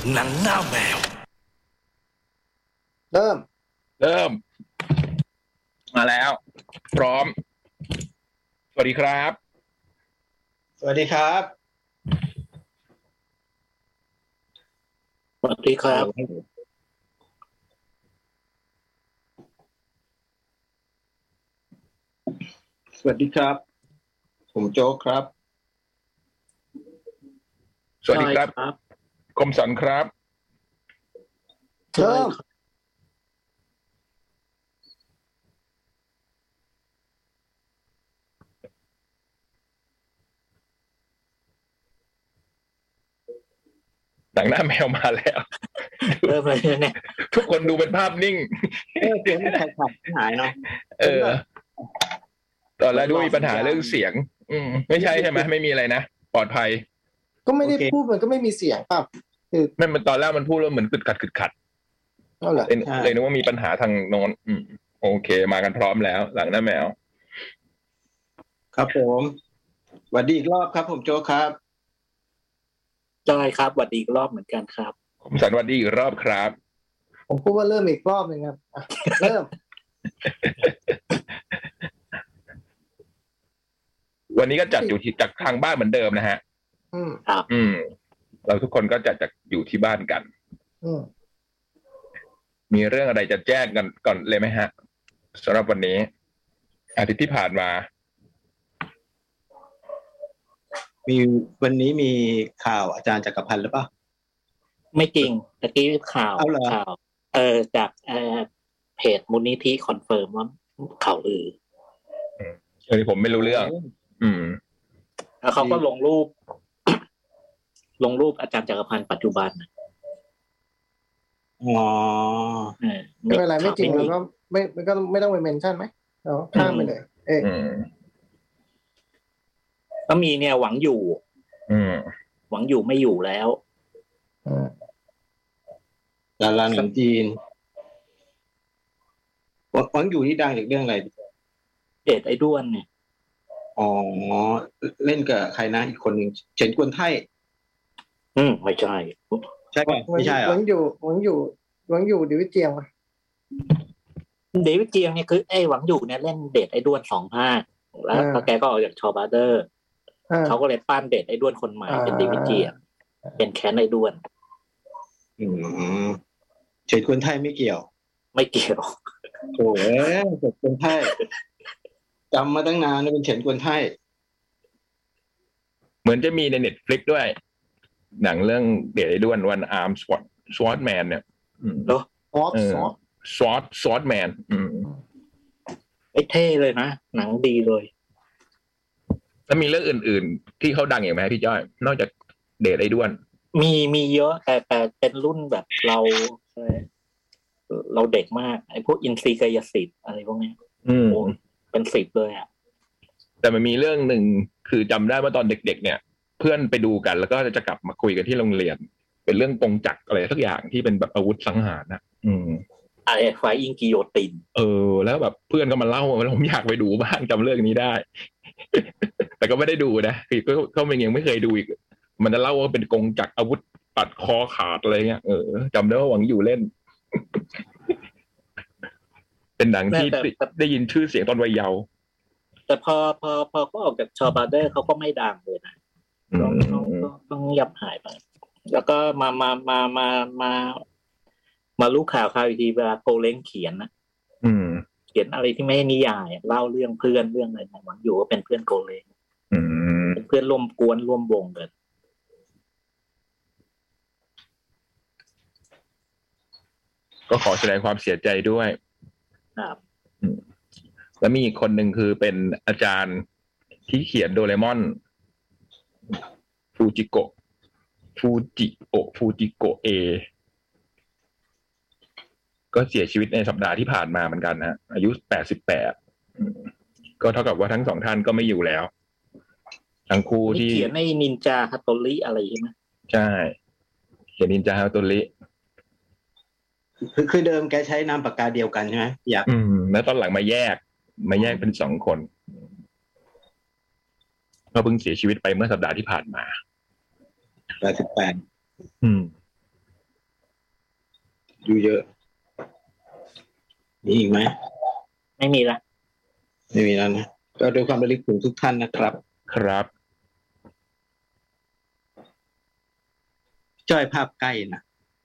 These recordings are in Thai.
หนังหน้าแมวเริ่มมาแล้วพร้อมสวัสดีครับสวัสดีครับสวัสดีครับสวัสดีครับผมโจ๊กครับสวัสดีครับคมสันครับเริ่มหนังหน้าแมวมาแล้วเริ่มเลยเนี่ยทุกคนดูเป็นภาพนิ่งเสียงมันขาดหายเนาะตอนแรกดูมีปัญหาเรื่องเสียงไม่ใช่ใช่ไหมไม่มีอะไรนะปลอดภัยก็ไม่ได้พูดมันก็ไม่มีเสียงป่ะคือไม่มันตอนแรกมันพูดแล้วเหมือนกึดขัดเลยนึกว่ามีปัญหาทางโน้นโอเคมากันพร้อมแล้วหลังหน้าแมวครับผมสวัสดีอีกรอบครับผมโจ๊กครับจอยครับสวัสดีอีกรอบเหมือนกันครับผมสันสวัสดีอีกรอบครับผมพูดว่าเริ่มอีกรอบนึงครับเริ่มวันนี้ก็จัดอยู่ที่จากทางบ้านเหมือนเดิมนะฮะเราทุกคนก็จัดจากอยู่ที่บ้านกันมีเรื่องอะไรจะแจ้งกันก่อนเลยไหมฮะสำหรับวันนี้อาทิตย์ที่ผ่านมามีวันนี้มีข่าวอาจารย์จักรพันธ์หรือเปล่าไม่จริงตะกี้ข่าวจากเพจมูลนิธิคอนเฟิร์มว่าข่าวลือผมไม่รู้เรื่องแล้วเขาก็ลงรูป อาจารย์จักรพันธ์ปัจจุบันไม่เป็นไรไม่จริงแล้วก็ไม่ต้องไปเมนชั่นไหมเราข้ามไปเลยก็มีเนี่ยหวังอยู่ไม่อยู่แล้วดาราหนังจีนหวังอยู่นี่ดังจากเรื่องอะไรเดชไอ้ด้วนเนี่ยอ๋อเล่นกับใครนะอีกคนหนึ่งเฉินกวนไท่ไม่ใช่ใช่ป่ะไม่ใช่หวังอยู่เดวิดเจียงป่ะเดวิดเจียงเนี่ยคือไอ้หวังอยู่เนี่ยเล่นเดชไอ้ด้วน2 ภาคแล้วแกก็ออกจากชอบาเดอร์เขาก็เลยปั้นเดชไอ้ด้วนคนใหม่เป็นเดวิดเจียงเป็นแคนไอ้ด้วนเฉินกวนไท่ไม่เกี่ยวโอ้ยเฉินกวนไท่จำมาตั้งนานเป็นเฉินกวนไท่เหมือนจะมีใน Netflix ด้วยหนังเรื่องเดชไอ้ด้วนวันอาร์มสวอตแมนเนี่ยเนาะสวอตแมนไอ้เท่เลยนะหนังดีเลยแล้วมีเรื่องอื่นๆที่เขาดังอย่างไหมพี่จ้อยนอกจากเดชไอ้ด้วนมีเยอะแต่เป็นรุ่นแบบเราเด็กมากไอ้พวกอินทรีย์กายสิทธิ์อะไรพวกนี้เป็น10เลยอ่ะแต่มันมีเรื่องหนึ่งคือจำได้ว่าตอนเด็กๆเนี่ยเพื่อนไปดูกันแล้วก็จะกลับมาคุยกันที่โรงเรียนเป็นเรื่องกงจักรอะไรสักอย่างที่เป็นแบบอาวุธสังหารนะไอ้ไฟอิงกิโยตินแล้วแบบเพื่อนก็มาเล่าว่าผมอยากไปดูบ้างจำเรื่องนี้ได้ แต่ก็ไม่ได้ดูนะคือก็ยังไม่เคยดูอีกมันจะเล่าว่าเป็นกงจักรอาวุธตัดคอขาดอะไรเงี้ยจำได้ว่าหวังอยู่เล่น เป็นหนังที่ได้ยินชื่อเสียงตอนวัยเยาว์แต่พอเขาออกจากชอบาเดอร์เขาก็ไม่ดังเลยนะต้องเงียบหายไปแล้วก็มารู้ข่าวอีกทีเวลาโกเล้งเขียนนะเขียนอะไรที่ไม่ให้นิยายเล่าเรื่องเพื่อนเรื่องอะไรหวังอยู่ว่าเป็นเพื่อนโกเล้งเป็นเพื่อนร่วมกวนร่วมวงกันก็ขอแสดงความเสียใจด้วยครับแล้วมีอีกคนหนึ่งคือเป็นอาจารย์ที่เขียนโดเรมอนฟูจิโกะเอก็เสียชีวิตในสัปดาห์ที่ผ่านมาเหมือนกันนะอายุ88ก็เท่ากับว่าทั้งสองท่านก็ไม่อยู่แล้วทั้งคู่ที่เขียนในนินจาฮัตโตริอะไรใช่ไหมใช่เขียนนินจาฮัตโตริคือเดิมแกใช้นามปากกาเดียวกันใช่ไหมแล้วตอนหลังมาแยกเป็น2 คนก็เพิ่งเสียชีวิตไปเมื่อสัปดาห์ที่ผ่านมา 88 ดูเยอะมีอีกไหมไม่มีละไม่มีแล้วนะก็ด้วยความระลึกถึงทุกท่านนะครับครับจ้อยภาพใกล้นะ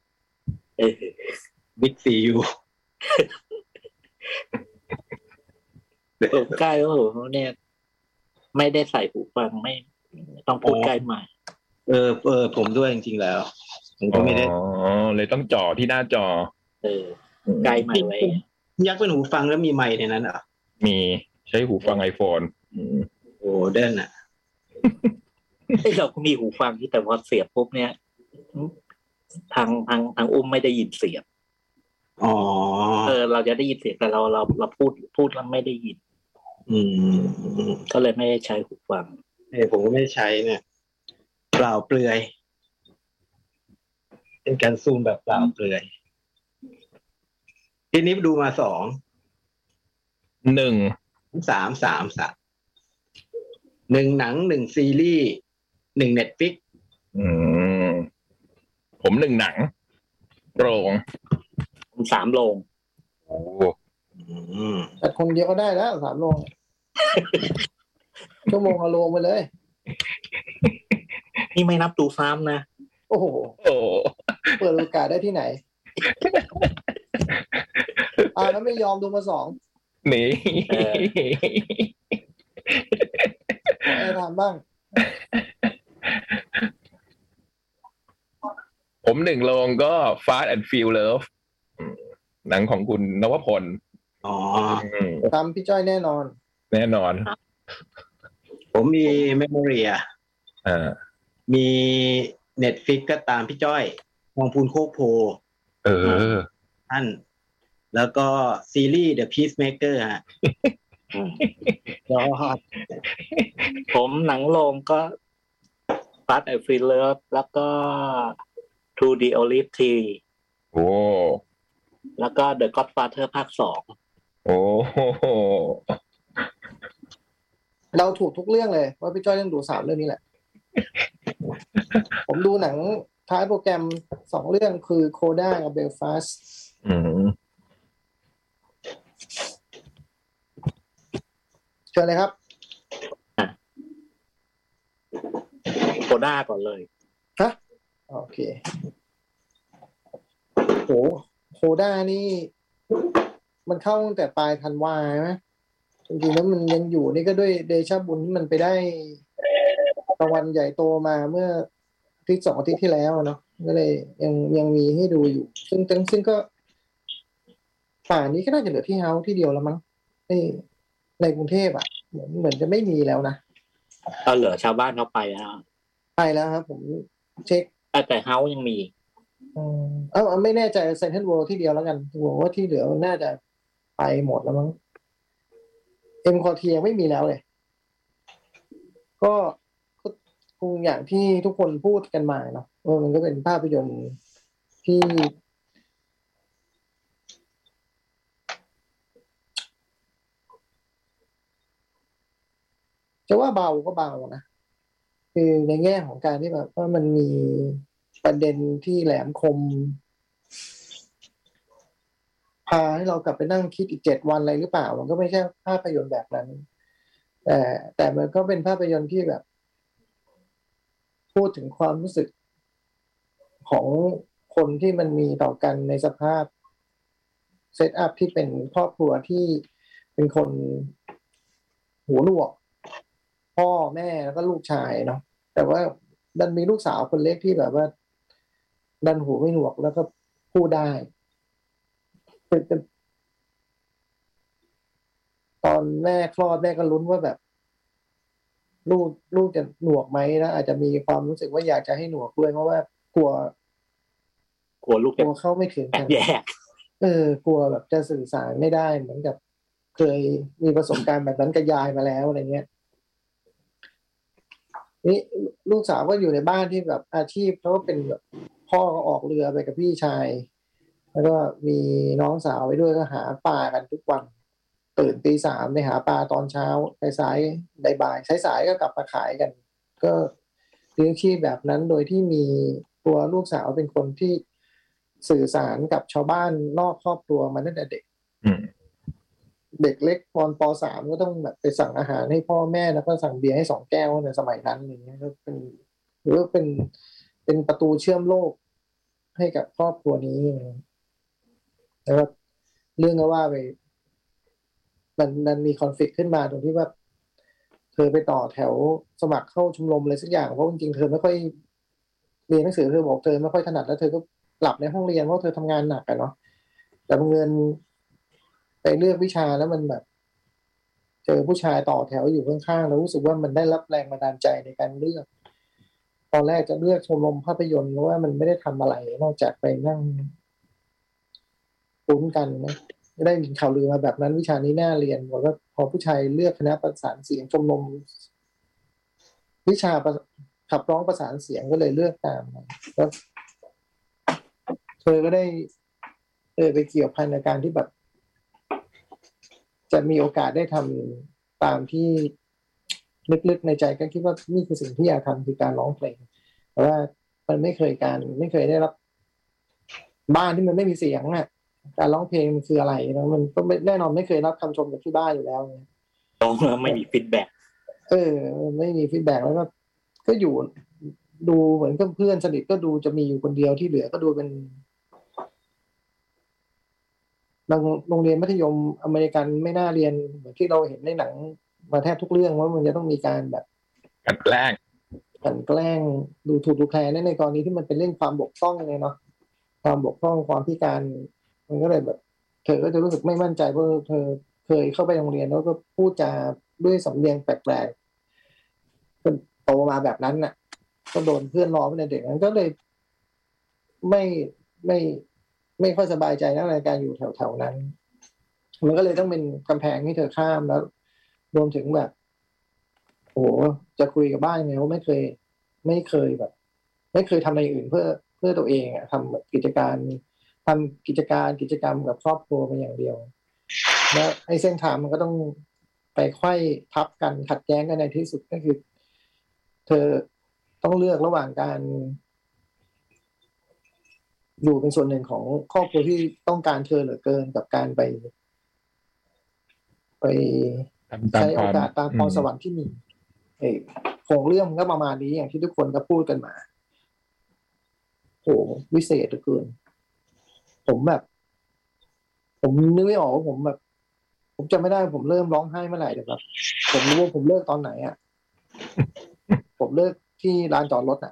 บิ๊กซียูใกล้โอ้โหเนี่ยไม่ได้ใส่หูฟังไม่ต้องพูดใกล้มาผมด้วยจริงๆแล้วผมก็ไม่ได้เลยต้องจ่อที่หน้าจอใกล้ไมค์ไว้ยักษ์เป็นหูฟังแล้วมีไมค์ในนั้นเหรอมีใช้หูฟัง iPhone โอ้เด่นอ่ะเราก็มีหูฟังที่แต่พอเสียบปุ๊บเนี่ยทางอุ้มไม่ได้ยินเสียงเราจะได้ยินเสียงแต่เราพูดแล้วไม่ได้ยินก็เลยไม่ได้ใช้หูฟังผมก็ไม่ได้ใช้เนี่ยเปล่าเปลือยเป็นการซูมแบบเปล่าเปลือยทีนี้ดูมา 1 1 หนัง1ซีรีส์1 Netflix ผม1 หนังโรง 3 โรงโอ้แต่คนเดียวก็ได้แล้ว3 โรงชั่วโมงละโรงไปเลยนี่ไม่นับดูซ้ำนะโอ้โหเปิดโอกาสได้ที่ไหนแล้วไม่ยอมดูมา2 นี่ให้ทำบ้างผม1 โรงก็ Fast and Furious หนังของคุณนวพลตามพี่จ้อยแน่นอนผมมี Memoria มี Netflix ก็ตามพี่จ้อยมองพูนโคกโพท่านแล้วก็ซีรีส์ The Peacemaker ฮะผมหนังโรงก็ Fast and Furious แล้วก็ To the Olive Tree แล้วก็ The Godfather ภาค 2 เราถูกทุกเรื่องเลยว่าพี่จ้อยต้องดู3 เรื่องนี้แหละผมดูหนังท้ายโปรแกรม2 เรื่องคือโคด้ากับเบลฟาสต์เชิญเลยครับโคด้าก่อนเลยฮะโอเคโหโคด้านี่มันเข้าตั้งแต่ปลายธันวาใช่ไหมจริงๆแล้วมันยังอยู่นี่ก็ด้วยเดชะบุญที่มันไปได้รางวัลใหญ่โตมาเมื่อ2 อาทิตย์ที่แล้วเนาะก็เลยยังมีให้ดูอยู่ซึ่งก็ป่านี้ก็น่าจะเหลือที่เฮาส์ที่เดียวแล้วมั้งในกรุงเทพอ่ะเหมือนจะไม่มีแล้วนะเหลือชาวบ้านเขาไปแล้วครับผมเช็คแต่เฮาส์ยังมีไม่แน่ใจเซ็นทรัลเวิลด์ที่เดียวแล้วกันผมว่าที่เหลือน่าจะไปหมดแล้วมั้งเอ็มคอร์เทียไม่มีแล้วเลยก็คงอย่างที่ทุกคนพูดกันมาเนาะมันก็เป็นภาพยนตร์ที่จะว่าเบาก็เบานะคือในแง่ของการที่แบบว่ามันมีประเด็นที่แหลมคมพาให้เรากลับไปนั่งคิดอีก7 วันอะไรหรือเปล่ามันก็ไม่ใช่ภาพยนตร์แบบนั้นแต่มันก็เป็นภาพยนตร์ที่แบบพูดถึงความรู้สึกของคนที่มันมีต่อกันในสภาพเซตอัพที่เป็นครอบครัวที่เป็นคนหูหนวกพ่อแม่แล้วก็ลูกชายเนาะแต่ว่าดันมีลูกสาวคนเล็กที่แบบว่าดันหูไม่หนวกแล้วก็พูดได้ตอนแม่คลอดแม่ก็ลุ้นว่าแบบลูกจะหนวกไหมนะอาจจะมีความรู้สึกว่าอยากจะให้หนวกด้วยเพราะว่ากลัวลูกเข้าไม่ถึงกันแยกกลัวแบบจะสื่อสารไม่ได้เหมือนกับเคยมีประสบการณ์แบบนั้นกับยายมาแล้วอะไรเงี้ยนี่ลูกสาวก็อยู่ในบ้านที่แบบอาชีพเขาก็เป็นแบบพ่อก็ออกเรือไปกับพี่ชายแล้วก็มีน้องสาวไปด้วยก็หาปลากันทุกวันตื่นตี 3ไปหาปลาตอนเช้าสายๆบ่ายๆสายๆก็กลับมาขายกันก็เลี้ยงชีพแบบนั้นโดยที่มีตัวลูกสาวเป็นคนที่สื่อสารกับชาวบ้านนอกครอบครัวมาตั้งแต่เด็กเด็กเล็กป.3ก็ต้องแบบไปสั่งอาหารให้พ่อแม่แล้วก็สั่งเบียร์ให้2 แก้วในสมัยนั้นอย่างเงี้ยก็เป็นหรือว่าเป็นประตูเชื่อมโลกให้กับครอบครัวนี้แล้วก็เรื่องก็ว่าไปมันมีคอนฟลิกต์ขึ้นมาตรงที่ว่าเธอไปต่อแถวสมัครเข้าชมรมอะไรสักอย่างเพราะจริงๆเธอไม่ค่อยเรียนหนังสือเธอบอกเธอไม่ค่อยถนัดแล้วเธอก็หลับในห้องเรียนเพราะเธอทำงานหนักอะเนาะแต่บังเอิญไปเลือกวิชาแล้วมันแบบเจอผู้ชายต่อแถวอยู่ข้างๆแล้วรู้สึกว่ามันได้รับแรงบันดาลใจในการเลือกตอนแรกจะเลือกชมรมภาพยนตร์เพราะว่ามันไม่ได้ทำอะไรนอกจากไปนั่งคุ้นกันนะได้ยินข่าวลือมาแบบนั้นวิชานี้น่าเรียนบอกว่าพอผู้ชายเลือกคณะประสานเสียงชมรมวิชาขับร้องประสานเสียงก็เลยเลือกตามแล้วเธอก็ได้ไปเกี่ยวพันในการที่แบบจะมีโอกาสได้ทำตามที่ลึกๆในใจก็คิดว่านี่คือสิ่งที่อยากทำคือการร้องเพลงแต่ว่ามันไม่เคยได้รับบ้านที่มันไม่มีเสียงอ่ะการร้องเพลงมันคืออะไรนะมันก็แน่นอนไม่เคยรับคำชมจากที่บ้านอยู่แล้วเนี่ยร้องแล้วไม่มีฟีดแบ็กไม่มีฟีดแบ็กแล้วก็อยู่ดูเหมือนกับเพื่อนสนิทก็ดูจะมีอยู่คนเดียวที่เหลือก็ดูเป็นโรงเรียนมัธยมอเมริกันไม่น่าเรียนเหมือนที่เราเห็นในหนังมาแทบทุกเรื่องว่ามันจะต้องมีการแบบกันแกล้งดูถูกดูแคลนในกรณีที่มันเป็นเรื่องความบกพร่องเลยเนาะความบกพร่องความพิการมันก็เลยแบบเธอก็จะรู้สึกไม่มั่นใจเพราะเธอเคยเข้าไปโรงเรียนแล้วก็พูดจาด้วยสำเนียงแปลกๆเป็นโตมาแบบนั้นน่ะก็โดนเพื่อนล้อในเด็กนั้นก็เลยไม่ค่อยสบายใจในการอยู่แถวๆนั้นมันก็เลยต้องเป็นกำแพงให้เธอข้ามแล้วรวมถึงแบบโอ้จะคุยกับบ้านไงว่าไม่เคยแบบไม่เคยทำอะไรอื่นเพื่อตัวเองอ่ะทำแบบกิจกรรมกับครอบครัวเป็นอย่างเดียวแล้วไอ้เส้นทางมันก็ต้องไปไขว้ทับกันขัดแย้งกันในที่สุดก็คือเธอต้องเลือกระหว่างการอยู่เป็นส่วนหนึ่งของครอบครัวที่ต้องการเธอเหลือเกินกับการไปใช้โอกาสตามพรสวรรค์ที่มีโครงเรื่องก็ประมาณนี้อย่างที่ทุกคนก็พูดกันมาโหวิเศษเหลือเกินผมนึกไม่ออกว่าผมจำไม่ได้ผมเริ่มร้องไห้เมื่อไหร่แต่แบบผมรู้ว่าผมเลิกตอนไหนอ่ะผมเลิกที่ลานจอดรถอ่ะ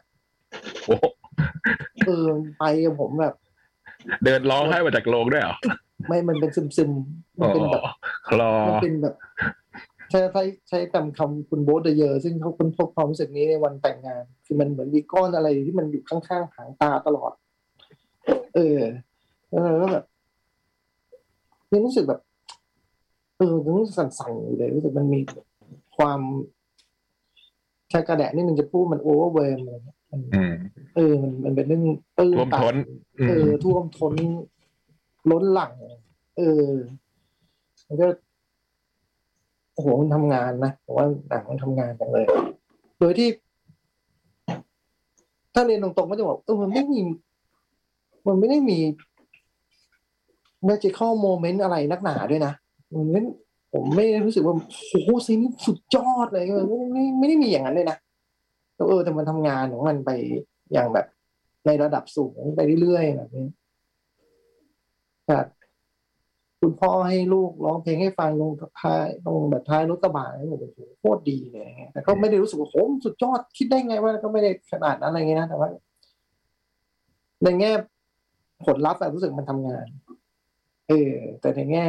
ไปผมแบบเดินร้องไห้มาจากโรงด้วยเหรอไม่มันเป็นซึมมันเป็นแบบมันเป็นแบบใช้คำคุณโบ๊ทเดเยอร์ซึ่งเขาค้นพบความรู้สึกนี้ในวันแต่งงานคือมันเหมือนมีก้อนอะไรที่มันอยู่ข้างๆหางตาตลอดแล้วแบบยังรู้สึกแบบยังรู้สึกสั่นๆอยู่เลยรู้สึกมันมีความชากระแดะนี่มันจะพูดมันโอเวอร์เวมอะไรมันเป็นเรื่องท่วมท้นท่วมท้นล้นหลั่งมันก็โอ้โหมันทำงานนะผมว่าหนังมันทำงานจังเลยโดยที่ถ้าเรียนตรงๆก็จะบอกมันไม่ได้มีmagical moment อะไรนักหนาด้วยนะผมไม่รู้สึกว่าโอ้โหซีนนี้สุดยอดเลยไม่ได้มีอย่างนั้นเลยนะแต่มันทำงานของมันไปอย่างแบบในระดับสูงไปเรื่อยๆแบบนี้คุณพ่อให้ลูกร้องเพลงให้ฟังลงแบบท้ายรถกระบะนี่โอ้โหโคตรดีเลยแต่ก็ไม่ได้รู้สึกว่าโหสุดยอดคิดได้ไงว่าก็ไม่ได้ขนาดนั้นอะไรเงี้ยนะแต่ว่าในแง่ผลลัพธ์รู้สึกมันทำงานแต่ในแง่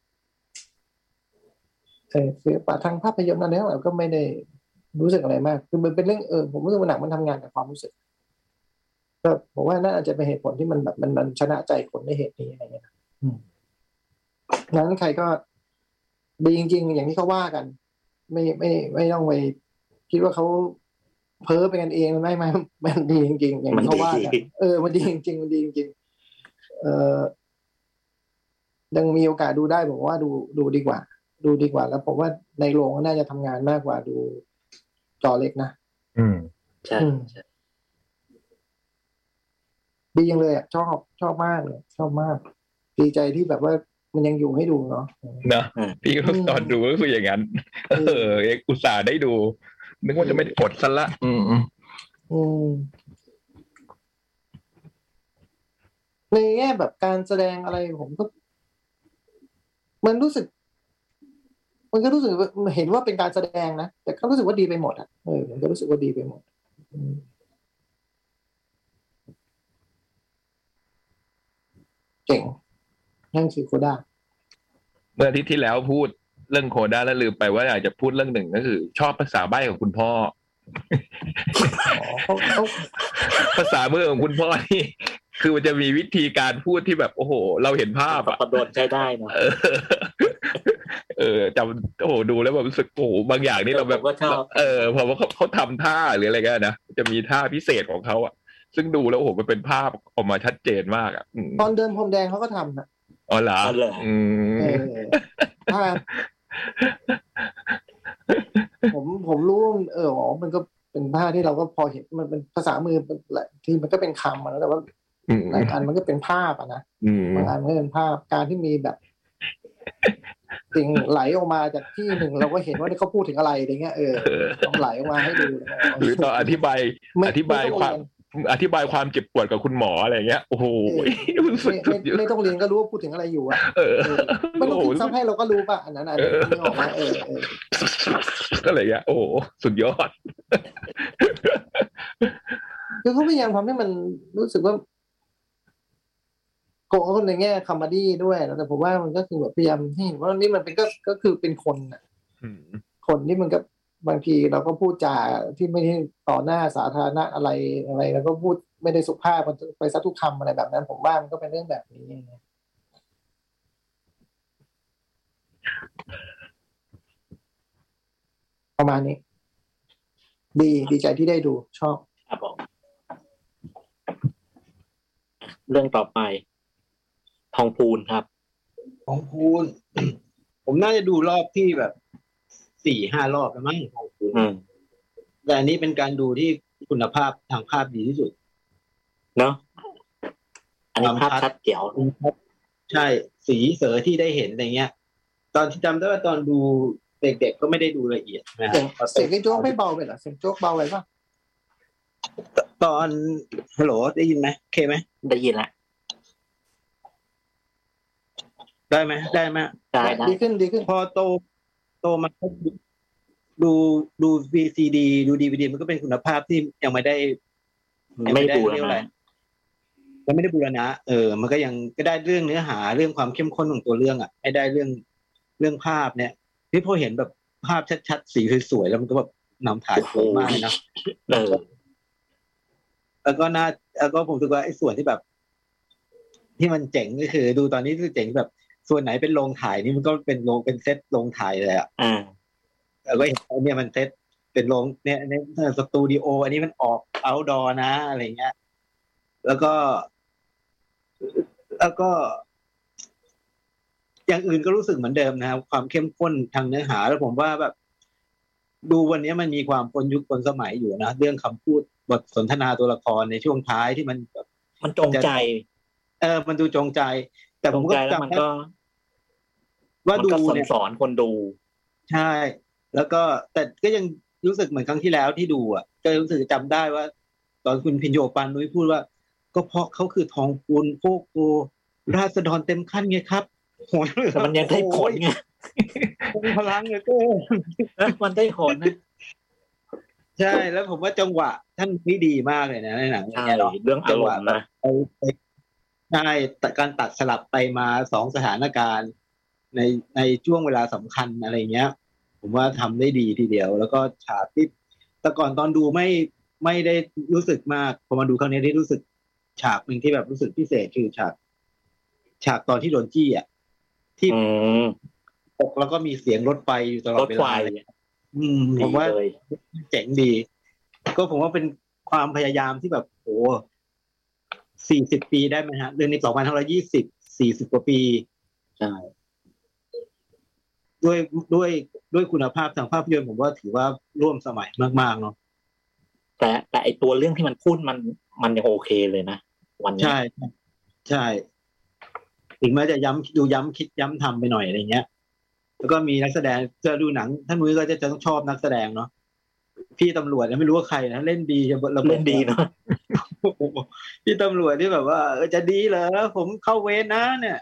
คือป่าทางภาพยนตร์นั่นแล้วก็ไม่ได้รู้สึกอะไรมากคือมันเป็นเรื่องผมรู้สึกว่าหนังมันทำงานกับความรู้สึกก็ผมว่าน่าจะเป็นเหตุผลที่มันแบบมันชนะใจคนในเหตุนี้อะไรเงี้ยนั้นใครก็ดีจริงๆอย่างที่เขาว่ากันไม่ต้องไปคิดว่าเขาเพ้อไปกันเองไม่มันดีจริงๆอย่างที่เขาว่ากันมันดีจริงๆมันดีจริงยังมีโอกาสดูได้ผมว่าดูดีกว่าแล้วผมว่าในโรงก็น่าจะทำงานมากกว่าดูจอเล็กนะใช่ดีจังเลยอ่ะชอบมากเลยชอบมากดีใจที่แบบว่ามันยังอยู่ให้ดูเนาะพี่ก็ตอนดูก็คืออย่างนั้นอุตส่าห์ได้ดูนึกว่าจะไม่กดซะละในแง่แบบการแสดงอะไรผมก็มันก็รู้สึกเห็นว่าเป็นการแสดงนะแต่ก็รู้สึกว่าดีไปหมดอ่ะผมก็รู้สึกว่าดีไปหมดเก่งนั่นคือโคด้าเมื่ออาทิตย์ที่แล้วพูดเรื่องโคด้าแล้วลืมไปว่าอยากจะพูดเรื่องหนึ่งก็คือชอบภาษาใบ้ของคุณพ่อภาษามือของคุณพ่อนี่คือมันจะมีวิธีการพูดที่แบบโอ้โหเราเห็นภาพอะโดนใช้ได้เนาะจำโอ้โหดูแล้วแบบรู้สึกโอ้โหบางอย่างนี่เราแบบพอว่าเขาทำท่าหรืออะไรกันนะจะมีท่าพิเศษของเขาอะซึ่งดูแล้วโอ้โหมันเป็นภาพออกมาชัดเจนมากอะตอนเดินพรมแดงเขาก็ทำนะอ๋อเหรอถ้าผมรู้มันก็เป็นภาพที่เราก็พอเห็นมันเป็นภาษามือที่มันก็เป็นคำนะแต่ว่าหลายอันมันก็เป็นภาพอะนะบางอันก็เป็นภาพการที่มีแบบสิ่งไหลออกมาจากที่หนึ่งเราก็เห็นว่าเขาพูดถึงอะไรอะไรเงี้ยต้องไหลออกมาให้ดูหรือต่ออธิบายความเจ็บปวดกับคุณหมออะไรเงี้ยโอ้โหไม่ต้องเรียนก็รู้ว่าพูดถึงอะไรอยู่อ่ะไม่ต้องคิดซ้ำให้เราก็รู้ป่ะอันนั้นไม่ออกมาก็เลยอ่ะโอ้สุดยอดคือเขาพยายามทำให้มันรู้สึกว่าโกงคนในแง่คอมเมดี้ด้วยแต่ผมว่ามันก็คือแบบพยายามให้เห็นว่านี่มันเป็นก็คือเป็นคนอ่ะคนที่มันก็บางทีเราก็พูดจาที่ไม่ได้ต่อหน้าสาธารณะอะไรแล้วก็พูดไม่ได้สุภาพมันไปซะทุกคำอะไรแบบนั้นผมว่ามันก็เป็นเรื่องแบบนี้ประมาณนี้ดีใจที่ได้ดูชอบครับผมเรื่องต่อไปทองพูนครับทองพูน ผมน่าจะดูรอบที่แบบ 4-5 รอบแล้วมั้งทองพูนแต่อันนี้เป็นการดูที่คุณภาพทางภาพดีที่สุดเนาะอันนี้ภาพชัดเจ๋วใช่สีเสือที่ได้เห็นอะไรเงี้ยตอนที่จำได้ว่าตอนดูเด็กๆก็ไม่ได้ดูละเอียดนะเสียงโจ๊กไม่เบาเลยเหรอเสียงโจ๊กเบาเลยป่ะตอนฮัลโหลได้ยินไหมโอเคไหมได้ยินละได้ไหมได้ดีขึ้นพอโตมาดู VCD ดู DVD มันก็เป็นคุณภาพที่ยังไม่ได้บูรณะยังไม่ได้บูรณะมันก็ยังก็ได้เรื่องเนื้อหาเรื่องความเข้มข้นของตัวเรื่องอ่ะไม่ได้เรื่องภาพเนี่ยที่พอเห็นแบบภาพชัดๆสีสวยๆแล้วมันก็แบบนำถ่ายสวยมากเลยนะแล้วก็ผมรู้สึกว่าไอ้ส่วนที่แบบที่มันเจ๋งก็คือดูตอนนี้คือเจ๋งแบบส่วนไหนเป็นโรงถ่ายนี่มันก็เป็นเซตโรงถ่ายเลยอ่ะแล้วก็เห็นเนี่ยมันเซตเป็นโรงเนี่ยในสตูดิโออันนี้มันออกเอาท์ดอร์นะอะไรเงี้ยแล้วก็อย่างอื่นก็รู้สึกเหมือนเดิมนะครับความเข้มข้นทางเนื้อหาแล้วผมว่าแบบดูวันนี้มันมีความปนยุคปนสมัยอยู่นะเรื่องคำพูดบทสนทนาตัวละครในช่วงท้ายที่มันแบบมันจงใจมันดูจงใจแต่ผมก็จำได้ว่าดูเนี่ยสอนคนดูใช่แล้วก็แต่ก็ยังรู้สึกเหมือนครั้งที่แล้วที่ดูอ่ะก็รู้สึกจำได้ว่าตอนคุณพิญโญปานนุ้ยพูดว่าก็เพราะเขาคือทองพูนโคโกราษฎรเต็มขั้นไงครับโหแต่มันยังได้ผลไงพลังเลยก็มันได้ผลนะใช่แล้วผมว่าจังหวะท่านนี่ดีมากเลยนะในหนังเนี่ยเรื่องอารมณ์นะใช่แต่การตัดสลับไปมา2 สถานการณ์ในช่วงเวลาสำคัญอะไรเงี้ยผมว่าทำได้ดีทีเดียวแล้วก็ฉากที่แต่ก่อนตอนดูไม่ได้รู้สึกมากพอมาดูครั้งนี้ได้รู้สึกฉากหนึ่งที่แบบรู้สึกพิเศษคือฉากตอนที่โดนจี้อ่ะที่ตกแล้วก็มีเสียงรถไฟอยู่ตลอดเวลาผมว่าเจ๋งดีก็ผมว่าเป็นความพยายามที่แบบโอ้40 ปีได้ไหมฮะเรื่องนี้2520 40 กว่าปีใช่ด้วยคุณภาพทางภาพยนตร์ผมว่าถือว่าร่วมสมัยมากๆเนาะแต่ไอตัวเรื่องที่มันพูดมันยังโอเคเลยนะวันนี้ใช่ใช่ถึงแม้จะย้ำคิดย้ำทำไปหน่อยอะไรเงี้ยแล้วก็มีนักแสดงจะดูหนังท่านนุ้ยก็จะต้องชอบนักแสดงเนาะพี่ตำรวจไม่รู้ว่าใครนะเล่นดีจะเล่นดีเนาะพี่ตำรวจที่แบบว่าจะดีเหรอผมเข้าเวรนะเนี่ย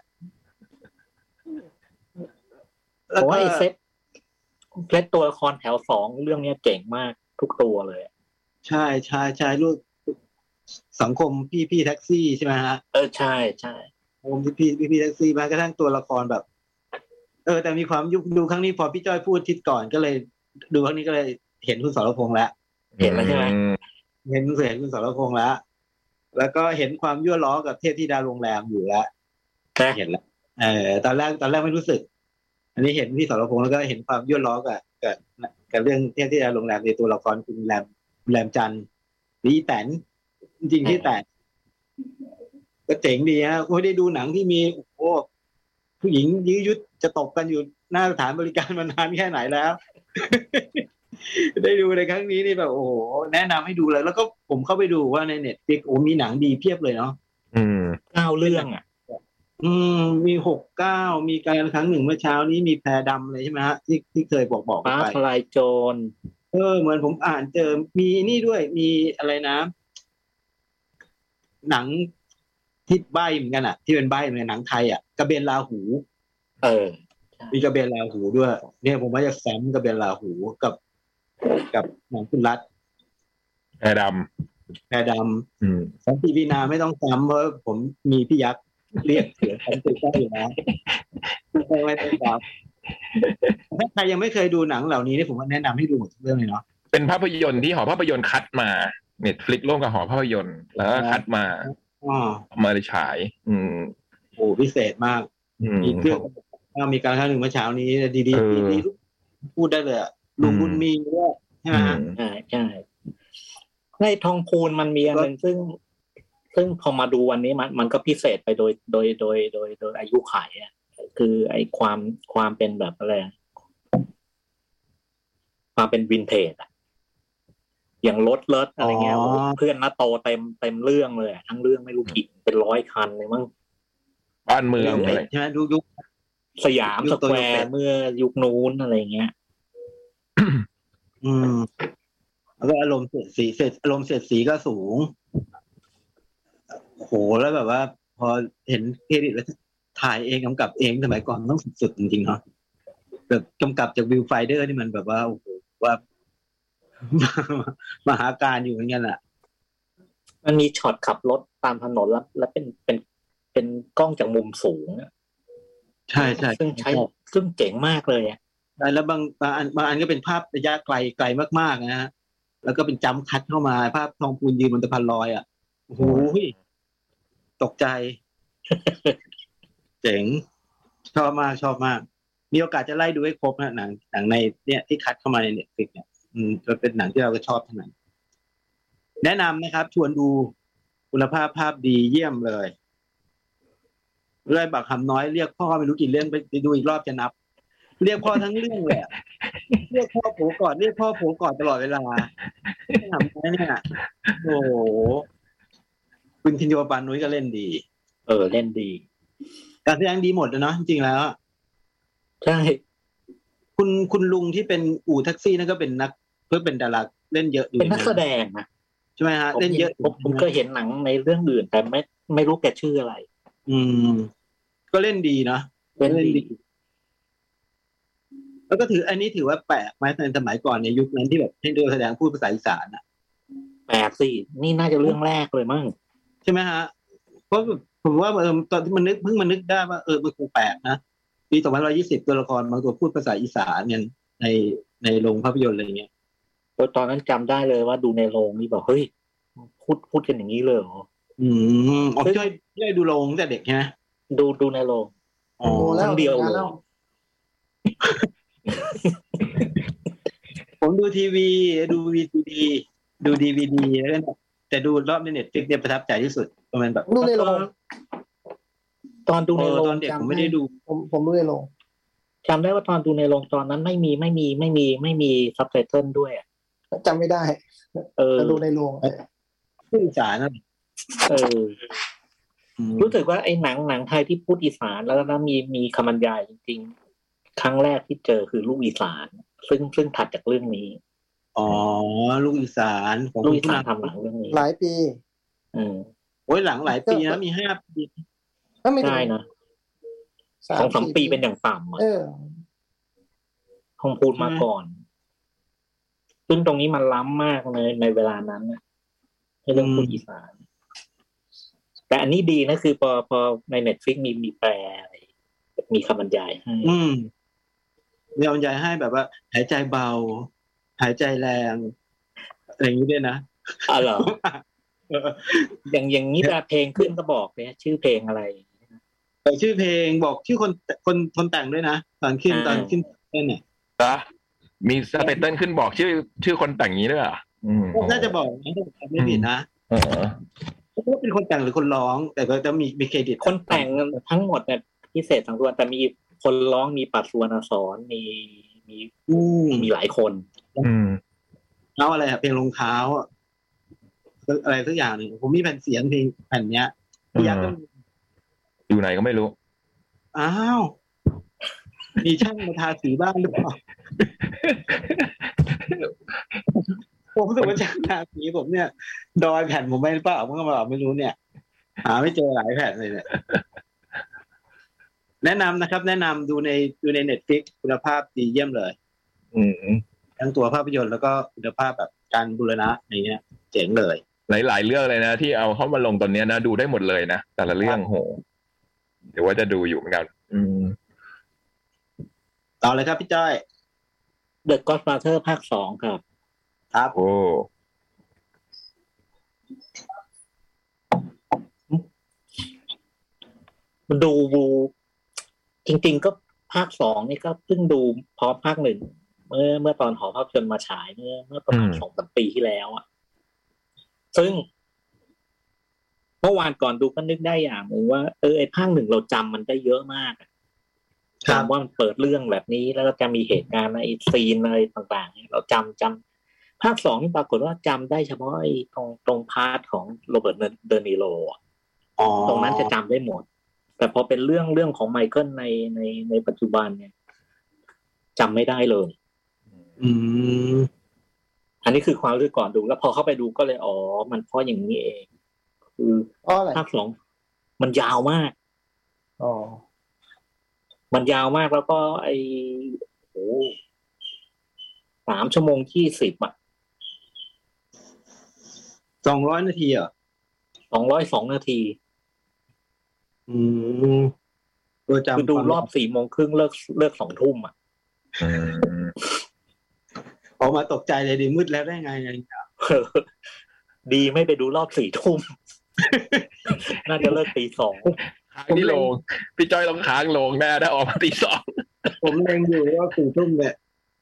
แล้วก็เซตตัวละครแถว2เรื่องนี้เจ๋งมากทุกตัวเลยใช่ลูกสังคมพี่แท็กซี่ใช่ไหมฮะใช่ผมพี่แท็กซี่มากระทั่งตัวละครแบบแต่มีความดูครั้งนี้พอพี่จ้อยพูดทิศก่อนก็เลยดูครั้งนี้ก็เลยเห็นคุณสรพงษ์แล้วเห็นแล้วใช่ไหมเห็นคุณสรพงษ์แล้วก็เห็นความยั่วล้อกับเทพธิดาโรงแรมอยู่แล้วเห็นแล้วตอนแรกไม่รู้สึกอันนี้เห็นพี่สรพงษ์แล้วก็เห็นความยั่วล้อกับเรื่องเทพธิดาโรงแรมในตัวละครคุณแรมจันทร์นี่แตนจริงที่แต่ก็เจ๋งดีฮะโอ้ได้ดูหนังที่มีผู้หญิงยื้อยุดจะตบกันอยู่หน้าสถานบริการมานานแค่ไหนแล้ว ได้ดูในครั้งนี้นี่แบบโอ้โหแนะนำให้ดูเลยแล้วก็ผมเข้าไปดูว่าใน Netflix มีหนังดีเพียบเลยเนาะ 9เรื่องมี69มีการครั้งหนึ่งเมื่อเช้านี้มีแพรดำเลยใช่ไหมฮะที่เคยบอกไปฟ้าทลายโจรเหมือนผมอ่านเจอมีนี่ด้วยมีอะไรนะหนังที่ใบ้เหมือนกันอ่ะที่เป็นใบ้เหมือนหนังไทยอ่ะกระเบนราหูมีกระเบนราหูด้วยเนี่ยผมว่าจะแซมกระเบนราหูกับหนังคุณรัฐแพรดำสันติวีนาไม่ต้องซ้ำเพราะผมมีพี่ยักษ์เรียกเสียงสันติได้อยู่นะไม่ต้องซ้ำถ้าใครยังไม่เคยดูหนังเหล่านี้นี่ผมว่าแนะนำให้ดูหมดเรื่องเลยเนาะเป็นภาพยนตร์ที่หอภาพยนตร์คัดมา Netflix ร่วมกับหอภาพยนตร์แล้วก็คัดมาฉายโอ้พิเศษมากมีเรื่องมีการครั้งหนึ่งเมื่อเช้านี้ดีพูดได้เลยลุงบุญมีด้วยใช่ไหมใช่ในทองพูนมันมีอันนึงซึ่งพอมาดูวันนี้มันก็พิเศษไปโดยอายุขัยคือไอ้ความเป็นแบบอะไรความเป็นวินเทจอย่างรถอะไรเงี้ยเพื่อนนะโตเต็มเรื่องเลยทั้งเรื่องไม่รู้กี่เป็น100 คันเลยมั้งบ้านเมืองอะไรใช่ไหมยุคสยามสแควร์เมื่อยุคนู้นอะไรเงี้ยแล้วก็อารมณ์เสียดสีก็สูงโหแล้วแบบว่าพอเห็นเครดิตแล้วถ่ายเองกำกับเองสมัยก่อนต้องสุดๆจริงๆเนาะแบบกำกับจากวิวไฟเดอร์นี่มันแบบว่าโอ้โหว่ามหาการอยู่เหมือนกันแหละมันมีช็อตขับรถตามถนนแล้วเป็นกล้องจากมุมสูงใช่ซึ่งเจ๋งมากเลยแล้วบางอันก็เป็นภาพระยะไกลมากๆนะฮะแล้วก็เป็นจัมป์คัทเข้ามาภาพทองพูนยืนบนสะพานลอยโอ้โหตกใจเจ๋งชอบมากมีโอกาสจะไล่ดูให้ครบนะหนังในเนี่ยที่คัดเข้ามาใน Netflix เนี่ยจะเป็นหนังที่เราก็ชอบทั้งนั้นแนะนำนะครับชวนดูคุณภาพดีเยี่ยมเลยเรื่อยบักคำน้อยเรียกพ่อไม่รู้กี่เรื่องไปดูอีกรอบจะนับเรียกพ่อทั้งเรื่องเลยเรียกพ่อโผกอดเรียกพ่อโผกอดตลอดเวลาทำไงเนี่ยโอ้โหคุณทินโยปานนุ้ยก็เล่นดีเล่นดีการแสดงดีหมดเลยเนาะจริงๆแล้วใช่คุณลุงที่เป็นอู่แท็กซี่นั่นก็เป็นนักเพื่อเป็นดาราเล่นเยอะอยู่เป็นนักแสดงนะใช่ไหมฮะเล่นเยอะผมก็เห็นหนังในเรื่องอื่นแต่ไม่รู้แกชื่ออะไรก็เล่นดีเนาะเล่นดีแล้วก็อันนี้ถือว่าแปลกไหมในสมัยก่อนในยุคนั้นที่แบบให้ดูแสดงพูดภาษาอีสานแปลกสินี่น่าจะเรื่องแรกเลยมั้งใช่ไหมฮะเพราะผมว่าตอนที่มันเพิ่งมานึกได้ว่ามันคงแปลกนะปี2120ตัวละครบางตัวพูดภาษาอีสานเนี่ยในโรงภาพยนตร์อะไรเงี้ยตอนนั้นจำได้เลยว่าดูในโรงนี่บอกเฮ้ยพูดกันอย่างนี้เลยเหรอช่วยดูโรงตั้งแต่เด็กใช่ไหมดูในโรงครั้งเดียวเลยผมดูทีวีดูVCDดูDVDแล้วแต่ดูรอบใน Netflix เนี่ยประทับใจที่สุดประมาณแบบดูในโรงตอนดูในโรงตอนเด็กผมไม่ได้ดูผมดูในโรงจำได้ว่าตอนดูในโรงตอนนั้นไม่มีซับไตเติลด้วยจำไม่ได้ดูในโรงผู้อีสานนะรู้สึกว่าไอ้หนังไทยที่พูดอีสานแล้วมีคำบรรยายจริงๆครั้งแรกที่เจอคือลูกอีสานซึ่งถัดจากเรื่องนี้อ๋อลูกอีสานของลูกอีสานทำหนังเรื่องนี้หลายปีโอ้ยหลังหลายปีนะมี5 ปีใช่นะ2-3 ปีเป็นอย่างต่ำคงพูดมาก่อนซึ่งตรงนี้มันล้ำมากในเวลานั้นให้เรื่องพูดอีสานแต่อันนี้ดีนะคือพอใน Netflix มีแปลมีคำบรรยายให้มีคำบรรยายให้แบบว่าหายใจเบาหายใจแรงอะไรอย่างนี้ด้วยนะเหรออย่างนี้ถ้าเพลงขึ้นก็บอกเนี่ยชื่อเพลงอะไรชื่อเพลงบอกชื่อคนแต่งด้วยนะตอนขึ้นเนี่ยมีสเตตัสขึ้นบอกชื่อคนแต่งนี้ด้วยอ่ะน่าจะบอกไม่ผิดนะว่าเป็นคนแต่งหรือคนร้องแต่ก็จะมีเครดิตคนแต่งทั้งหมดเนี่ยพิเศษทั้งตัวแต่มีคนร้องมีปัดสุวรรณสอนมีหลายคนเอาอะไรเพลงรองเท้าอะไรสักอย่างหนึ่งผมมีแผ่นเสียงเพลงแผ่นเนี้ยอยู่ไหนก็ไม่รู้อ้าวมีช่างมาทาสีบ้านหรือเปล่าผมรู้สึกว่าช่างทาสีผมเนี่ยดอยแผ่นผมไม่หรือเปล่าผมก็มาไม่รู้เนี่ยหาไม่เจอหลายแผ่นเลยเนี่ยแนะนำนะครับแนะนำดูใน Netflix คุณภาพดีเยี่ยมเลยทั้งตัวภาพยนตร์แล้วก็คุณภาพแบบการบูรณะอย่างเงี้ยเจ๋งเลยหลายๆเรื่องเลยนะที่เอาเข้ามาลงตอนนี้นะดูได้หมดเลยนะแต่ละเรื่องโหเดี๋ยวว่าจะดูอยู่เหมือนกันต่อเลยครับพี่จ้อย The Godfather ภาค 2ครับครับโอ้ดูจริงๆก็ภาค 2นี่ก็เพิ่งดูพร้อมภาค 1เมื่อตอนหอภาพยนตร์มาฉายเมื่อประมาณ 2-3 ปีที่แล้วอ่ะซึ่งเมื่อวานก่อนดูก็นึกได้อย่างนึงว่าไอ้ภาค 1เราจำมันได้เยอะมากจำว่ามันเปิดเรื่องแบบนี้แล้วก็จะมีเหตุการณ์ในซีนอะไรต่างๆเราจำภาค 2นี่ปรากฏว่าจำได้เฉพาะไอ้ตรงพาร์ทของโรเบิร์ตเดนิโรตรงนั้นจะจำได้หมดแต่พอเป็นเรื่องของไมเคิลในปัจจุบันเนี่ยจำไม่ได้เลยอันนี้คือความรู้สึกก่อนดูแล้วพอเข้าไปดูก็เลยมันเพราะอย่างนี้เองคือภาค 2มันยาวมากมันยาวมากแล้วก็3 ชั่วโมง 20อ่ะ 200 นาทีเหรอ 202 นาทีคือดูรอบ 4 โมงครึ่งเลิก 2 ทุ่มอ่ะออกมาตกใจเลยดีมืดแล้วได้ไงดีไม่ไปดูรอบ 4 ทุ่มน่าจะเลิก 2:00 ค้างที่โรงพี่จ้อยต้องค้างโรงแน่ได้ออกมา 2:00 ผมเล็งอยู่ว่า 4 ทุ่มเนี่ย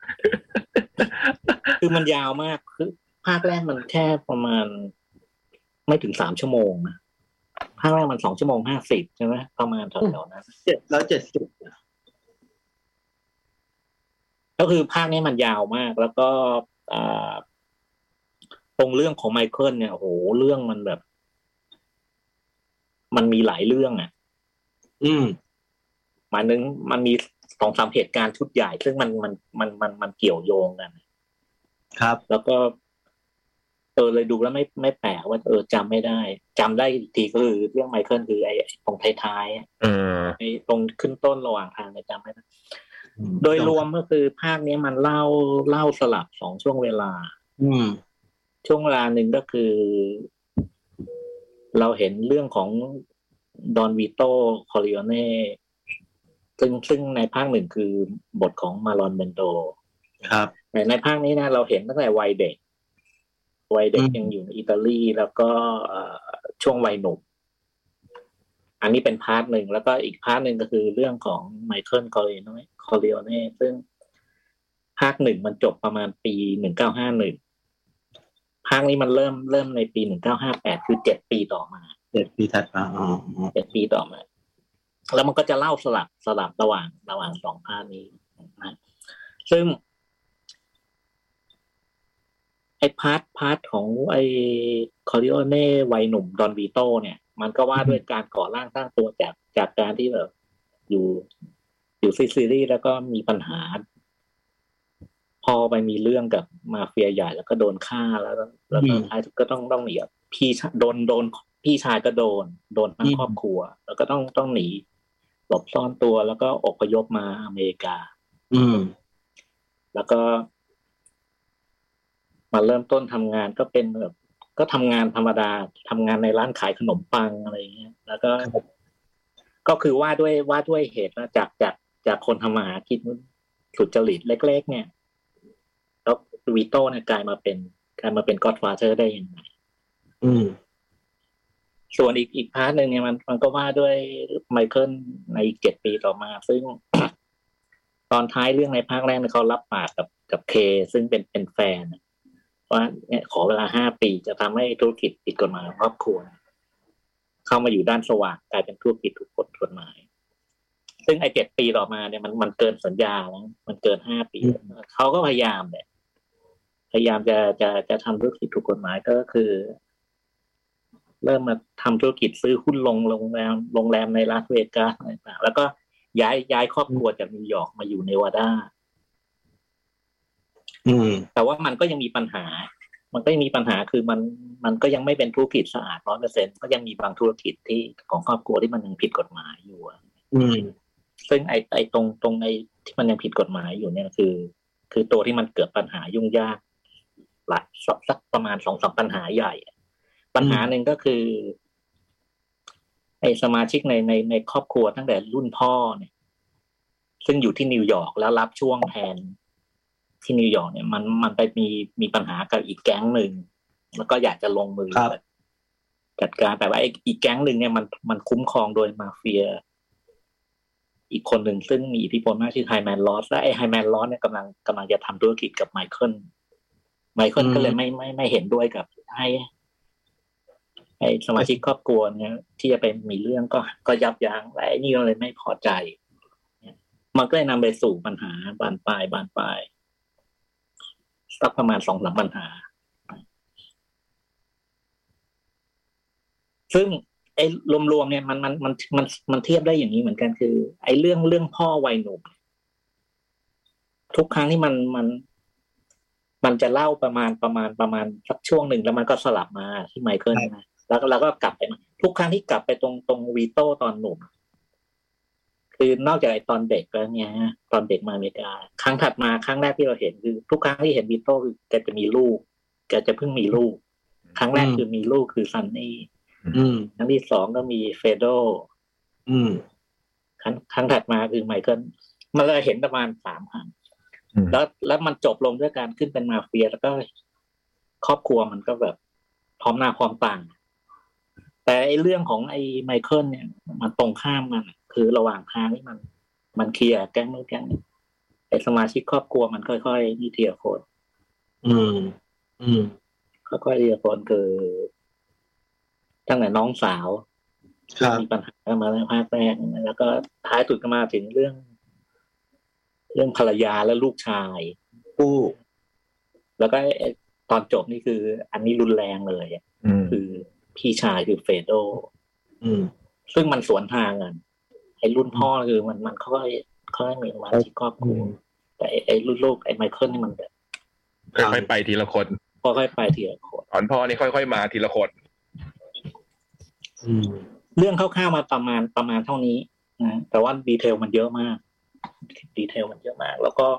คือมันยาวมากคือภาคแรกมันแค่ประมาณไม่ถึง3 ชั่วโมงนะภาคแรกมัน2 ชั่วโมง 50ใช่ไหมประมาณแถวๆนั้น 770 ก็คือภาคนี้มันยาวมากแล้วก็ตรงเรื่องของไมเคิลเนี่ยโอ้โหเรื่องมันแบบมันมีหลายเรื่องหมายถึงมันมี 2-3 เหตุการณ์ชุดใหญ่ซึ่งมันเกี่ยวโยงกันครับแล้วก็เลยดูแล้วไม่แปลกว่าจำไม่ได้จำได้อีกทีก็คือเรื่องไมเคิลคือไอ้ตรงท้ายๆไอ้ตรงขึ้นต้นระหว่างทางจำไม่ได้โดยรวมก็คือภาคนี้มันเล่าสลับ2 ช่วงเวลาช่วงเวลาหนึ่งก็คือเราเห็นเรื่องของดอนวิโตคอริโอเน่ซึ่งในภาค 1คือบทของมารอนเบนโดครับแต่ในภาคนี้นะเราเห็นตั้งแต่วัยเด็กยังอยู่ในอิตาลีแล้วก็ช่วงวัยหนุ่มอันนี้เป็นพาร์ท 1แล้วก็อีกพาร์ท 1ก็คือเรื่องของไมเคิลคอริโอเน่ซึ่งภาค 1มันจบประมาณปี1951ภาคนี้มันเริ่มในปี1958คือ7 ปีต่อมา 7 ปีถัดมา 7 ปีต่อมาแล้วมันก็จะเล่าสลับระหว่าง2 ภาคนี้นะซึ่งไอ้พาร์ทของไอ้คอริโอเน่วัยหนุ่มดอนวิโตเนี่ยมันก็ว่าด้วยการก่อร่างสร้างตัวจากการที่แบบอยู่ซีรีส์แล้วก็มีปัญหาพอไปมีเรื่องกับมาเฟียใหญ่แล้วก็โดนฆ่าแล้วก็ท้ายสุดก็ต้องหนีพี่โดนพี่ชายก็โดนทั้งครอบครัวแล้วก็ต้องหนีหลบซ่อนตัวแล้วก็อพยพมาอเมริกาแล้วก็มาเริ่มต้นทำงานก็เป็นแบบก็ทำงานธรรมดาทำงานในร้านขายขนมปังอะไรอย่างเงี้ยแล้วก็คือว่าด้วยเหตุนะจากคนทำมาหากินสุจริตเล็กๆเนี่ยแล้ววีโต้เนี่ยกลายมาเป็นก็อดฟาเธอร์ได้ยังไงส่วนอีกพาร์ทนึงเนี่ยมันก็ว่าด้วยไมเคิลในอีก7 ปีต่อมาซึ่ง ตอนท้ายเรื่องในภาคแรกเนี่ยเขารับปากกับเคซึ่งเป็นแฟนว่าเนี่ยขอเวลา5 ปีจะทำให้ธุรกิจผิดกฎหมายครอบครัวเข้ามาอยู่ด้านสว่างกลายเป็นธุรกิจถูกกฎหมายซึ่งไอ้7 ปีต่อมาเนี่ยมันเกินสัญญาแล้วมันเกิน5 ปีเขาก็พยายามจะทำธุรกิจถูกกฎหมายก็คือเริ่มมาทำธุรกิจซื้อหุ้นโรงแรมในลาสเวกัสอะไรต่างแล้วก็ย้ายครอบครัวจากนิวยอร์กมาอยู่เนวาดาแต่ว่ามันก็ยังมีปัญหาคือมันก็ยังไม่เป็นธุรกิจสะอาด 100% ก็ยังมีบางธุรกิจที่ของครอบครัวที่มันยังผิดกฎหมายอยู่ซึ่งไอ้ตรงไอ้ที่มันยังผิดกฎหมายอยู่เนี่ยคือตัวที่มันเกิดปัญหายุ่งยากหลายสักประมาณ 2-3 ปัญหาใหญ่ปัญหาหนึ่งก็คือไอ้สมาชิกในครอบครัวตั้งแต่รุ่นพ่อเนี่ยซึ่งอยู่ที่นิวยอร์กแล้วรับช่วงแทนที่นิวยอร์กเนี่ยมันไปมีปัญหากับอีกแก๊งหนึ่งแล้วก็อยากจะลงมือจัดการแต่ว่าอีกแก๊งหนึ่งเนี่ยมันคุ้มครองโดยมาเฟียอีกคนหนึ่งซึ่งมีอิทธิพลมากชื่อไฮแมนลอสและไอ้ไฮแมนลอสเนี่ยกำลังจะทำธุรกิจกับไมเคิลก็เลยไม่เห็นด้วยกับให้สมาชิกครอบครัวเนี่ยที่จะไปมีเรื่องก็ยับยั้งและไอ้นี่ก็เลยไม่พอใจมันก็เลยนำไปสู่ปัญหาบานปลายสักประมาณ 2-3 ปัญหาซึ่งไอ้รวมๆเนี่ยมันเทียบได้อย่างนี้เหมือนกันคือไอ้เรื่องพ่อวัยหนุ่มทุกครั้งที่มันจะเล่าประมาณสักช่วงหนึ่งแล้วมันก็สลับมาที่ไมเคิลนะแล้วเราก็กลับไปมาทุกครั้งที่กลับไปตรงวีโต้ตอนหนุ่มคือนอกจากไอ้ตอนเด็กแล้วเนี่ยตอนเด็กมาอเมริกาครั้งถัดมาครั้งแรกที่เราเห็นคือทุกครั้งที่เห็นวีโต้คือแกจะมีลูกแกจะเพิ่งมีลูกครั้งแรกคือมีลูกคือซันนี่ครั้งที่2ก็มีเฟโดครั้งถัดมาคือไมเคิลมันเลยเห็นประมาณ3 ครั้งแล้วมันจบลงด้วยการขึ้นเป็นมาเฟียแล้วก็ครอบครัวมันก็แบบพร้อมหน้าพร้อมตาแต่ไอ้เรื่องของไอ้ไมเคิลเนี่ยมันตรงข้ามกันคือระหว่างทางที่มันเคลียร์แก๊งนู้นแก๊งนี้ไอ้สมาชิกครอบครัวมันค่อยๆนี่ทีละคนค่อยๆทีละคนคือตั้งแต่น้องสาวมีปัญหามาในภาคแรกแล้วก็ท้ายสุดก็มาถึงเรื่องภรรยาและลูกชายแล้วก็ตอนจบนี่คืออันนี้รุนแรงเลยคือพี่ชายคือเฟโดซึ่งมันสวนทางกันไอ้รุ่นพ่อคือมันค่อยมีสมาชิกครอบครัวแต่ไอ้รุ่นลูกไอ้ไมเคิลนี่มันแบบค่อยๆไปทีละคนค่อยๆไปทีละคนตอนพ่อนี่ค่อยๆมาทีละคนเรื่องคร่าวๆมาประมาณเท่านี้นะแต่ว่าดีเทลมันเยอะมากแล้วก็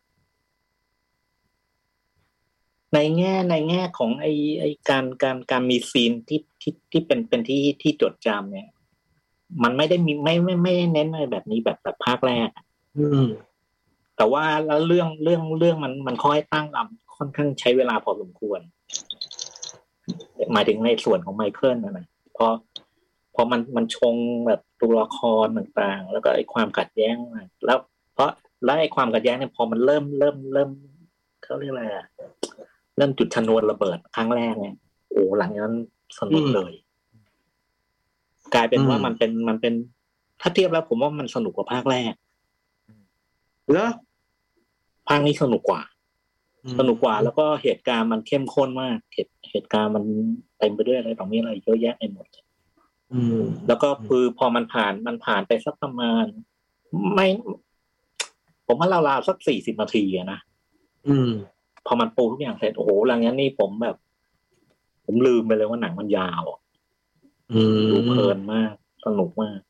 ในแง่ของไอ้การมีซีนที่เป็นที่จดจำเนี่ยมันไม่ได้มีไม่เน้นอะไรแบบนี้แบบภาคแรกแต่ว่าแล้วเรื่องมันค่อยตั้งลำค่อนข้างใช้เวลาพอสมควรหมายถึงในส่วนของไมเคิลนะพอมันชงแบบตัวละครต่างๆแล้วก็ไอ้ความขัดแย้งแล้วไอ้ความขัดแย้งเนี่ยพอมันเริ่มเขาเรียกอะไรเริ่มจุดชนวนระเบิดครั้งแรกเนี่ยโอ้หลังจากนั้นสนุกเลยกลายเป็นว่ามันเป็นถ้าเทียบแล้วผมว่ามันสนุกกว่าภาคแรกเหรอภาคนี้สนุกกว่าแล้วก็เหตุการณ์มันเข้มข้นมากเหตุการณ์มันเต็มไปด้วยอะไรต่อมีอะไรเยอะแยะไปหมดแล้วก็คือพอมันผ่านไปสักประมาณไม่ผมว่าราวๆสัก40 นาทีนะพอมันปูทุกอย่างเสร็จโอ้โหหลังจากนี้ผมลืมไปเลยว่าหนังมันยาวดูเพลินมากสนุกมาก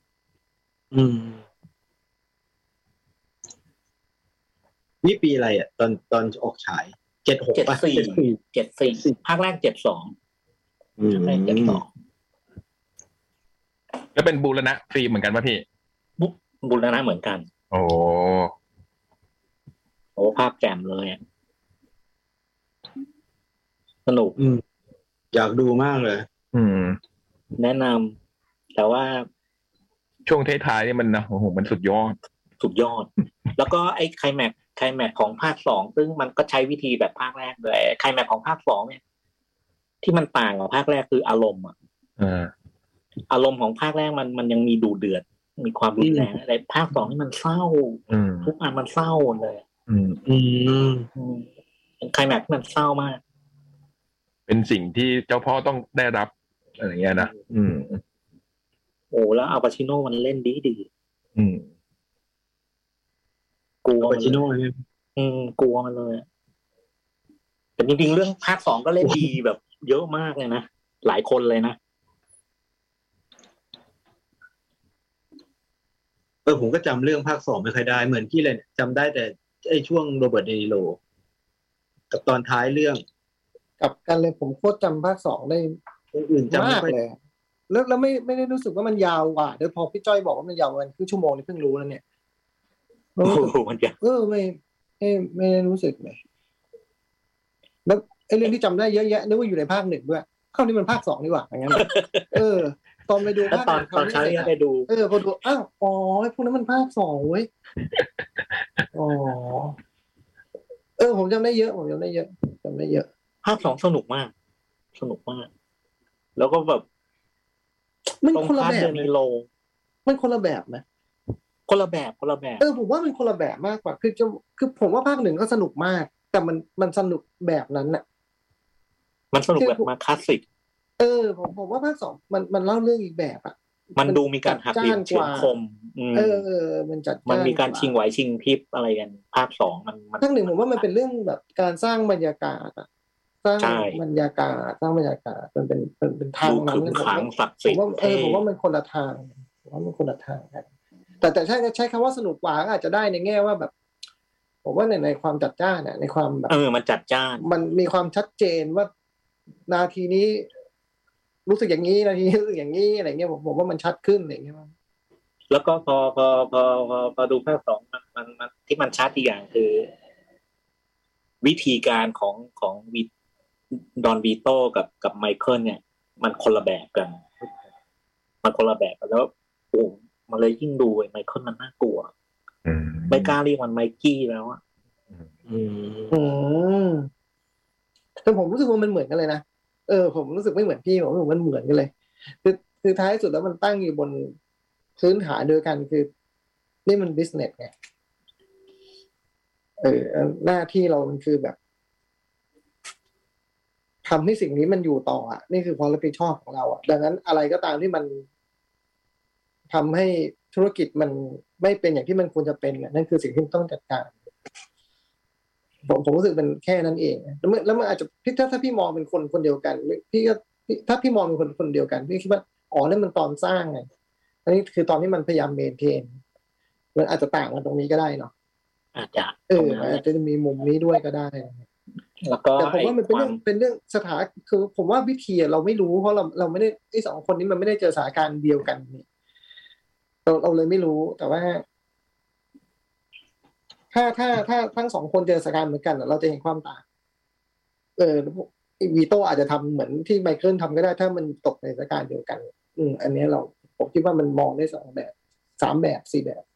นี่ปีอะไรอ่ะตอนออกฉาย76ป่ะ 74ภาคแรก72ภาคแรก72 แล้วเป็นบูรณะฟิล์มเหมือนกันป่ะพี่บูรณะเหมือนกันโอ้ภาพแจ่มเลยสนุกอยากดูมากเลยแนะนำแต่ว่าช่วงท้ายๆนี่มันนะโอ้โหมันสุดยอดแล้วก็ไอ้ไคลแม็กของภาค2ซึ่งมันก็ใช้วิธีแบบภาคแรกเลยไคลแม็กของภาค2เนี่ยที่มันต่างกับภาคแรกคืออารมณ์อารมณ์ของภาคแรกมันยังมีดูเดือดมีความรุนแรงอะไรภาค2นี่มันเศร้าทุกอันมันเศร้าเลยไคลแม็กมันเศร้ามากเป็นสิ่งที่เจ้าพ่อต้องได้รับอะไรเงี้ยนะโอ้แล้วอัลปาชิโน่มันเล่นดีกลัวอัลปาชิโน่เนี่ยกลัวมันเลยแต่จริงๆเรื่องภาค2ก็เล่นดีแบบเยอะมากเลยนะหลายคนเลยนะผมก็จำเรื่องภาค2ไม่ค่อยได้เหมือนที่เลยจำได้แต่ไอ้ช่วงโรเบิร์ตเดนิโรกับตอนท้ายเรื่องกับกันเลยผมโคตรจำภาค2ได้อื่นจำไม่ค่อยเลยแล้วไม่ได้รู้สึกว่ามันยาวกว่าเดี๋ยวพอพี่จ้อยบอกว่ามันยาวกันครึ่งชั่วโมงนี่เพิ่งรู้แล้วเนี่ยโอ้โหมันยาวไม่ได้รู้สึกเลยแล้วไอ้เรื่องที่จำได้เยอะแยะนึกว่าอยู่ในภาค1ด้วยเข้านี่มันภาค2นี่หว่าอย่างงั้นตอนไปดูภาคตอนเช้าไปดูพอดูอ้าวอ๋อพวกนั้นมันภาค2เว้ยอ๋อผมจำได้เยอะจำได้เยอะภาค2สนุกมากแล้วก็แบบมันคนละแบบมันคนละแบบนะคนละแบบผมว่ามันคนละแบบมากกว่าคือผมว่าภาค1ก็สนุกมากแต่มันสนุกแบบนั้นน่ะมันสนุกแบบมาคลาสสิกผมว่าภาค2มันเล่าเรื่องอีกแบบอ่ะมันดูมีการหักเหลี่ยมเฉือนคมมันจัดมันมีการชิงไหวชิงพริบอะไรกันภาค2มันภาค1ผมว่ามันเป็นเรื่องแบบการสร้างบรรยากาศอ่ะสร้างบรรยากาศมันเป็นทางนั้นผมว่ามันคนละทางกันแต่ใช้คำว่าสนุกกว่าอาจจะได้ในแง่ว่าแบบผมว่าในความจัดจ้านน่ะในความแบบมันจัดจ้านมันมีความชัดเจนว่านาทีนี้รู้สึกอย่างนี้นาทีรู้สึกอย่างนี้อะไรเงี้ยผมว่ามันชัดขึ้นอะไรเงี้ยแล้วก็พอดูภาค2มันที่มันชัดอีกอย่างคือวิธีการของดอนวีโต้กับไมเคิลเนี่ยมันคนละแบบกันแล้วมันเลยยิ่งดูไมเคิลมันน่ากลัวไม่กล้าเรียกมันไมกี้แล้วอ่ะแต่ผมรู้สึกว่ามันเหมือนกันเลยนะผมรู้สึกไม่เหมือนพี่ผมรู้สึกมันเหมือนกันเลยคือท้ายสุดแล้วมันตั้งอยู่บนพื้นฐานเดียวกันคือนี่มันบิสเนสไงหน้าที่เรามันคือแบบทำให้สิ่งนี้มันอยู่ต่ออ่ะนี่คือความรับผิดชอบของเราอ่ะดังนั้นอะไรก็ตามที่มันทำให้ธุรกิจมันไม่เป็นอย่างที่มันควรจะเป็นนั่นคือสิ่งที่ต้องจัดการผมรู้สึกเป็นแค่นั้นเองแล้วมันอาจจะถ้าพี่มองเป็นคนเดียวกันพี่ก็ถ้าพี่มองเป็นคนเดียวกันพี่คิดว่านั่นมันตอนสร้างไงอันนี้คือตอนที่มันพยายามเมนเทนมันอาจจะต่างกันตรงนี้ก็ได้เนาะอาจจะอาจจะมีมุมนี้ด้วยก็ได้แล้วก็แต่ผมว่ามันเป็นเรื่องสถานคือผมว่าวิธีเราไม่รู้เพราะเราไม่ได้ไอ้2คนนี้มันไม่ได้เจอสถานการณ์เดียวกันนี่เราเลยไม่รู้แต่ว่าถ้าทั้ง2คนเจอสถานการณ์เหมือนกันเราจะเห็นความต่างวีโต้อาจจะทำเหมือนที่ไมเคิลทำก็ได้ถ้ามันตกในสถานการณ์เดียวกันอันนี้ผมคิดว่ามันมองได้2แบบ3แบบ4แบบ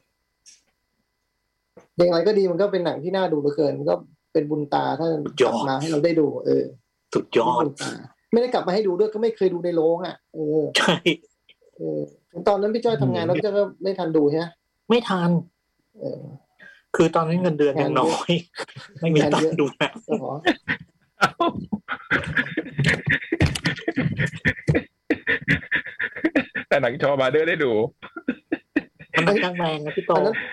อย่างไรก็ดีมันก็เป็นหนังที่น่าดูเหลือเกินมันก็เป็นบุญตาถ้ากลับมาให้เราได้ดูสุดยอดไม่ได้กลับมาให้ดูด้วยก็ไม่เคยดูในโรงอ่ะใช่ตอนนั้นพี่จ้อยทำงานแล้วพี่จ้อยก็ไม่ทันดูใช่ไหมไม่ทันคือตอนนี้เงินเดือนยังน้อยไม่มีตังค์ดูนะแต่หนังชอบาเดอร์ได้ดูมันกลางแรงนะพี่โต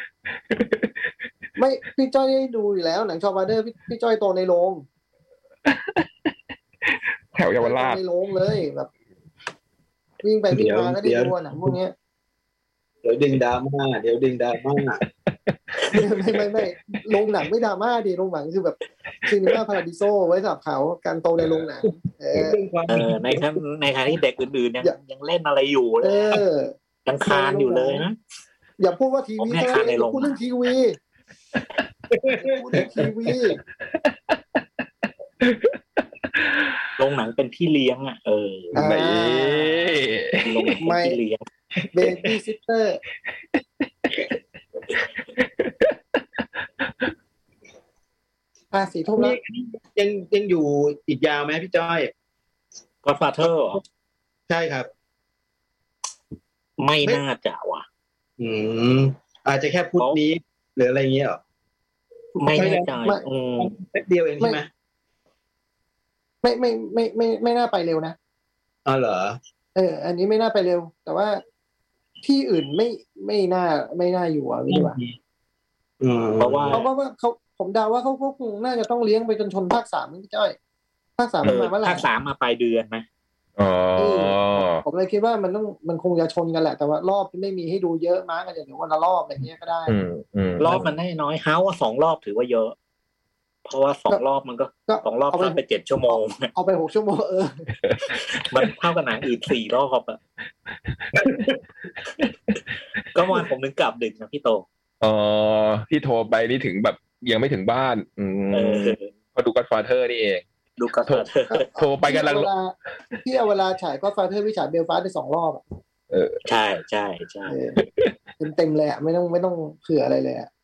ไม่พี่จ้อยได้ดูอยู่แล้วหนังชอบาเดอร์พี่จ้อยโตในโรงแถวเยาวราชในโรงเลยแบบวิ่งไปวิ่งมาก็ได้ดูหนังพวกนี้เดี๋ยวดึงดราม่าไม่โรงหนังไม่ดราม่าดิโรงหนังคือแบบซีนีมาพาราดิโซไว้สำหรับเขาการโตในโรงหนังในขณะที่เด็กอื่นๆยังเล่นอะไรอยู่เลยยังคานอยู่เลยนะอย่าพูดว่าทีวีพูดเรื่องทีวีโรงหนังเป็นพี่เลี้ยงอ่ะไม่เลี้ยงเบบี้ซิสเตอร์4 ทุ่มแล้วยังอยู่อีกยาวไหมพี่จ้อย Godfather ใช่ครับไม่น่าจะว่ะอาจจะแค่พุธนี้หรืออะไรเงี้ยหรอไม่แน่ใจแป๊บเดียวเองใช่ไหมไม่น่าไปเร็วนะอ๋อเหรออันนี้ไม่น่าไปเร็วแต่ว่าที่อื่นไม่น่าอยู่อ่ะไม่ดีกว่าเพราะว่าผมเดาว่าเขาคงน่าจะต้องเลี้ยงไปจนชนภาค 3พี่จ้อยภาค 3มาเมื่อไหร่ภาค 3มาปลายเดือนมั้ยผมเลยคิดว่ามันคงจะชนกันแหละแต่ว่ารอบที่ไม่มีให้ดูเยอะมากกันเดี๋ยววันละรอบอะไรเงี้ยก็ได้รอบมันน้อยเฮาว่า2รอบถือว่าเยอะเพราะว่า2รอบมันก็2รอบไป7ชั่วโมงเอาไป6ชั่วโมงมันเท่ากับหนังอื่น4รอบอ่ะก็วันผมนึงกลับดึกนะพี่โตที่โทรไปนี่ถึงแบบยังไม่ถึงบ้านพอดู Godfather นี่เองดู Godfather โทรไปกันแล้วพี่เอาเวลาฉาย Godfather พี่ฉายเบลฟาสต์ได้2รอบใช่เต็มเลยอ่ะไม่ต้องเผื่ออะไรเลยอ่ะ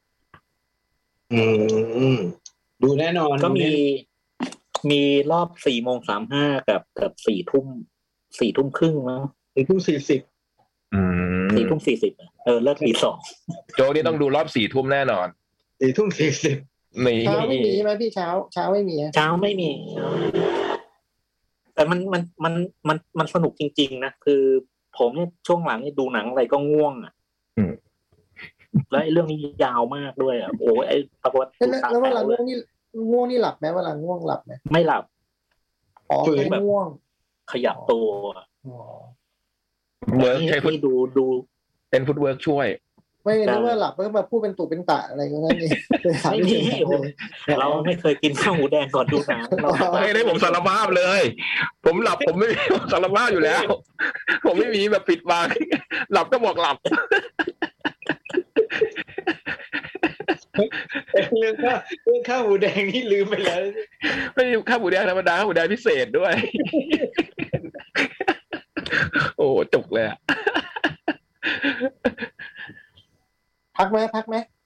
ดูแน่นอนก็มีรอบ4:35กับ4 ทุ่ม4 ทุ่มครึ่งมั้ง 4 ทุ่ม 40 4 ทุ่ม 40เลิกตี 2 โจนี่ต้องดูรอบ4 ทุ่มแน่นอน 4 ทุ่ม 40 เช้าไม่มีไหมพี่เช้าไม่มีเช้าไม่มีแต่มันสนุกจริงๆนะคือผมเนี่ยช่วงหลังนี่ดูหนังอะไรก็ง่วงอ่ะแล้วไอ้เรื่องนี้ยาวมากด้วยอ่ะโอ้ยไอ้ปรากฏแล้วเวลาง่วงนี่หลับไหมเวลาง่วงหลับไหมไม่หลับแบบง่วงขยับตัวเวิร์กใช้ฟุตดูเป็นฟุตเวิร์กช่วยไม่นึกว่าหลับแล้วมาพูดเป็นตุเป็นตะอะไรก็นั่นเองไม่มีเราไม่เคยกินข้าวหมูแดงก่อนดูหนังไม่ได้ผมสารภาพเลยผมหลับผมไม่สารภาพอยู่แล้วผมไม่มีแบบปิดบังหลับก็บอกหลับเรื่องข้าวหมูแดงนี่ลืมไปแล้วไม่ข้าวหมูแดงธรรมดาข้าวหมูแดงพิเศษด้วยโอ้จุกเลยพักไหมพัก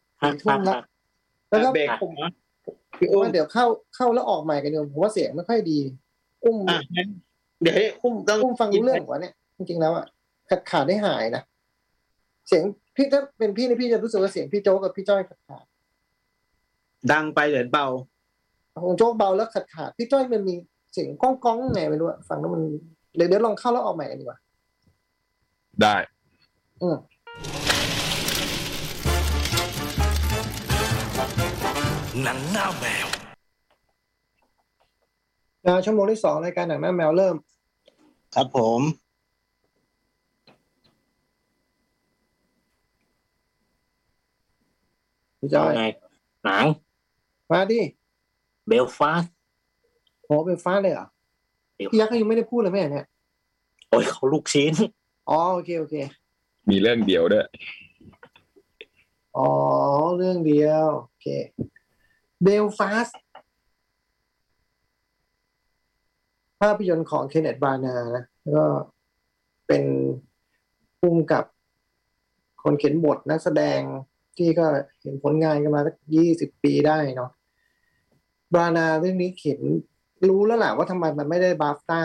แล้วก็ผมว่าเดี๋ยวเข้าแล้วออกใหม่กันเดี๋ยวผมว่าเสียงไม่ค่อยดีเดี๋ยวอุ้มฟังรู้เรื่องกว่าเนี่ยจริงๆแล้วอ่ะขาดได้หายนะเสียงพี่ถ้าเป็นพี่นี่พี่จะรู้สึกว่าเสียงพี่โจ๊กกับพี่จ้อยขาดดังไปหรือเบาของโจ๊กเบาแล้วขาดพี่จ้อยมันมีเสียงก้องๆไงไม่รู้ฟังแล้วมันเดี๋ยวลองเข้าแล้วออกใหม่กันดีกว่าได้หนังหน้าแมวชั่วโมงที่2รายการหนังหน้าแมวเริ่มครับผมพี่จ้อยหนังมาดิเบลฟาสต์โอ้เบลฟาสต์เลยเหรอพี่ยักษ์ยังไม่ได้พูดเลยแม่เนี่ยโอ้ยเขาลูกชิ้นโอเคมีเรื่องเดียวด้วยเรื่องเดียวโอเคเบลฟาสต์ภาพยนตร์ของเคนเนธ บรานานะก็เป็นผู้กำกับคนเขียนบทนักแสดงที่ก็เห็นผลงานกันมาสัก20 ปีได้เนาะบรานาเรื่องนี้เขียนรู้แล้วแหละว่าทำไมมันไม่ได้บาฟต้า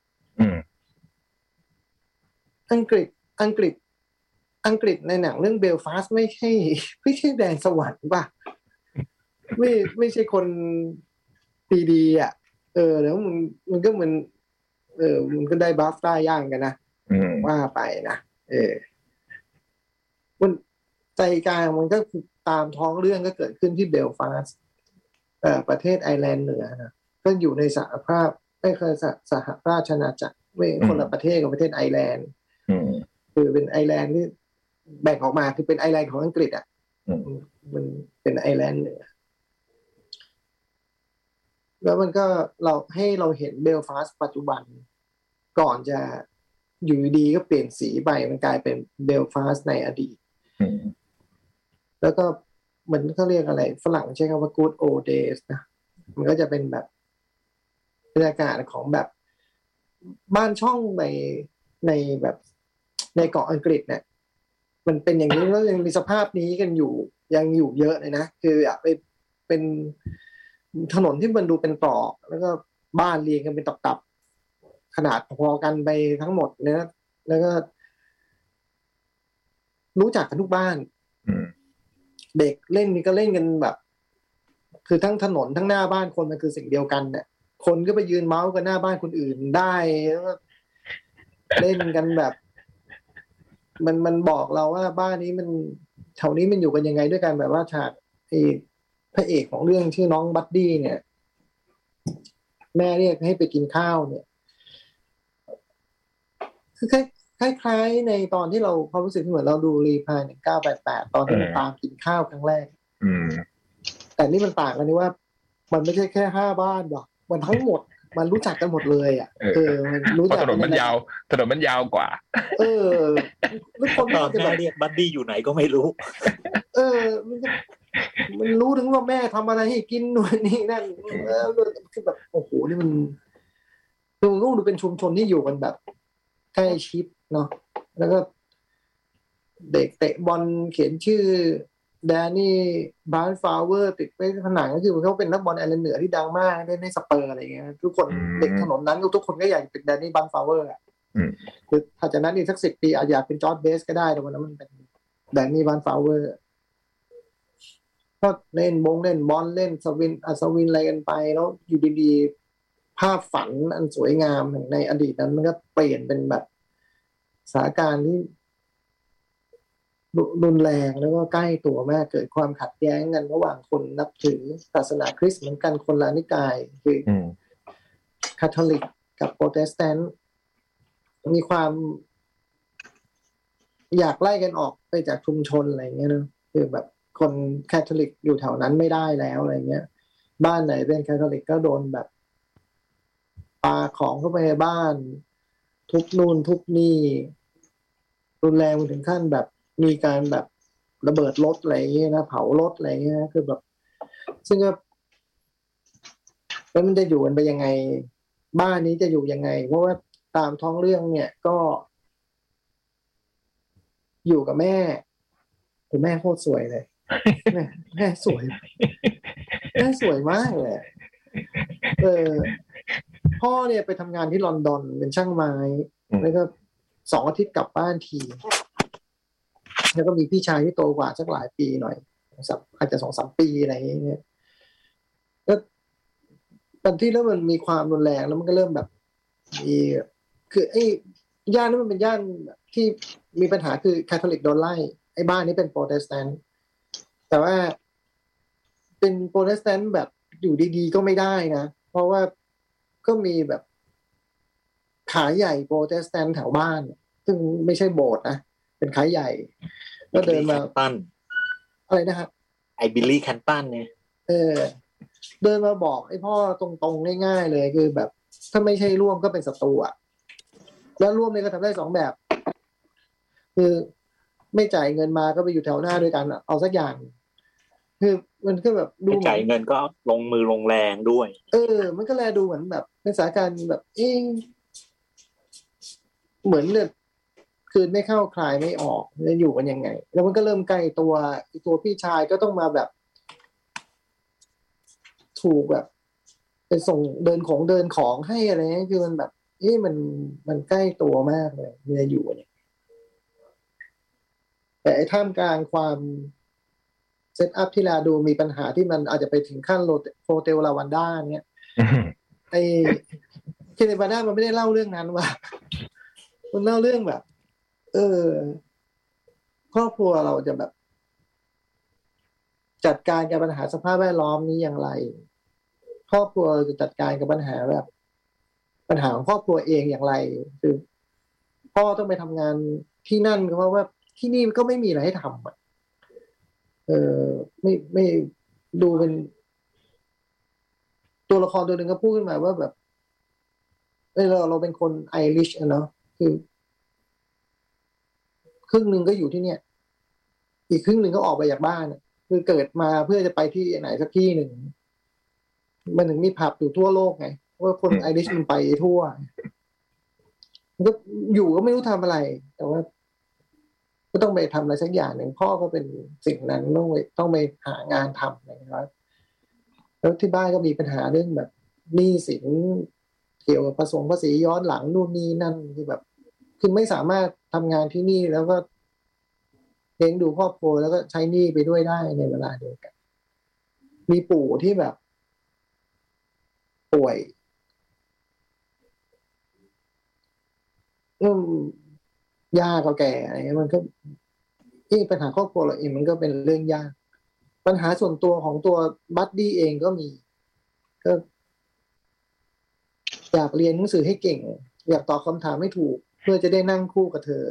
อังกฤษในหนังเรื่องเบลฟาสต์ไม่ใช่แดนสวรรค์ป่ะไม่ใช่คนดีอ่ะแล้วมันก็เหมือนมันก็ได้บาฟต้าย่างกันนะว่าไปนะมันใจกลางมันก็ตามท้องเรื่องก็เกิดขึ้นที่เบลฟาสต์ประเทศไอร์แลนด์เหนือนะก็อยู่ในสหภาพไม่เคยสหราชอาณาจักรไม่คนละประเทศกับประเทศไอร์แลนด์คือเป็นไอร์แลนด์ที่แบ่งออกมาคือเป็นไอร์แลนด์ของอังกฤษอ่ะมันเป็นไอร์แลนด์เหนือแล้วมันก็เราเห็นเบลฟาสต์ปัจจุบันก่อนจะอยู่ดีก็เปลี่ยนสีไปมันกลายเป็นเบลฟาสต์ในอดีตแล้วก็เหมือนเขาเรียกอะไรฝรั่งใช้คำว่า good old days นะมันก็จะเป็นแบบบรรยากาศของแบบบ้านช่องในแบบในเกาะอังกฤษเนี่ยมันเป็นอย่างนี้แล้วยังมีสภาพนี้กันอยู่ยังอยู่เยอะเลยนะคืออยากไปเป็นถนนที่มันดูเป็นตรอกแล้วก็บ้านเรียงกันเป็นตับๆขนาดพอกันไปทั้งหมดเนี่ยแล้วก็รู้จักกันทุกบ้านเด็กเล่นนี่ก็เล่นกันแบบคือทั้งถนนทั้งหน้าบ้านคนมันคือสิ่งเดียวกันเนี่ยคนก็ไปยืนเมาส์กันหน้าบ้านคนอื่นได้แล้วก็เล่นกันแบบมันบอกเราว่าบ้านนี้มันแถวนี้มันอยู่กันยังไงด้วยกันแบบว่าฉากพระเอกของเรื่องชื่อน้องบัดดี้เนี่ยแม่เรียกให้ไปกินข้าวเนี่ยคือคล้ายๆในตอนที่เราความรู้สึกเหมือนเราดูรีพาย1988ตอนที่มันตามกินข้าวครั้งแรกแต่นี่มันต่างกันที่ว่ามันไม่ใช่แค่5บ้านหรอกมันทั้งหมดมันรู้จักกันหมดเลยอ่ะมันรู้จักถนนมันยาวกว่าทุกคนจะแบบเรียกบัดดี้อยู่ไหนก็ไม่รู้มันรู้ถึงว่าแม่ทำอะไรให้กินนู่นนี่นั่นคือแบบโอ้โหนี่มันดูเป็นชุมชนที่อยู่กันแบบใกล้ชิดเนาะแล้วก็เด็กเตะบอลเขียนชื่อแดนนี่บาร์นฟลาวเวอร์ติดไว้ผนังก็คือเขาเป็นนักบอลไอร์แลนด์เหนือที่ดังมากในสเปอร์อะไรเงี้ยทุกคนเด็กถนนนั้นทุกคนก็อยากเป็นแดนนี่บาร์นฟลาวเวอร์อ่ะคือถ้าจากนั้นอีกสัก10 ปีอาจอยากเป็นจอร์จเบสก็ได้แต่วันนั้นมันเป็นแดนนี่บาร์นฟลาวเวอร์ก็เล่นบอลเล่นสวินอะไรกันไปแล้วอยู่ดีๆภาพฝันอันสวยงามในอดีตนั้นมันก็เปลี่ยนเป็นแบบสถานการณ์ที่รุนแรงแล้วก็ใกล้ตัวมากเกิดความขัดแย้งกันระหว่างคนนับถือศาสนาคริสต์เหมือนกันคนละนิกายคือคาทอลิกกับโปรเตสแตนต์มีความอยากไล่กันออกไปจากชุมชนอะไรเงี้ยนะคือแบบคนคาทอลิกอยู่แถวนั้นไม่ได้แล้วอะไรเงี้ยบ้านไหนเป็นคาทอลิกก็โดนแบบปาของเข้าไปในบ้านทุบนู่นทุบนี่รุนแรงถึงขั้นแบบมีการแบบระเบิดรถอะไรอย่างเงี้ยนะเผารถอะไรอย่างเงี้ยคือแบบซึ่งก็แล้วมันจะอยู่กันไปยังไงบ้านนี้จะอยู่ยังไงเพราะว่าตามท้องเรื่องเนี่ยก็อยู่กับแม่คุณแม่โคตรสวยเลยแม่สวยมากเลยพ่อเนี่ยไปทำงานที่ลอนดอนเป็นช่างไม้แล้วก็2 อาทิตย์กลับบ้านทีแล้วก็มีพี่ชายที่โตกว่าสักหลายปีหน่อยอาจจะ 2-3 ปีอะไรอย่างเงี้ยก็ตอนที่แล้วมันมีความรุนแรงแล้วมันก็เริ่มแบบมีคือไอ้ย่านนั้นมันเป็นย่านที่มีปัญหาคือคาทอลิกโดนไล่ไอ้บ้านนี้เป็นโปรเตสแตนต์แต่ว่าเป็นโปรเตสแตนต์แบบอยู่ดีๆก็ไม่ได้นะเพราะว่าก็มีแบบขายใหญ่โปรเตสแตนต์แถวบ้านซึ่งไม่ใช่โบสถ์นะเป็นขายใหญ่ก็เดินมาอะไรนะครับไอ้บิลลี่แคนตันเนี่ยเดินมาบอกไอ้พ่อตรงๆง่ายๆเลยคือแบบถ้าไม่ใช่ร่วมก็เป็นศัตรูอ่ะแล้วร่วมเนี่ยก็ทำได้2แบบคือไม่จ่ายเงินมาก็ไปอยู่แถวหน้าด้วยกันเอาสักอย่างคือมันก็แบบดูจ่ายเงินก็ลงมือลงแรงด้วยมันก็แลดูเหมือนแบบเป็นสถานการณ์แบบเหมือนเนี่ยคืนไม่เข้าคลายไม่ออกจะอยู่กันยังไงแล้วมันก็เริ่มใกล้ตัวพี่ชายก็ต้องมาแบบถูกแบบไปส่งเดินของให้อะไรเงี้ยคือมันแบบมันใกล้ตัวมากเลยเวลาอยู่เนี่ยแต่ไอ้ท่ามกลางความเซตอัพที่ลาดูมีปัญหาที่มันอาจจะไปถึงขั้นโฮเทลลาวันด้าเนี่ยไอ้เคเนบาด้ามันไม่ได้เล่าเรื่องนั้นว่ะมันเล่าเรื่องแบบครอบครัวเราจะแบบจัดการกับปัญหาสภาพแวดล้อมนี้อย่างไรครอบครัวจะจัดการกับปัญหาแบบปัญหาของครอบครัวเองอย่างไรคือพ่อต้องไปทำงานที่นั่นเพราะว่าที่นี่ก็ไม่มีอะไรให้ทำไม่ดูเป็นตัวละครตัวหนึ่งก็พูดขึ้นมาว่าแบบเราเป็นคนไอริชเนาะคือครึ่งหนึ่งก็อยู่ที่เนี่ยอีกครึ่งหนึ่งก็ออกไปจากบ้านคือเกิดมาเพื่อจะไปที่ไหนสักที่หนึ่งมันถึงมีผับอยู่ทั่วโลกไงว่าคนไอริชมันไปทั่วมันก็อยู่ก็ไม่รู้ทำอะไรแต่ว่าก็ต้องไปทำอะไรสักอย่างหนึ่งพ่อก็เป็นสิ่งนั้นต้องไปหางานทำอะไรอย่างเงี้ยแล้วที่บ้านก็มีปัญหาเรื่องแบบหนี้สินเกี่ยวกับภาษีย้อนหลังนู่นนี่นั่นคือแบบคือไม่สามารถทำงานที่นี่แล้วก็เลี้ยงดูครอบครัวแล้วก็ใช้หนี้ไปด้วยได้ในเวลาเดียวกันมีปู่ที่แบบป่วยย่าก็แก่อะไรเงี้ยมันก็ปัญหาครอบครัวเราเองมันก็เป็นเรื่องยากปัญหาส่วนตัวของตัวบัดดี้เองก็มีก็อยากเรียนหนังสือให้เก่งอยากตอบคำถามให้ถูกเพื่อจะได้นั่งคู่กับเธอ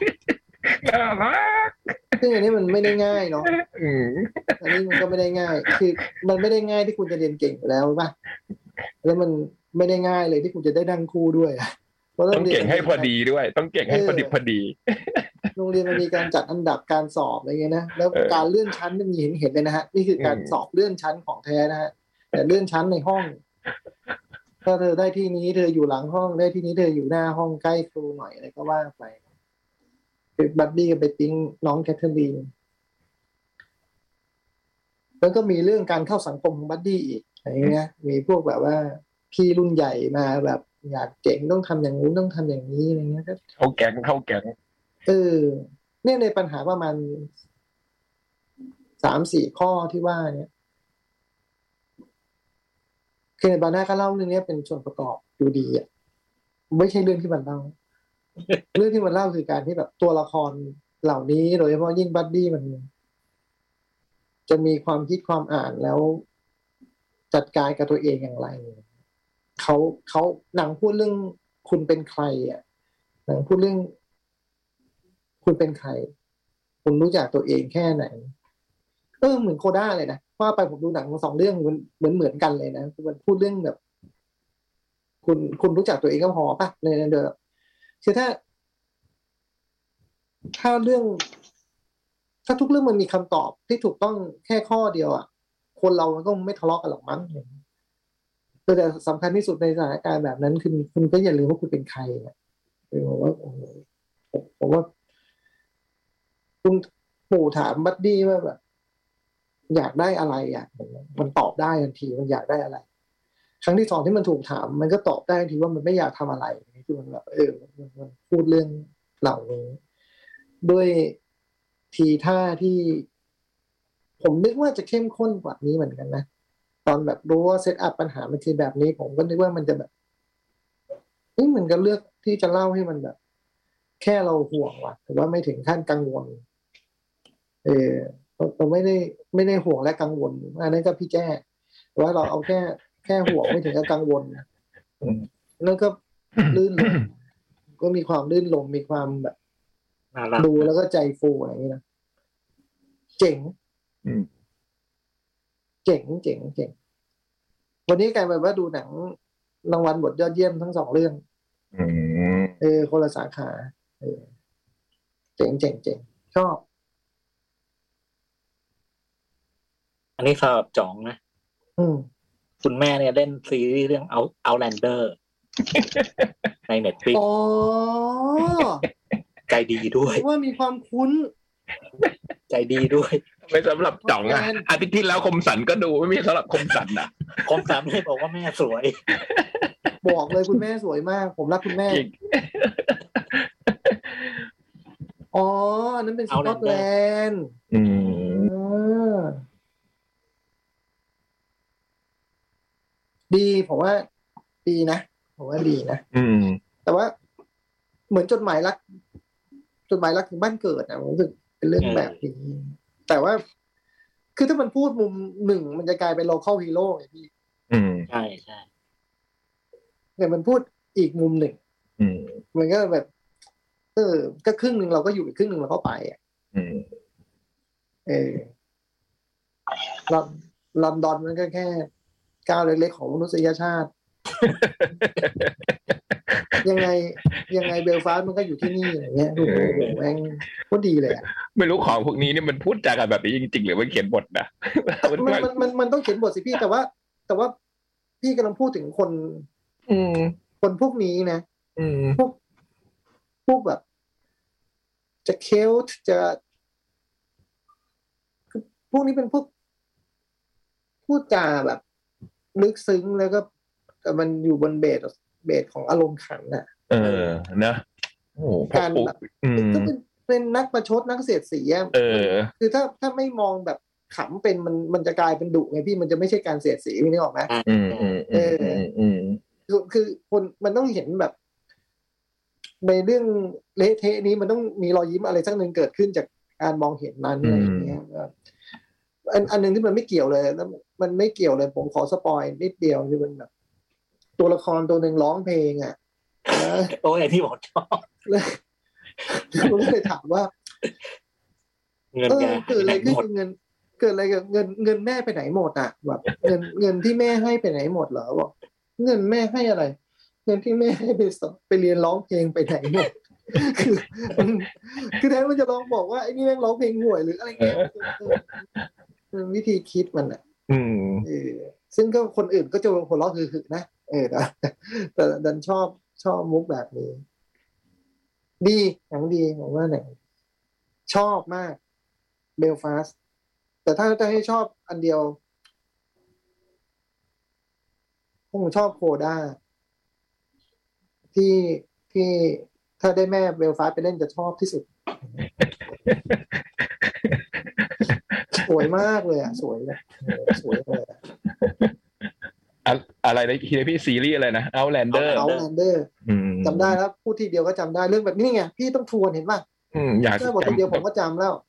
ซึ่งอันนี้มันไม่ได้ง่ายเนาะอันนี้มันก็ไม่ได้ง่ายคือมันไม่ได้ง่ายที่คุณจะเรียนเก่งแล้วป่ะแล้วมันไม่ได้ง่ายเลยที่คุณจะได้นั่งคู่ด้วยต้องเก่งให้พอดีด้วยต้องเก่งให้พอดีโรงเรียนมันมีการจัดอันดับการสอบอะไรเงี้ยนะแล้วการเลื่อนชั้นมันมีเห็นเลยนะฮะนี่คือการสอบเลื่อนชั้นของแท้นะฮะแต่เลื่อนชั้นในห้องถ้าเธอได้ที่นี้เธออยู่หลังห้องได้ที่นี้เธออยู่หน้าห้องใกล้ครูหน่อยอะไรก็ว่าไปคือบัดดี้ก็ไปปิ๊งน้องแคทเธอรีนแล้วก็มีเรื่องการเข้าสังคมของบัดดี้อีกอะไรเงี้ยมีพวกแบบว่าพี่รุ่นใหญ่มาแบบอยากเจ๋งต้องทำอย่างนู้นต้องทำอย่างนี้อะไรเงี้ยก็เข้าแก๊งเนี่ยในปัญหาประมาณ 3-4 ข้อที่ว่าเนี่ยคือในบาน่าก็เล่าเรื่องนี้เป็นส่วนประกอบอยู่ดีอ่ะไม่ใช่เรื่องที่มันเล่าเรื่องที่มันเล่าคือการที่แบบตัวละครเหล่านี้โดยเฉพาะยิ่งบัดดี้มันจะมีความคิดความอ่านแล้วจัดการกับตัวเองอย่างไรเขาหนังพูดเรื่องคุณเป็นใครอ่ะหนังพูดเรื่องคุณเป็นใครคุณรู้จักตัวเองแค่ไหนเหมือนโคด้าเลยนะว่าไปผมดูหนัง2 เรื่องเหมือนกันเลยนะมันพูดเรื่องแบบคุณรู้จักตัวเองก็พอป่ะในเดิมคือถ้าเรื่องถ้าทุกเรื่องมันมีคำตอบที่ถูกต้องแค่ข้อเดียวอ่ะคนเรามันก็ไม่ทะเลาะกันหรอกมั้งแต่สำคัญที่สุดในสถานการณ์แบบนั้นคือคุณก็อย่าลืมว่าคุณเป็นใครอ่ะผมว่าคุณปู่ถามบัดดี้ว่าแบบอยากได้อะไรอ่ะมันตอบได้ทันทีมันอยากได้อะไรครั้งที่ 2ที่มันถูกถามมันก็ตอบได้ทันทีว่ามันไม่อยากทำอะไรคือมันแบบมันพูดเรื่องเหล่านี้ด้วยทีท่าที่ผมนึกว่าจะเข้มข้นกว่านี้เหมือนกันนะตอนแบบรู้ว่าเซตอัพปัญหามันคือแบบนี้ผมก็นึกว่ามันจะแบบมันก็เลือกที่จะเล่าให้มันแบบแค่เราห่วงว่ะแต่ว่าไม่ถึงขั้นกังวลเราไม่ได้ห่วงและกังวลอันนั้นก็พี่แจ้แต่ว่าเราเอาแค่ห่วงไม่ถึงกับกังวลแล้วก็ลื่นลมก็มีความลื่นลมมีความแบบดูแล้วก็ใจฟูอะไรอย่างนี้นะเจ๋งวันนี้กลายเป็นว่าดูหนังรางวัลบทยอดเยี่ยมทั้ง2 เรื่องคนละสาขาเจ๋งชอบอันนี้สำหรับจ๋องนะคุณแม่เนี่ยเล่นซีรีส์เรื่องOutlander ใน Netflix ใจดีด้วยว่ามีความคุ้นใจดีด้วยไม่สำหรับจ๋องอ่ะอาทิตย์ที่แล้วคมสันก็ดูไม่มีสำหรับคมสันนะคมสันไม่บอกว่าแม่สวยบอกเลยคุณแม่สวยมากผมรักคุณแม่อันนั้นเป็นสกอตแลนด์ดีผมว่าดีนะผมว่าดีนะแต่ว่าเหมือนจดหมายรักจดหมายรักถึงบ้านเกิดผมรู้สึกเป็นเรื่องแบบนี้แต่ว่าคือถ้ามันพูดมุมหนึ่งมันจะกลายเป็น local hero ไงพี่ใช่ใช่แต่มันพูดอีกมุมหนึ่งมันก็แบบก็ครึ่งหนึ่งเราก็อยู่อีกครึ่งหนึ่งเราก็ไปลอนดอนมันก็แค่ก้าวเล็กๆของมนุษยชาติ ยังไงเบลฟาสต์มันก็อยู่ที่นี่อย่างเงี้ยดูแม่งโคตรดีเลยอ่ะไม่รู้ของพวกนี้นี่มันพูดจากันแบบนี้จริงๆหรือว่าเขียนบทนะมันต้องเขียนบทสิพี่แต่ว่าพี่กำลังพูดถึงคนพวกนี้นะพวกแบบจะเคลต์จะพวกนี้เป็นพวกพูดจาแบบลึกซึ้งแล้วก็แต่มันอยู่บนเบสของอารมณ์ขันน่ะนะโอ้การแบบก็เป็นนักประชดนักเสียดสีคือถ้าไม่มองแบบขำเป็นมันจะกลายเป็นดุไงพี่มันจะไม่ใช่การเสียดสีพี่นึกออกไหมคือคนมันต้องเห็นแบบในเรื่องเละเทะนี้มันต้องมีรอยยิ้มอะไรสักนึงเกิดขึ้นจากการมองเห็นนั้นอะไรอย่างเงี้ยอันนึงที่มันไม่เกี่ยวเลยแล้วมันไม่เกี่ยวเลยผมขอสปอยนิดเดียวคือมันแบบตัวละครตัวหนึ่งร้องเพลงอ่ะโอ้ยที่บอกชอบเลยผมเลยถามว่าเกิดอะไรขึ้นเงินเกิดอะไรกับเงินแม่ไปไหนหมดอ่ะแบบเงินที่แม่ให้ไปไหนหมดเหรอบอกเงินแม่ให้อะไรเงินที่แม่ให้ไปเรียนร้องเพลงไปไหนหมดคือแทนมันจะร้องบอกว่าไอ้นี่แม่งร้องเพลงห่วยหรืออะไรเงี้ยวิธีคิดมันอ่ะซึ่งก็คนอื่นก็จะหัวเราะคือนะแต่ดันชอบมุกแบบนี้ดีหนังดีผมว่าหนังชอบมากเบลฟาสต์แต่ถ้าจะให้ชอบอันเดียวผมชอบโคด้าที่ถ้าได้แม่เบลฟาสต์ไปเล่นจะชอบที่สุดสวยมากเลยอ่ะสวยเลยอะไรนะพี่ซีรีส์อะไรนะ Outlander จำได้แล้วพูดทีเดียวก็จำได้เรื่องแบบนี้ไงพี่ต้องทวนเห็นป่ะอยากบททีเดียวผมก็จำแล้ว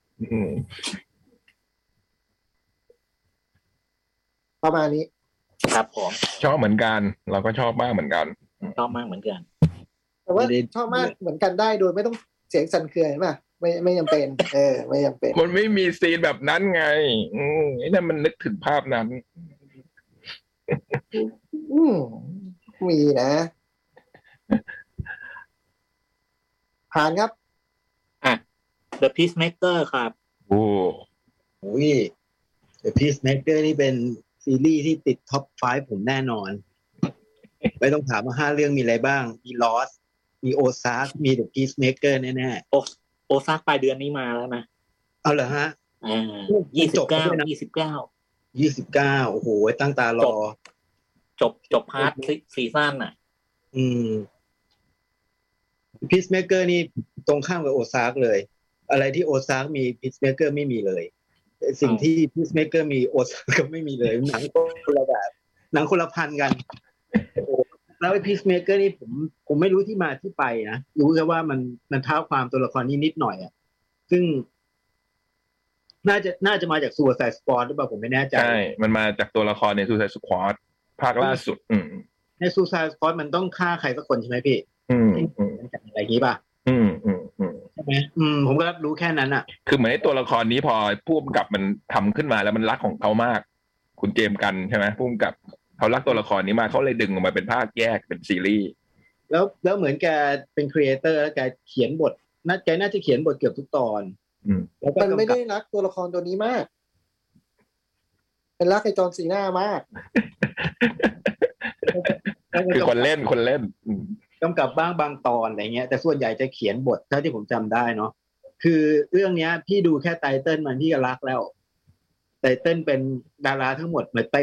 ประมาณนี้ครับผมชอบเหมือนกันเราก็ชอบมากเหมือนกันชอบมากเหมือนกันแต่ว่าชอบมากเหมือนกันได้โดยไม่ต้องเสียงสั่นเครือป่ะไม่จำเป็นไม่จำเป็นมันไม่มีซีนแบบนั้นไงไอ้นั่นมันนึกถึงภาพนั้นมีนะผ่านครับ The Peacemaker ครับโอ้ย The Peacemaker นี่เป็นซีรีส์ที่ติดท็อป 5 ผมแน่นอนไม่ต้องถามว่า5เรื่องมีอะไรบ้างมี Lost มี Ozark มี The Peacemaker แน่ๆOzark ปลายเดือนนี้มาแล้วนะเอาเหรอฮะ 29โอ้โหตั้งตารอจบพาร์ทซีซั่นอ่ะ Peacemaker นี่ตรงข้ามกับ Ozark เลยอะไรที่ Ozark มี Peacemaker ไม่มีเลยสิ่งที่ Peacemaker มี Ozark ก็ไม่มีเลยหนังคนละแบบหนังคนละพันกันแล้วไอ้ Peacemaker นี่ผมไม่รู้ที่มาที่ไปนะรู้แค่ว่ามันเท้าความตัวละครนี้นิดหน่อยอ่ะซึ่งน่าจะมาจาก Suicide Squad หรือเปล่าผมไม่แน่ใจใช่มันมาจากตัวละครใน Suicide Squad ภาคล่าสุดใน Suicide Squad มันต้องฆ่าใครสักคนใช่ไหมพี่อะไรอย่างนี้ป่ะใช่ไหมผมก็รู้แค่นั้นอ่ะคือเหมือนไอ้ตัวละครนี้พอผู้กำกับมันทำขึ้นมาแล้วมันรักของเขามากคุณเจมส์กันใช่ไหมผู้กำกับเขารักตัวละครนี้มากเขาเลยดึงออกมาเป็นภาคแยกเป็นซีรีส์แล้วเหมือนแกเป็นครีเอเตอร์แล้วแกเขียนบทแกน่าจะเขียนบทเกือบทุกตอนแล้วมันไม่ได้รักตัวละครตัวนี้มากเป็นรักไอ้จอห์นซีน่ามากคือคนเล่นกำกับบ้างบางตอนอะไรเงี้ยแต่ส่วนใหญ่จะเขียนบทเท่าที่ผมจำได้เนาะคือเรื่องเนี้ยพี่ดูแค่ไตเติ้ลมันพี่ก็รักแล้วไตเติ้ลเป็นดาราทั้งหมดมาเต้น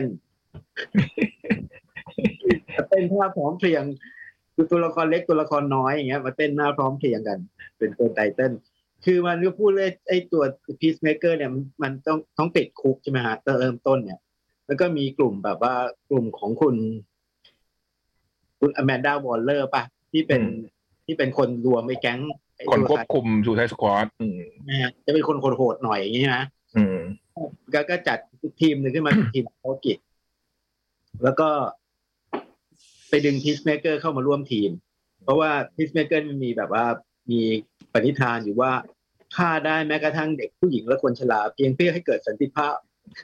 ท่าพร้อมเพรียงคือตัวละครเล็กตัวละครน้อยอย่างเงี้ยมาเต้นหน้าพร้อมเพรียงกันเป็นตัวไตเติ้ลคือมันก็พูดเลยไอ้ตัว Peacemaker เนี่ยมันต้องติดคุกใช่ไหมฮะเริ่มต้นเนี่ยแล้วก็มีกลุ่มแบบว่ากลุ่มของคุณอแมนดาวอลเลอร์ป่ะที่เป็นคนรวมไอ้แก๊งคนควบคุมซูไซด์สควอดจะเป็นคนโหดหน่อยอย่างนี้นะก็จัดทีมหนึ่งขึ้นมาเป็นทีมภารกิจแล้วก็ไปดึงพีซเมเกอร์เข้ามาร่วมทีมเพราะว่าพีซเมเกอร์มันมีแบบว่ามีปณิธานอยู่ว่าฆ่าได้แม้กระทั่งเด็กผู้หญิงและคนชราเพียงเพื่อให้เกิดสันติภาพ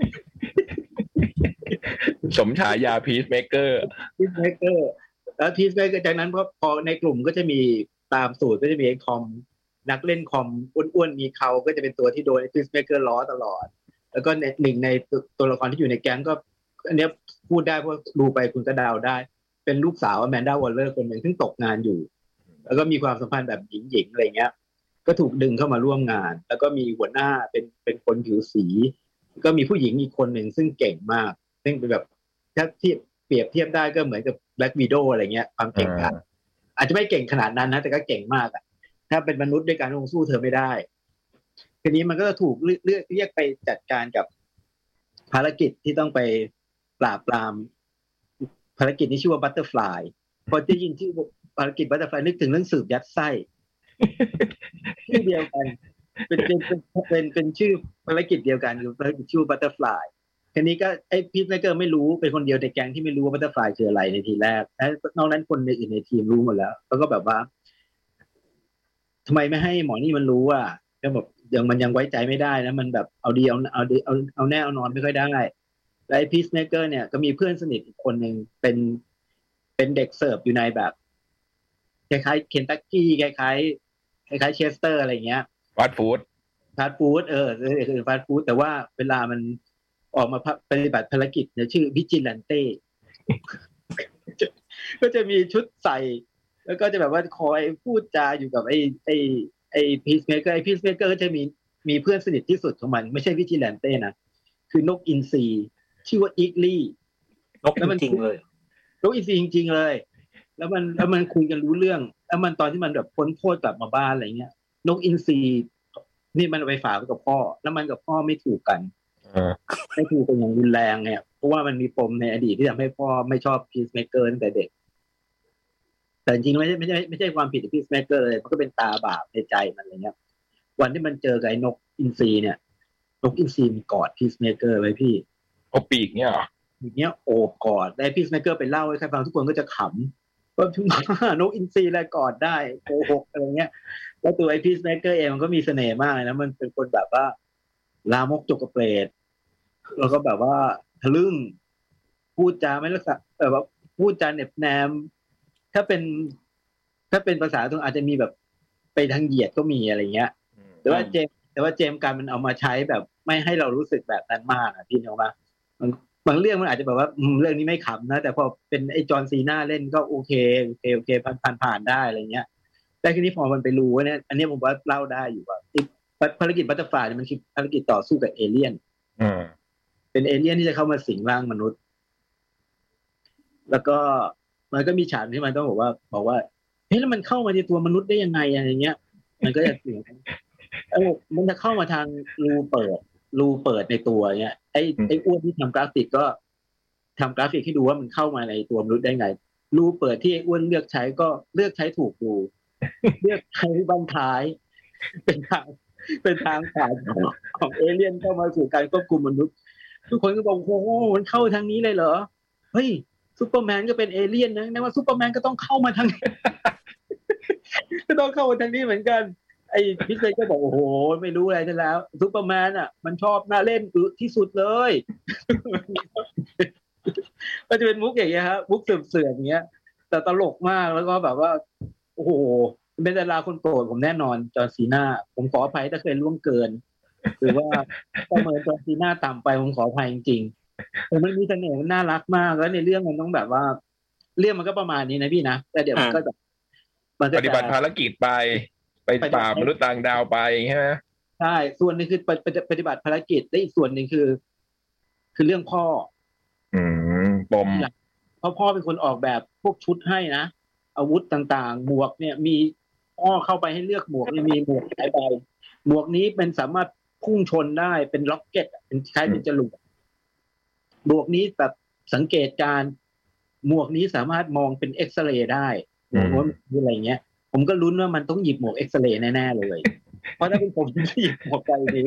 สมฉายาพีซเมเกอร์แล้วพีซเมเกอร์จากนั้นพอในกลุ่มก็จะมีตามสูตรก็จะมีไอ้คอมนักเล่นคอมอ้วนๆมีเขาก็จะเป็นตัวที่โดนพีซเมเกอร์ล้อตลอดแล้วก็หนึ่งในตัวละครที่อยู่ในแก๊งก็อันนี้พูดได้เพราะดูไปคุณก็เดาได้เป็นลูกสาวแมนด้าวอลเลอร์คนหนึ่งซึ่งตกงานอยู่แล้วก็มีความสัมพันธ์แบบหญิงๆอะไรเงี้ยก็ถูกดึงเข้ามาร่วมงานแล้วก็มีหัวหน้าเป็นคนผิวสีก็มีผู้หญิงอีกคนหนึ่งซึ่งเก่งมากซึ่งเป็นแบบถ้าที่เปรียบเทียบได้ก็เหมือนกับแบล็กวีโดว์อะไรเงี้ยความเก่งกันอาจจะไม่เก่งขนาดนั้นนะแต่ก็เก่งมากอ่ะถ้าเป็นมนุษย์ด้วยการลงสู้เธอไม่ได้ทีนี้มันก็ถูกเรียกไปจัดการกับภารกิจที่ต้องไปปราบปรามภารกิจนี้ชื่อว่าบัตเตอร์ฟลายพอจะยินชื่อภารกิจบัตเตอร์ฟลายนึกถึงเรื่องสืบยัดไส้ชื่อเดียวกันเป็นชื่อภารกิจเดียวกันคือภารกิจชื่อบัตเตอร์ฟลายทีนี้ก็ไอ้พีทแมคเกอร์ไม่รู้เป็นคนเดียวในแก๊งที่ไม่รู้ว่าบัตเตอร์ฟลายคืออะไรในทีแรกแล้วนอกนั้นคนอื่นในทีมรู้หมดแล้วแล้วก็แบบว่าทำไมไม่ให้หมอนี่มันรู้อ่ะก็แบบมันยังไว้ใจไม่ได้นะมันแบบเอาแน่เอานอนไม่ค่อยได้แล้วไอ้พีซเมเกอร์เนี่ยก็มีเพื่อนสนิทอีกคนหนึ่งเป็นเด็กเสิร์ฟอยู่ในแบบคล้ายๆเคนตักกี้คล้ายๆเชสเตอร์อะไรเงี้ยฟาสต์ฟู้ดฟาสต์ฟู้ดคือฟาสต์ฟู้ดแต่ว่าเวลามันออกมาปฏิบัติภารกิจเนี่ยชื่อวิจิลันเต้ก็จะมีชุดใส่แล้วก็จะแบบว่าคอยพูดจาอยู่กับไอ้พีซเมเกอร์ก็จะมีเพื่อนสนิทที่สุดของมันไม่ใช่วิจิลันเต้นะคือนกอินทรีชื่อว่าอีกลี่นกจริงเลยนกอินทรีจริงๆเลยแล้วมันคุยกันรู้เรื่องแล้วมันตอนที่มันแบบพ้นโทษกลับมาบ้านอะไรเงี้ยนกอินทรีนี่มันไปฝากกับพ่อแล้วมันกับพ่อไม่ถูกกันไม่ถูกกันอย่างรุนแรงเนี่ยเพราะว่ามันมีปมในอดีตที่ทำให้พ่อไม่ชอบพีซเมเกอร์ตั้งแต่เด็กแต่จริงๆไม่ใช่ความผิดของพีซเมเกอร์เลยมันก็เป็นตาบาปในใจมันอะไรเงี้ยวันที่มันเจอกับไอ้นกอินทรีเนี่ยนกอินทรีมันกอดพีซเมเกอร์ไว้พี่เอาปีกเนี่ยอย่างเงี้ยโอบกอดได้พีซเมเกอร์ไปเล่าให้ใครฟังทุกคนก็จะขำว่าถึงนกอินทรีอะไรกอดได้โกหกอะไรเงี้ยแล้วตัวไอ้พีซเมเกอร์เองมันก็มีเสน่ห์มากนะมันเป็นคนแบบว่าลามกจกกระเปรตแล้วก็แบบว่าทะลึ่งพูดจาไม่รักษาแบบว่าพูดจาเน็บแนมถ้าเป็นภาษาตรงอาจจะมีแบบไปทางเหยียดก็มีอะไรเงี้ยแต่ว่าเจมส์การมันเอามาใช้แบบไม่ให้เรารู้สึกแบบนั้นมากอ่ะพี่เนาะว่าบางเรื่องมันอาจจะแบบว่าเรื่องนี้ไม่ขำนะแต่พอเป็นไอ้จอห์นซีน่าเล่นก็โอเคผ่านได้อะไรเงี้ยแต่ทีนี้พอมันไปรู้เนี่ยอันนี้ผมว่าเล่าได้อยู่ว่าภารกิจบัตเตอร์ฟลายมันคือภารกิจต่อสู้กับเอเลี่ยนเป็นเอเลี่ยนที่จะเข้ามาสิงร่างมนุษย์แล้วก็มันก็มีฉากที่มันต้องบอกว่าเฮ้ยแล้วมันเข้ามาในตัวมนุษย์ได้ยังไงอะไรเงี้ยมันก็จะสิงมันจะเข้ามาทางรูเปิดในตัวเนี้ยไอ้อ้วนที่ทำกราฟิกก็ทำกราฟิกให้ดูว่ามันเข้ามาในตัวมนุษย์ได้ไงรูเปิดที่ไอ้อ้วนเลือกใช้ก็เลือกใช้ถูกรูเลือกใช้บั้นท้ายเป็นทางผ่านของเอเลี่ยนเข้ามาสู่การควบคุมมนุษย์ทุกคนก็บอกโอ้โหมันเข้าทางนี้เลยเหรอเฮ้ยซูเปอร์แมนก็เป็นเอเลี่ยนนะนั่นว่าซูเปอร์แมนก็ต้องเข้ามาทางนี้ก็ต้องเข้ามาทางนี้เหมือนกันไอ้พิเศษก็บอกโอ้โหไม่รู้อะไรซะแล้วซูเปอร์แมนอ่ะมันชอบน่าเล่นที่สุดเลยก็จะเป็นมุกอย่างเงี้ยครับมุกเสื่อมๆอย่างเงี้ยแต่ตลกมากแล้วก็แบบว่าโอ้โหเป็นดาราคนโปรดผมแน่นอนจอห์นซีน่าผมขออภัยถ้าเคยล่วงเกินหรือว่าประเมินจอห์นซีน่าต่ำไปผมขออภัยจริงๆแต่มันมีเสน่ห์มันน่ารักมากแล้วในเรื่องมันต้องแบบว่าเรื่องมันก็ประมาณนี้นะพี่นะแต่เดี๋ยวมันก็จะปฏิบัติภารกิจไปปราบมนุษย์ต่างดาวไปใช่ไหมใช่ส่วนนึงคือปฏิบัติภารกิจและอีกส่วนหนึ่งคือเรื่องพ่อปมเพราะพ่อเป็นคนออกแบบพวกชุดให้นะอาวุธต่างๆหมวกเนี่ยมีพ่อเข้าไปให้เลือกหมวกเนี่ยมีหมวกหลายใบหมวกนี้เป็นสามารถพุ่งชนได้เป็นล็อกเก็ตเป็นคล้ายเป็นจรวดหมวกนี้แบบสังเกตการหมวกนี้สามารถมองเป็นเอ็กซเรย์ได้ว่ามีอะไรเงี้ยผมก็ลุ้นว่ามันต้องหยิบหมวกเอ็กซเรย์แน่ๆเลยเพราะถ้าเป็นผมจะหยิบหมวกไปนี้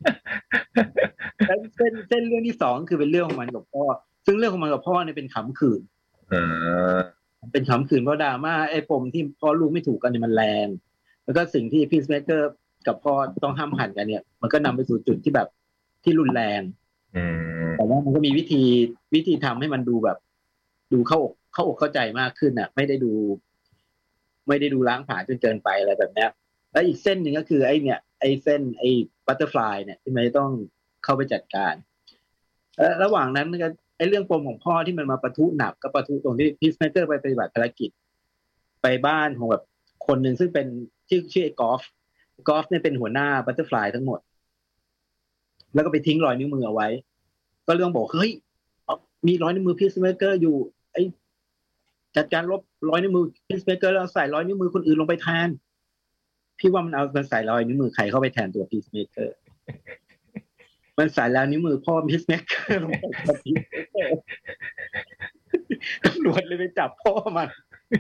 แล้วเส้นเรื่องที่2คือเป็นเรื่องของมันกับพ่อซึ่งเรื่องของมันกับพ่อเนี่ยเป็นขำขื่นเป็นขำขื่นเพราะดราม่าไอ้ปมที่พ่อลูกไม่ถูกกันเนี่ยมันแรงแล้วก็สิ่งที่พีซเมเกอร์กับพ่อต้องห้ามหันกันเนี่ยมันก็นำไปสู่จุดที่แบบที่รุนแรงแต่ว่ามันก็มีวิธีทำให้มันดูแบบดูเข้าอกเข้าใจมากขึ้นอ่ะไม่ได้ดูล้างผลาญจนเกินไปอะไรแบบนี้แล้วอีกเส้นหนึ่งก็คือไอ้เนี่ยไอ้เส้นไอ้บัตเตอร์ฟลายเนี่ยที่มันต้องเข้าไปจัดการระหว่างนั้นก็ไอ้เรื่องปมของพ่อที่มันมาปะทุหนักก็ปะทุตรงที่พีซเมเกอร์ไปปฏิบัติภารกิจไปบ้านของแบบคนหนึ่งซึ่งเป็นชื่อไอ้กอล์ฟเนี่ยเป็นหัวหน้าบัตเตอร์ฟลายทั้งหมดแล้วก็ไปทิ้งรอยนิ้วมือเอาไว้ก็เรื่องบอกเฮ้ยมีรอยนิ้วมือพีซเมเกอร์อยู่ไอ้จัดการลบรอยนิ้วมือพีซเมเกอร์แล้วใส่รอยนิ้วมือคนอื่นลงไปแทนพี่ว่ามันใส่รอยนิ้วมือใครเข้าไปแทนตัวพีซเมเกอร์มันใส่แล้วนิ้วมือพ่อพีซเมเกอร์ลงไปกับพีซเมเกอร์ตำรวจเลยไปจับพ่อมัน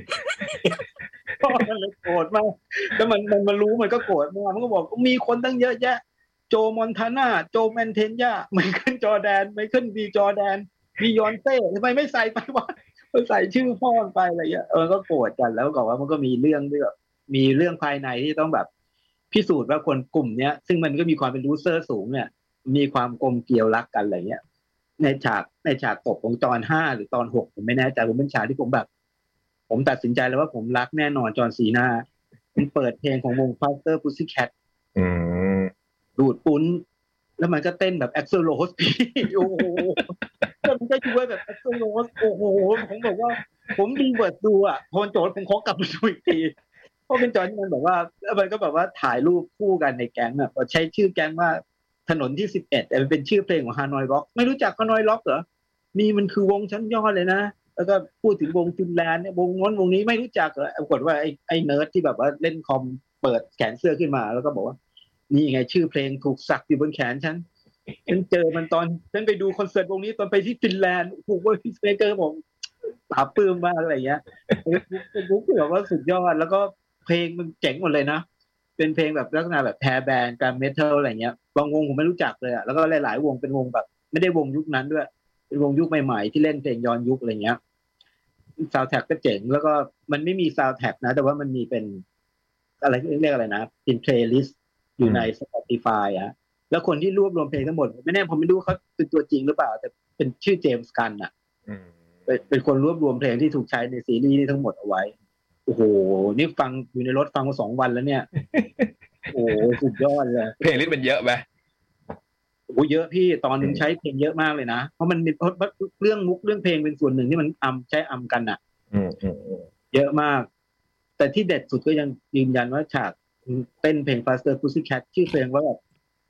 เลยโกรธมากแล้วมันรู้มันก็โกรธมากมันก็บอกมีคนตั้งเยอะแยะโจมอนทาน่าโจแมนเทนย่าไมเคิลจอร์แดนไมเคิลบีจอร์แดนบียอนเซ่ทำไมไม่ใส่ไปวะใส่ชื่อพ่อไปอะไรเงี้ยก็โกรธกันแล้วก็ว่ามันก็มีเรื่องด้วยแบบมีเรื่องภายในที่ต้องแบบพิสูจน์ว่าคนกลุ่มเนี้ยซึ่งมันก็มีความเป็นลูเซอร์สูงเนี่ยมีความกลมเกลียวรักกันอะไรเงี้ยในฉากตบของตอน5หรือตอน6ผมไม่แน่ใจผมเป็นฉากที่ผมตัดสินใจแล้วว่าผมรักแน่นอนจอห์นซีนามันเปิดเพลงของวง Faster Pussycat ดูดปุ้นแล้วมันก็เต้นแบบ Axl Rose พี่โอ้โหมันก็ช่วยแบบ Axl Rose โอ้โหผมบอกว่าผมดีเวิร์ดดูอ่ะพอโจทย์ผมขอกลับมาดูอีกทีเพราะเป็นจอห์นที่มันแบบว่ามันก็แบบว่าถ่ายรูปคู่กันในแก๊งอ่ะใช้ชื่อแก๊งว่าถนนที่11แต่มันเป็นชื่อเพลงของ Hanoi Rock ไม่รู้จัก Hanoi Rock เหรอนี่มันคือวงชั้นยอดเลยนะแล้วก็พูดถึงวงฟินแลนด์เนี่ยวงน้นวงนี้ไม่รู้จักเหรอปรากฏว่าไอ้เนิร์ดที่แบบว่าเล่นคอมเปิดแขนเสื้อขึ้นมาแล้วก็บอกว่านี่ไงชื่อเพลงถูกสักอยู่บนแขนฉันเจอมันตอนฉันไปดูคอนเสิร์ตวงนี้ตอนไปที่ฟินแลนด์โอ้โหพีซเมเกอร์ผมปราบปลื้มมากอะไรเงี้ยบุ๊กแบบว่าสุดยอดแล้วก็เพลงมันเจ๋งหมดเลยนะเป็นเพลงแบบลักษณะแบบแฮร์แบนด์การเมทัลอะไรเงี้ยบางวงผมไม่รู้จักเลยอ่ะแล้วก็หลายๆวงเป็นวงแบบไม่ได้วงยุคนั้นด้วยเป็นวงยุคใหม่ๆที่เล่นเพลงย้อนยุคอะไรเงี้ยซาวด์แทร็กก็เจ๋งแล้วก็มันไม่มีซาวด์แทร็กนะแต่ว่ามันมีเป็นอะไรเรียกอะไรนะเป็นเพลย์ลิสต์อยู่ใน Spotify อ่ะแล้วคนที่รวบรวมเพลงทั้งหมดไม่แน่ผมไม่รู้เขาเป็นตัวจริงหรือเปล่าแต่เป็นชื่อเจมส์กันอ่ะเป็นคนรวบรวมเพลงที่ถูกใช้ในซีรีส์นี้ทั้งหมดเอาไว้โอ้โหนี่ฟังอยู่ในรถฟังมา2 วันแล้วเนี่ยโอ้สุดยอดเลยเพลงนี้เป็นเยอะไหมโอ้เยอะพี่ตอนนึงใช้เพลงเยอะมากเลยนะเพราะมันมีเรื่องมุกเรื่องเพลงเป็นส่วนหนึ่งที่มันใช้กันอ่ะเยอะมากแต่ที่เด็ดสุดก็ยังยืนยันว่าฉากเต้นเพลง Faster Pussycat ชื่อเพลงว่าแบบ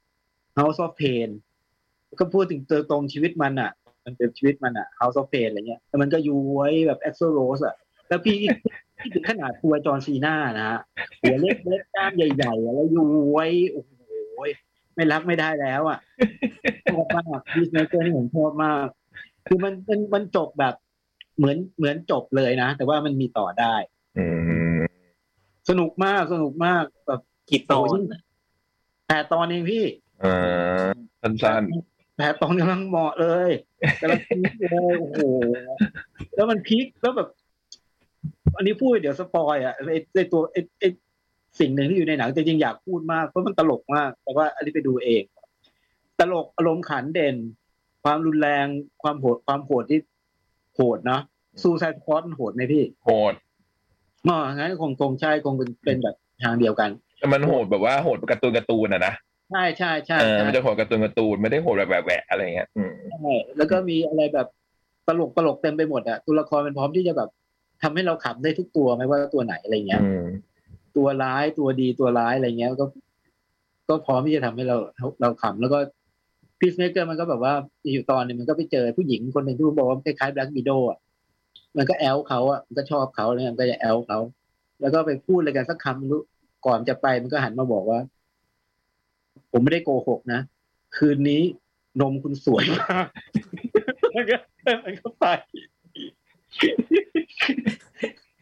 House of Pain ก็พูดถึงตัวตรงชีวิตมันอ่ะมันเป็นชีวิตมันอ่ะ House of Pain อะไรเงี้ยแต่มันก็ย้วยแบบ Axl Rose อ่ะแล้วพี่ถึงขนาดตัวจอห์นซีนานะฮะหัวเล็กกล้ามใหญ่ๆแล้วย้วยโอ้โหไม่รักไม่ได้แล้วอ่ะชอบมากพีซเมเกอร์นี่ผมชอบมากคือมันจบแบบเหมือนจบเลยนะแต่ว่ามันมีต่อได้สนุกมากแบบกี่ตอน 8 ตอนเองพี่สั้นๆ8 ตอนกำลังเหมาะเลยกำลังพีคเลยโอ้โหแล้วมันพีคแล้วแบบอันนี้พูดเดี๋ยวสปอยอ่ะไอ้ตัวไอ้สิ่งหนึ่งที่อยู่ในหนังจริงๆอยากพูดมากเพราะมันตลกมากแต่ว่าอันนี้ไปดูเองตลกอารมณ์ขันเด่นความรุนแรงความโหดที่โหดนะซูไซด์สควอดโหดไหมพี่โหดงั้นคงใช่คงเป็นแบบทางเดียวกันแต่มันโหดแบบว่าโหดการ์ตูนอ่ะนะใช่มันจะโหดการ์ตูนไม่ได้โหดแบบแหวะอะไรเงี้ยใช่แล้วก็มีอะไรแบบตลกเต็มไปหมดอ่ะตัวละครมันพร้อมที่จะแบบทำให้เราขำได้ทุกตัวไม่ว่าตัวไหนอะไรเงี้ยตัวร้ายตัวดีตัวร้ายอะไรเงี้ยก็พร้อมที่จะทำให้เราขำแล้วก็พีซเมเกอร์มันก็แบบว่าอยู่ตอนนึงมันก็ไปเจอผู้หญิงคนหนึ่งที่บอกว่าคล้ายๆแบล็ควิโดว์อ่ะมันก็แอลเขาอ่ะมันก็ชอบเขาอะไรเงี้ยมันก็จะแอลเขาแล้วก็ไปพูดอะไรกันสักคำไม่รู้ก่อนจะไปมันก็หันมาบอกว่าผมไม่ได้โกหกนะคืนนี้นมคุณสวยมากมันก็ไป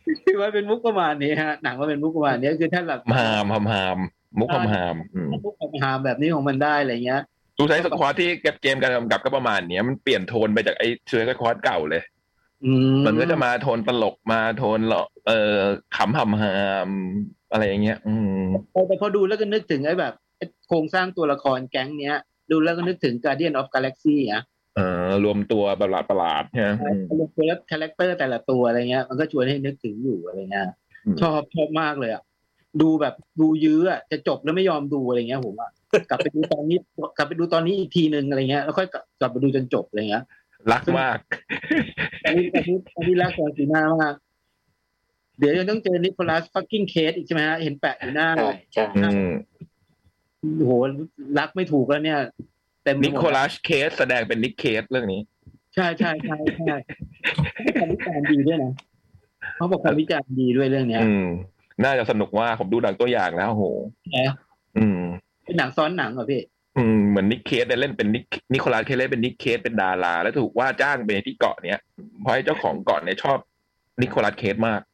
คือว่าเป็นมุกประมาณนี้ฮะหนังว่าเป็นมุกประมาณนี้คือถ้าหลักหามมุกหามมุกหามแบบนี้ของมันได้อะไรเงี้ยดูไซส์สควอตที่เกมการกำกับก็ประมาณนี้มันเปลี่ยนโทนไปจากไอ้เชื้อสควอตเก่าเลยมันก็จะมาโทนตลกมาโทนขำหามอะไรอย่างเงี้ยแต่พอดูแล้วก็นึกถึงไอ้แบบโครงสร้างตัวละครแก๊งเนี้ยดูแล้วก็นึกถึง Guardian of Galaxy อ่ะรวมตัวประหลาดใช่ไหมรวมตัวแล้วคาแรคเตอร์แต่ละตัวอะไรเงี้ยมันก็ชวนให้นึกถึงอยู่อะไรเงี้ยชอบมากเลยอ่ะดูแบบดูยื้ออ่ะจะจบแล้วไม่ยอมดูอะไรเงี้ยผมอ่ะกลับไปดูตอนนี้อีกทีนึงอะไรเงี้ยแล้วค่อยกลับไปดูจนจบอะไรเงี้ยรักมากอันนี้รักจอร์ซีน่ามากเดี๋ยวยังต้องเจอนิโคลัสฟักกิ้งเคสอีกใช่ไหมฮะเห็นแปะอยู่หน้าใช่โอ้โหรักไม่ถูกแล้วเนี่ยเต็มนิโคลัสเคสแสดงเป็นนิกเคสเรื่องนี้ใช่คำวิจารณ์ดีด้วยนะเขาบอกคำวิจารณ์ดีด้วยเรื่องนี้น่าจะสนุกว่าผมดูหนังตัวอย่างแล้วโหเป็นหนังซ้อนหนังเหรอพี่เหมือนนิกเคสเล่นเป็นนิโคลัสเคสเล่นเป็นนิกเคสเป็นดาราแล้วถูกว่าจ้างไปที่เกาะเนี้ยเพราะเจ้าของเกาะเนี่ยชอบนิโคลัสเคสมาก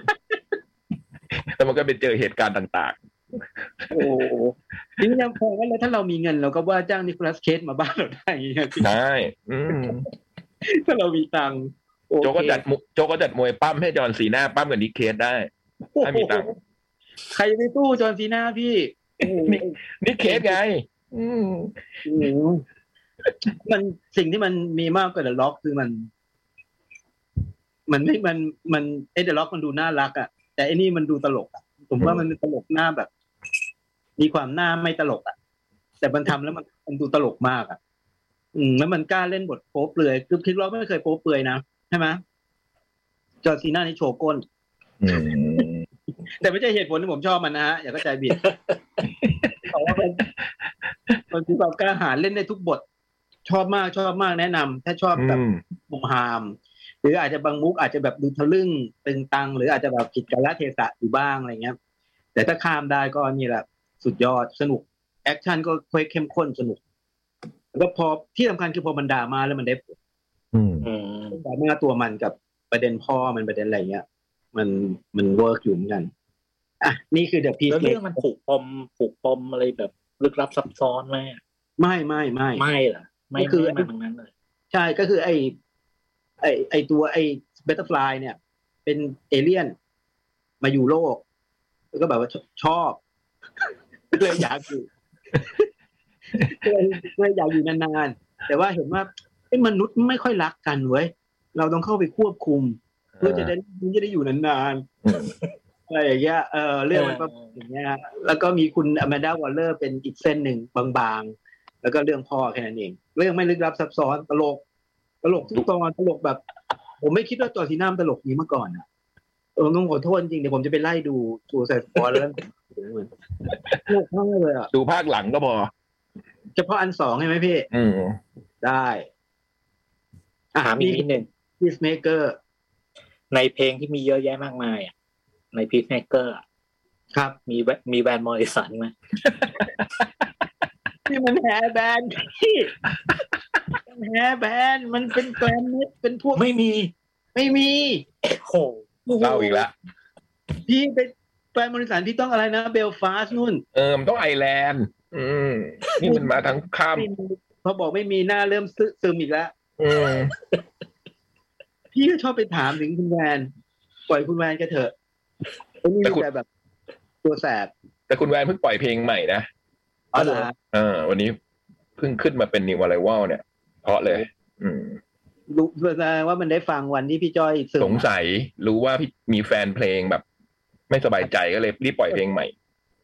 แล้วมันก็ไปเจอเหตุการณ์ต่างๆโอ้นี่ยังพอว่าแล้วถ้าเรามีเงินเราก็ว่าจ้างนิโคลัสเคสมาบ้านเราได้อย่างเงี้ยได้ถ้าเรามีตังค์โจก็จัดมวยปั้มให้จอห์นซีน่าปั้มกับนิกเคสได้ถ้ามีตังค์ใครจะไปสู้จอห์นซีน่าพี่นิกเคสไงมันสิ่งที่มันมีมากกว่าเดอะล็อกคือมันไอ้เดอะล็อกมันดูน่ารักอ่ะแต่ไอ้นี่มันดูตลกอ่ะผมว่ามันตลกหน้าแบบมีความหน้าไม่ตลกอ่ะแต่มันทำแล้วมันดูตลกมากอ่ะแล้วมันกล้าเล่นบทโป๊เปลือยคือคิดว่าไม่เคยโป๊เปลือยนะใช่ไหมจอร์ซีน่านี่โชว์ก้นแต่ไม่ใช่เหตุผลที่ผมชอบมันนะฮะอย่าเข้าใจผิดเพราะว่ามันมีความกล้าหาญเล่นได้ทุกบทชอบมากแนะนำถ้าชอบแบบมุมฮามหรืออาจจะบางมุกอาจจะแบบดูทะลึ่งตึงตังหรืออาจจะแบบผิดกาลเทศะอยู่บ้างอะไรเงี้ยแต่ถ้าข้ามได้ก็นี่แหละสุดยอดสนุกแอคชั่นก็ค่อยเข้มข้นสนุกแล้วก็พอที่สำคัญคือพอมันด่ามาแล้วมันได้ผลด่ามาตัวมันกับประเด็นพ่อมันประเด็นอะไรเงี้ยมันเวิร์กอยู่เหมือนกันอ่ะนี่คือ The Peace แล้วเรื่องมันผูกปมอะไรแบบลึกลับซับซ้อนไหมไม่เหรอไม่คือตรงนั้นเลยใช่ก็คือไอตัวไอเบตเตอร์ฟลายเนี่ยเป็นเอเลี่ยนมาอยู่โลกแล้วก็แบบว่าชอบเลยอยากอยู่เลยอยากอยู่นานๆแต่ว่าเห็นว่ามนุษย์ไม่ค่อยรักกันเว้ยเราต้องเข้าไปควบคุมเพื่อจะได้อยู่นานๆอะไรอย่างเงี้ยเรื่องมันอย่างเงี้ยแล้วก็มีคุณอแมนดาวอลเลอร์เป็นอีกเส้นหนึ่งบางๆแล้วก็เรื่องพ่อแค่นั้นเองเรื่องไม่ลึกลับซับซ้อนตลกทุกตอนตลกแบบผมไม่คิดว่าจอร์ซีน่าตลกนี้มาก่อนอ่ะต้องขอโทษจริงเดี๋ยวผมจะไปไล่ดูใส่สปอยแล้วตลกมากเลยอ่ะดูภาคหลังก็พอเฉพาะอัน2ใช่ไหมพี่ได้ถามอีกนิดนึง Peacemaker ในเพลงที่มีเยอะแยะมากมายอ่ะใน Peacemaker ครับมีแบรนด์มอริสันไหมที่มันแฮร์แบนด์ที่แฮร์แบนด์มันเป็นแกรมนิดเป็นพวกไม่มีโหเล่าอีกแล้วพี่เป็นแบรนด์มอริสันที่ต้องอะไรนะเบลฟาสต์นู่นมันต้องไอร์แลนด์นี่มันมาทั้งข้ามพอบอกไม่มีหน้าเริ่มซึมอีกแล้วพี่ก็ชอบไปถามถึงคุณแวนปล่อยคุณแวนกันเถอะแต่คุณแบบตัวแสบแต่คุณแวนเพิ่งปล่อยเพลงใหม่นะวันนี้เพิ่งขึ้นมาเป็นนิวอะไรวเนี่ยเพราะเลยรู้ว่ามันได้ฟังวันที่พี่จ้อยสงสัยรู้ว่าพี่มีแฟนเพลงแบบไม่สบายใจก็เลยรีบปล่อยเพลงใหม่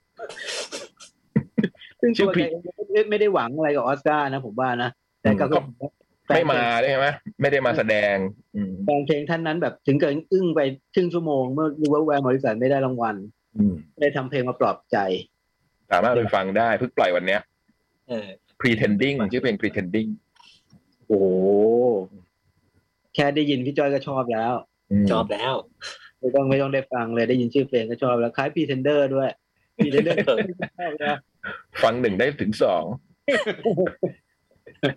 ซึ่งตัวเองไม่ได้หวังอะไรกับออสการ์นะผมว่านะแต่ก็ไม่มาได้ไหมไม่ได้มาแสดงแฟนเพลงท่านนั้นแบบถึงเกินอึ้งไปครึ่งชั่วโมงเมื่อรู้ว่าแวนมอริสันไม่ได้รางวัลได้ทำเพลงมาปลอบใจสามารถไปฟังได้เพิ่งปล่อยวันเนี้ยpretending ชื่อเพลง pretending โอ้แค่ได้ยินพี่จ้อยก็ชอบแล้วไม่ต้องได้ฟังเลยได้ยินชื่อเพลงก็ชอบแล้วคล้าย pretender ด้วย pretender ชอบแล้วฟัง1ได้ถึง2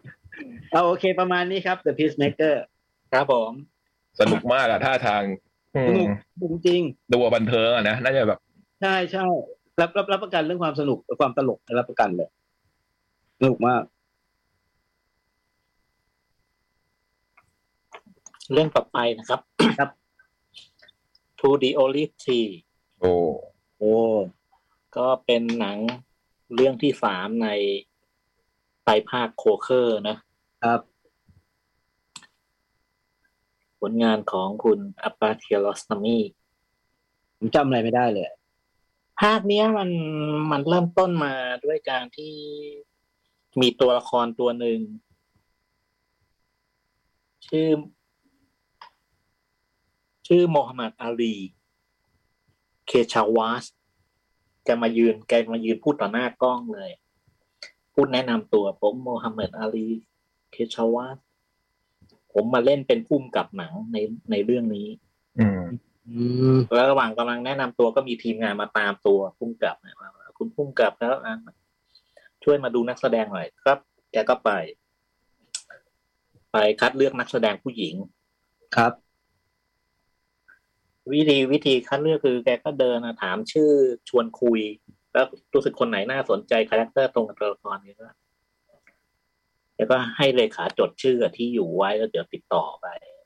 โอเคประมาณนี้ครับ The Peacemaker ครับผมสนุกมากอะท่าทางสนุกจริงดูบันเทิงอ่ะนะน่าจะแบบใช่ใช่รับประกันเรื่องความสนุกความตลกรับประกันเลยสนุกมากเรื่องต่อไปนะครับครับ To the Olive Tree โอ้ก็เป็นหนังเรื่องที่3ในไตรภาคโคเคอร์นะครับผลงานของคุณอัปปาเทียรอสนามีผมจำอะไรไม่ได้เลยภาคเนี้ยมันเริ่มต้นมาด้วยการที่มีตัวละครตัวหนึ่งชื่อโมฮัมหมัดอาลีเคชาวาสแกมายืนพูดต่อหน้ากล้องเลยพูดแนะนำตัวผมโมฮัมหมัดอาลีเคชาวาสผมมาเล่นเป็นผู้กำกับหนังในเรื่องนี้แล้วระหว่างกำลังแนะนำตัวก็มีทีมงานมาตามตัวผู้กำกับคุณผู้กำกับแล้วช่วยมาดูนักแสดงหน่อยครับแกก็ไปคัดเลือกนักแสดงผู้หญิงครับวิธีคัดเลือกคือแกก็เดินถามชื่อชวนคุยแล้วรู้สึกคนไหนน่าสนใจคาแรคเตอร์ตรงกับตัวละครนี้แล้วก็ให้เลขาจดชื่อที่อยู่ไว้แล้วเดี๋ยวติดต่อไป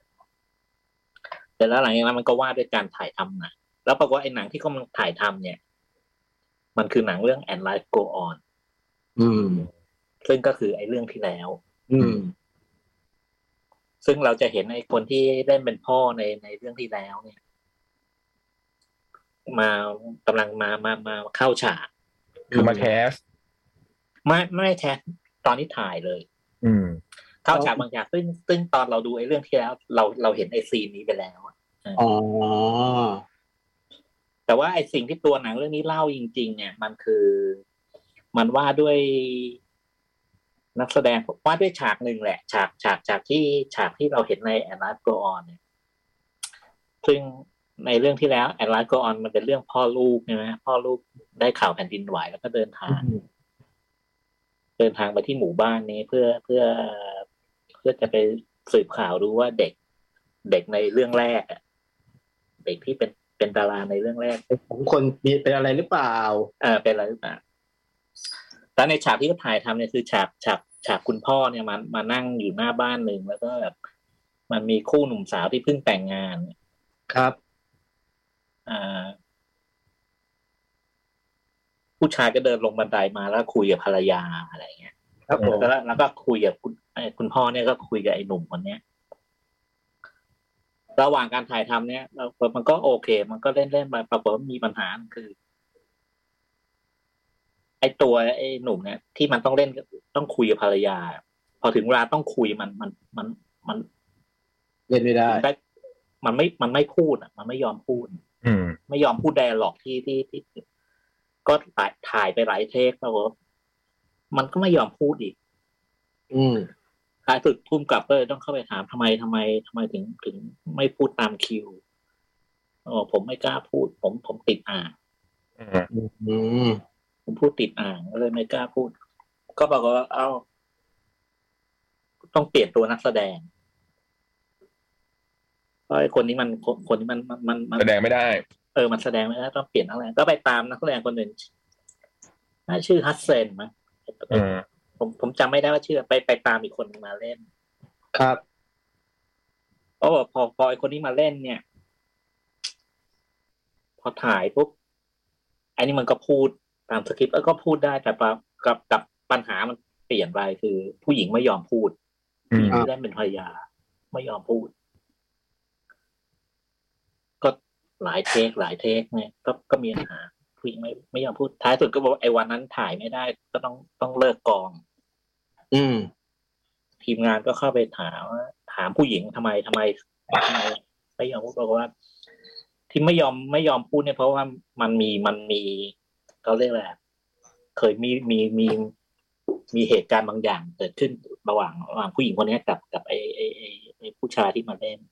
แต่แล้วหลังจากนั้นมันก็ว่าด้วยการถ่ายทำหนังแล้วปรากฏว่าไอ้หนังที่กำลังถ่ายทำเนี่ยมันคือหนังเรื่อง And Life Go On ซึ่งก็คือไอ้เรื่องที่แล้วซึ่งเราจะเห็นไอ้คนที่เล่นเป็นพ่อในเรื่องที่แล้วเนี่ยกำลังมาเข้าฉากคือมาแคสไม่แคสตอนนี้ถ่ายเลยเข้าฉากบางอย่างซึ่งตอนเราดูไอ้เรื่องที่แล้วเราเห็นไอ้ซีนนี้ไปแล้วอ๋อแต่ว่าไอ้สิ่งที่ตัวหนังเรื่องนี้เล่าจริงๆเนี่ยมันว่าด้วยนักแสดงว่าด้วยฉากหนึ่งแหละฉากที่เราเห็นใน And Life Go On เนี่ยซึ่งในเรื่องที่แล้ว And Life Go On มันเป็นเรื่องพ่อลูกใช่ไหมพ่อลูกได้ข่าวแผ่นดินไหวแล้วก็เดินทางไปที่หมู่บ้านนี้เพื่อจะไปสืบข่าวดูว่าเด็กในเรื่องแรกเด็กที่เป็นดาราในเรื่องแรกของคนมีเป็นอะไรหรือเปล่าเป็นอะไรหรือเปล่าแล้วในฉากที่เขาถ่ายทำเนี่ยคือฉากคุณพ่อเนี่ยมานั่งอยู่หน้าบ้านหนึ่งแล้วก็แบบมันมีคู่หนุ่มสาวที่เพิ่งแต่งงานครับผู้ชายก็เดินลงบันไดมาแล้วคุยกับภรรยาอะไรเงี้ยครับผมแล้วก็คุยกับคุณพ่อเนี่ยก็คุยกับไอ้หนุ่มคนเนี้ยระหว่างการถ่ายทำเนี่ยมันก็โอเคมันก็เล่นไปปรากฏว่ามีปัญหาคือไอ้หนุ่มเนี่ยที่มันต้องเล่นต้องคุยกับภรรยาพอถึงเวลาต้องคุยมันเล่นไม่ได้มันไม่พูดมันไม่ยอมพูดไม่ยอมพูดไดอะล็อกที่ก็ถ่ายไปหลายเทคแล้วมันก็ไม่ยอมพูดอีกท้ายสุดพุ่มกับเลยต้องเข้าไปถามทำไมถึงไม่พูดตามคิวผมไม่กล้าพูดผมติดอ่างผมพูดติดอ่างเลยไม่กล้าพูดก็บอกว่าต้องเปลี่ยนตัวนักแสดงเพราะไอ้คนนี้มันแสดงไม่ได้มันแสดงไม่ได้ต้องเปลี่ยนนักแสดงก็ไปตามนักแสดงคนหนึ่งน่าชื่อฮัสเซนมั้งผมจำไม่ได้ว่าชื่อไปตามอีกคนมาเล่นครับพอไอ้คนนี้มาเล่นเนี่ยพอถ่ายปุ๊บไอ้นี่มันก็พูดตามสคริปต์แล้วก็พูดได้แต่กับปัญหามันเปลี่ยนไปคือผู้หญิงไม่ยอมพูดที่เล่นเป็นภรรยาไม่ยอมพูดก็หลายเทคเนี่ยก็มีปัญหาผู้หญิงไม่ยอมพูดท้ายสุดก็บอกไอ้วันนั้นถ่ายไม่ได้ก็ต้องเลิกกองทีมงานก็เข้าไปถามผู้หญิงทำไมไม่ยอมพูดบอกว่าที่ไม่ยอมพูดเนี่ยเพราะว่ามันมีเขาเรียกอะไรเคยมีเหตุการณ์บางอย่างเกิดขึ้นระหว่างผู้หญิงคนนี้กับไอ้ผู้ชายที่มาเล่น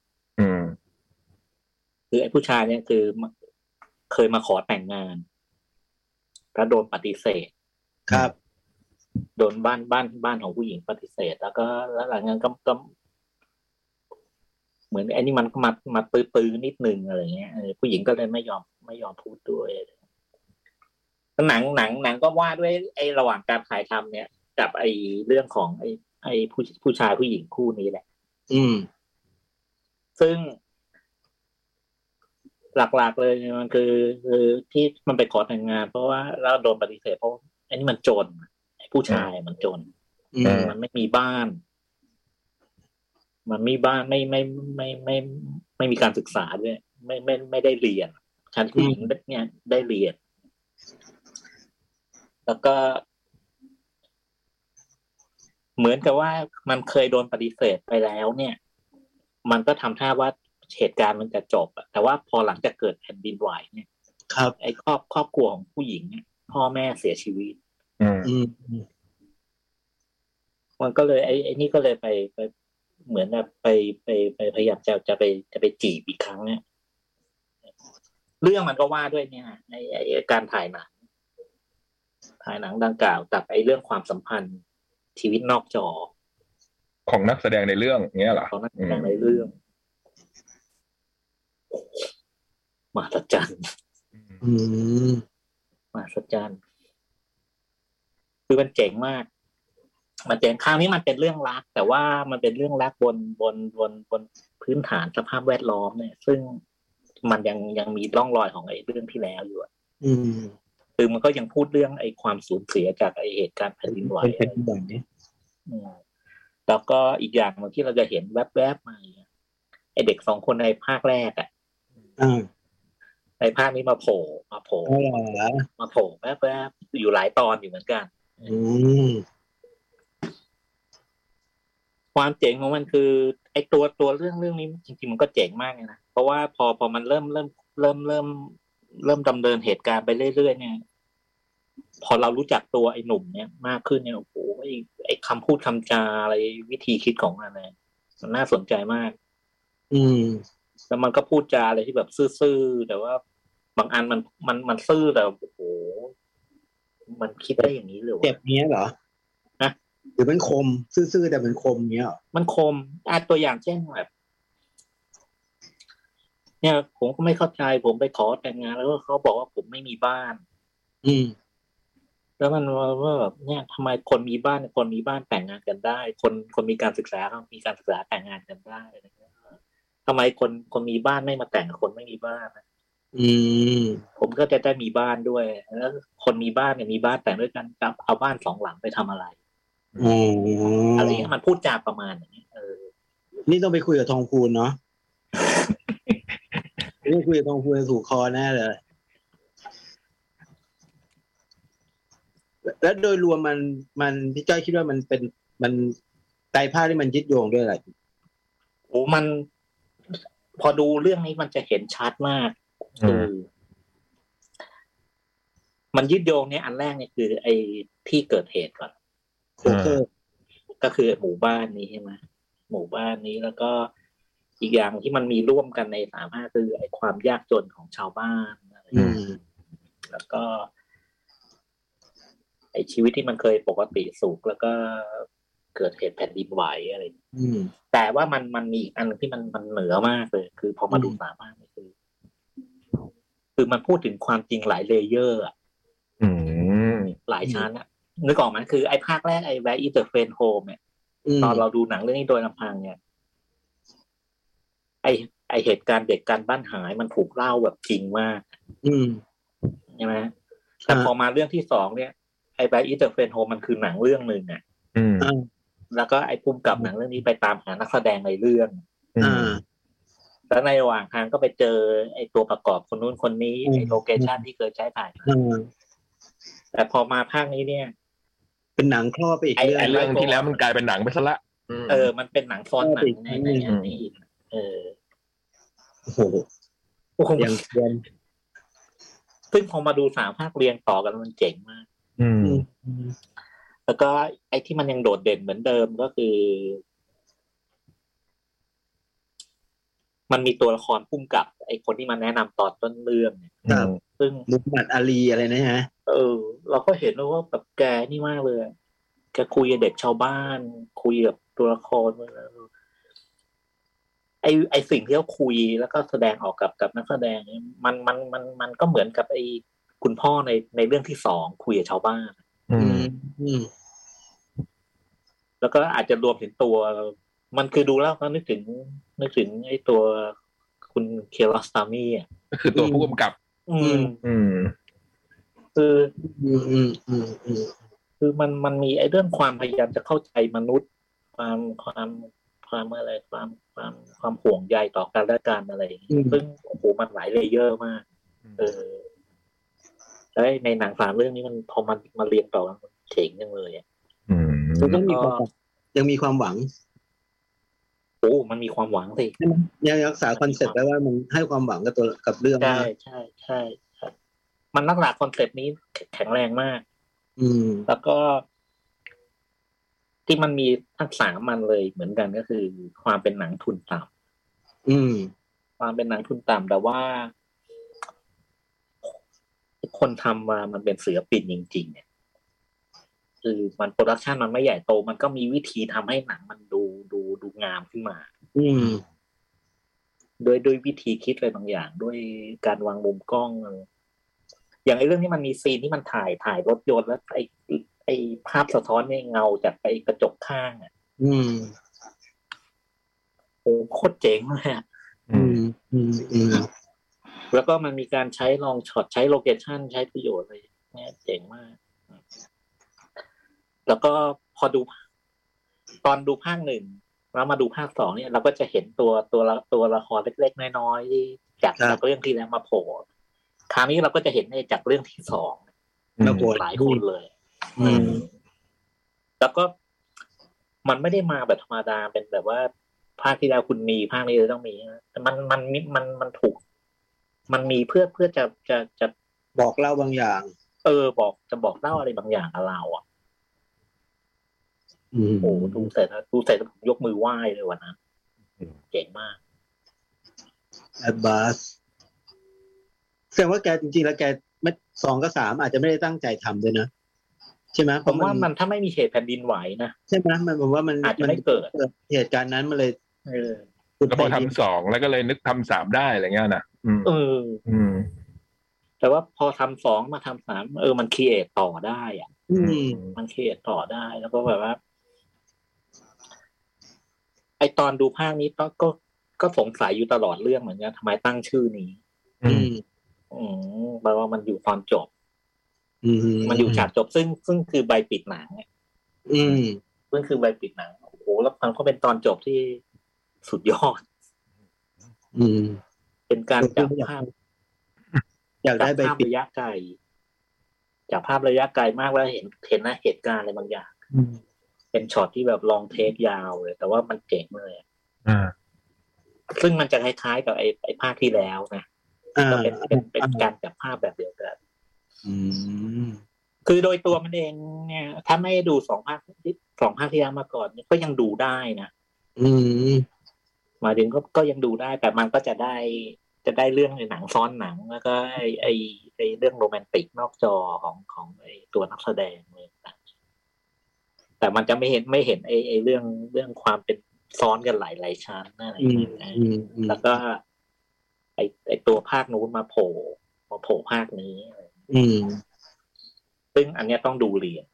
คือไอ้ผู้ชายเนี่ยคือเคยมาขอแต่งงานแล้วโดนปฏิเสธครับโดนบ้านของผู้หญิงปฏิเสธแล้วหลังจากนั้นก็เหมือนไอ้นี่มันมาตื้อนิดนึงอะไรเงี้ยผู้หญิงก็เลยไม่ยอมพูดด้วยหนังก็ว่าด้วยไอ้ระหว่างการถ่ายทำเนี่ยกับไอ้เรื่องของไอ้ผู้ชายผู้หญิงคู่นี้แหละซึ่งหลักๆเลยมันคือที่มันไปขอแต่งงานเพราะว่าเราโดนปฏิเสธเพราะไอ้นี่มันจนไอ้ผู้ชายมันจนมันไม่มีบ้านมันมีบ้านไม่มีการศึกษาด้วยไม่ได้เรียนชั้นผู้หญิงเนี่ยได้เรียนแล้วก็เหมือนกับว่ามันเคยโดนปฏิเสธไปแล้วเนี่ยมันก็ทำท่าว่าเหตุการณ์มันจะจบแต่ว่าพอหลังจากเกิดแผ่นดินไหวเนี่ยครับไอ้ครอบครัวของผู้หญิงเนี่ยพ่อแม่เสียชีวิตมันก็เลยไอ้นี่ก็เลยไปเหมือนแบบไปพยายามจะไปจีบอีกครั้งเนี่ยเรื่องมันก็ว่าด้วยเนี่ยไอ้การถ่ายหนังดังกล่าวกับไอ้เรื่องความสัมพันธ์ชีวิตนอกจอของนักแสดงในเรื่องเงี้ยเหรอของนักแสดงในเรื่องมหัศจรรย์มหัศจรรย์คือมันเจ๋งมากมันเจ๋งคราวนี้มันเป็นเรื่องรักแต่ว่ามันเป็นเรื่องรักบนพื้นฐานสภาพแวดล้อมเนี่ยซึ่งมันยังมีร่องรอยของไอ้เรื่องที่แล้วอยู่คือมันก็ยังพูดเรื่องไอ้ความสูญเสียจากไอ้เหตุการณ์แผ่นดินไหวแล้วก็อีกอย่างนึงที่เราจะเห็นแวบๆมาไอ้เด็กสองคนในภาคแรกในภาคนี้มาโผล่แวบๆอยู่หลายตอนอยู่เหมือนกันความเจ๋งของมันคือไอ้ตัวเรื่องนี้จริงๆมันก็เจ๋งมากเลยนะเพราะว่าพอมันเริ่มดำเนินเหตุการณ์ไปเรื่อยๆเนี่ยพอเรารู้จักตัวไอ้หนุ่มเนี่ยมากขึ้นเนี่ยโอ้โหไอ้คำพูดคำจาอะไรวิธีคิดของมันเนี่ยมันน่าสนใจมากแล้วมันก็พูดจาอะไรที่แบบซื่อๆแต่ว่าบางอันมันซื่อแต่โอ้โหมันคิดได้อย่างนี้เลยเจ็บเนี้ยเหรอหรือมันคมซื่อๆแต่มันคมเนี้ยมันคมตัวอย่างเช่นแบบเนี่ยผมก็ไม่เข้าใจผมไปขอแต่งงานแล้วก็เขาบอกว่าผมไม่มีบ้านแล้วมันว่าแบบเนี่ยทำไมคนมีบ้านแต่งงานกันได้คนมีการศึกษาเขามีการศึกษาแต่งงานกันได้ทำไมคนมีบ้านไม่มาแต่งกับคนไม่มีบ้านผมก็จะได้มีบ้านด้วยแล้วคนมีบ้านเนี่ยมีบ้านแต่งด้วยกันเอาบ้านสองหลังไปทำอะไรอะไรเงี้ยมันพูดจาประมาณอย่างนี้นี่ต้องไปคุยกับทองพูนเนาะนี่คุยกับทองพูนถูกคอแน่เลยแล้วโดยรวมมันพี่จ้อยคิดว่ามันไตรภาคที่มันยึดโยงด้วยอะไรโอ้มันพอดูเรื่องนี้มันจะเห็นชัดมากมันยึดโยงเนี่ยอันแรกเนี่ยคือไอ้ที่เกิดเหตุก่อนก็คือหมู่บ้านนี้ใช่ไหมหมู่บ้านนี้แล้วก็อีกอย่างที่มันมีร่วมกันใน35คือไอ้ความยากจนของชาวบ้านแล้วก็ไอ้ชีวิตที่มันเคยปกติสุขแล้วก็เกิดเหตุแผ่นดินไหวอะไรแต่ว่ามันมีอีกอันที่มันเหนือมากเลยคือพอมาดู35นี่คือมันพูดถึงความจริงหลายเลเยอร์หลายชั้นอะนึกออกไหมคือไอ้ภาคแรกไอ้ Where is the Friend Home เนี่ยตอนเราดูหนังเรื่องนี้โดยลำพังเนี่ยไอ้เหตุการณ์เด็กการบ้านหายมันถูกเล่าแบบจริงมากใช่ไหมแต่พอมาเรื่องที่2เนี่ยไอ้ Where is the Friend Home มันคือหนังเรื่องนึงอ่ะแล้วก็ไอ้ภูมิกับหนังเรื่องนี้ไปตามหานักแสดงในเรื่องแล้วในระหว่างทางก็ไปเจอไอ้ตัวประกอบคนนู้นคนนี้ไอ้โลเคชั่นที่เคยใช้ถ่ายแต่พอมาภาคนี้เนี่ยเป็นหนังครอบไปอีกเรื่องที่แล้วมันกลายเป็นหนังไปซะละมันเป็นหนังซ้อนหนังในอย่างนี้โอ้โหอย่างเรียนซึ่งพอมาดู3ภาคเรียงต่อกันมันเจ๋งมากแล้วก็ไอ้ที่มันยังโดดเด่นเหมือนเดิมก็คือมันมีตัวละครพุ่มกับไอ้คนที่มาแนะนำตอนต้นเรื่องเนี่ยซึ่งมุฮัมหมัดอาลีอะไรนะฮะเราก็เห็นว่าแบบแกนี่มากเลยแกคุยกับเด็กชาวบ้านคุยกับตัวละครไอสิ่งที่เขาคุยแล้วก็แสดงออกกับนักแสดงมันก็เหมือนกับไอคุณพ่อในเรื่องที่สองคุยกับชาวบ้านแล้วก็อาจจะรวมถึงตัวมันคือดูแล้วก็นึกถึงไอตัวคุณเคลอสตามี่อ่ะก็คือตัวผู้กำกับคือมันมีไอ้เรื่องความพยายามจะเข้าใจมนุษย์ความอะไรความห่วงใยต่อกันและกันอะไรซึ่งโอ้โหมันหลายเลเยอร์มากแล้วในหนัง3เรื่องนี้มันพอมันเรียงต่อกันเจ๋งจังเลยอ่ะมันต้องมียังมีความหวังโอ้มันมีความหวังสิยังรักษาคอนเซ็ปต์ไว้ว่ามันให้ความหวังกับตัวกับเรื่องใช่มันรักษาคอนเซ็ปต์นี้แข็งแรงมากแล้วก็ที่มันมีทั้ง3มันเลยเหมือนกันก็คือความเป็นหนังทุนต่ำความเป็นหนังทุนต่ำแต่ว่าคนทำมามันเป็นศิลปินจริงๆเนี่ยคือมันโปรดักชันมันไม่ใหญ่โตมันก็มีวิธีทำให้หนังมันดูงามขึ้นมาโดยวิธีคิดอะไรบางอย่างด้วยการวางมุมกล้องอย่างไอ้เรื่องที่มันมีซีนที่มันถ่ายรถยนต์แล้วไอ้ภาพสะท้อนเนี่ยเงาจากไอ้กระจกข้างอ่ะโอ้โคตรเจ๋งเลยอ่ะแล้วก็มันมีการใช้ลองช็อตใช้โลเคชั่นใช้ประโยชน์อะไรเนี่ยเจ๋งมากแล้วก็พอดูตอนดูภาค1แล้วมาดูภาค2เนี่ยเราก็จะเห็นตัวละครเล็กๆน้อยๆที่จากเรื่องที่แล้วมาโผล่คราวนี้เราก็จะเห็นจากเรื่องที่2หลายคนเลยแล้วก็มันไม่ได้มาแบบธรรมดาเป็นแบบว่าภาคที่แล้วคุณมีภาคนี้ต้องมีมันถูกมันมีเพื่อจะบอกเล่าบางอย่างบอกเล่าอะไรบางอย่างกับเราอ่ะโอ้ดูเสร็จแล้วผมยกมือไหว้เลยวันนั้นเจ๋งมากแอดบาสแสดงว่าแกจริงๆแล้วแกไม่2กับ3อาจจะไม่ได้ตั้งใจทำด้วยนะใช่ไหมผมว่ามันถ้าไม่มีเหตุแผ่นดินไหวนะใช่ไหมมันผมว่ามันอาจจะไม่เกิดเหตุการณ์นั้นมาเลยแล้วพอทำ2แล้วก็เลยนึกทำ3ได้อะไรเงี้ยนะแต่ว่าพอทำ2มาทำ3มันครีเอทต่อได้อ่ะมันครีเอทต่อได้แล้วก็แบบว่าไอตอนดูภาคนี้ก็สงสัยอยู่ตลอดเรื่องเหมือนกันทำไมตั้งชื่อนี้แปลว่ามันอยู่ตอนจบมันอยู่ฉากจบซึ่งคือใบปิดหนังซึ่งคือใบปิดหนังโอ้โหแล้วมันก็เป็นตอนจบที่สุดยอดเป็นการจับภาพอยากได้ใบปิดระยะไกลจับภาพระยะไกลมากแล้วเห็นนะเหตุการณ์อะไรบางอย่างเป็นช็อตที่แบบลองเทคยาวเลยแต่ว่ามันเจ๋งเลยซึ่งมันจะคล้ายๆกับไอ้ภาคที่แล้วนะก็เป็นการจับภาพแบบเดียวกันคือโดยตัวมันเองเนี่ยถ้าไม่ดู2 ภาคที่แล้วมาก่อนก็ยังดูได้นะหมายถึงก็ยังดูได้แต่มันก็จะได้เรื่องในหนังซ้อนหนังแล้วก็ไอ้เรื่องโรแมนติกนอกจอของไอ้ตัวนักแสดงเลยแต่มันจะไม่เห็นไอ้เรื่องความเป็นซ้อนกันหลายชั้นอะไรอย่างเงี้ยแล้วก็ไอ้ตัวภาคนู้นมาโผล่ภาคนี้ซึ่งอันเนี้ยต้องดูเรียน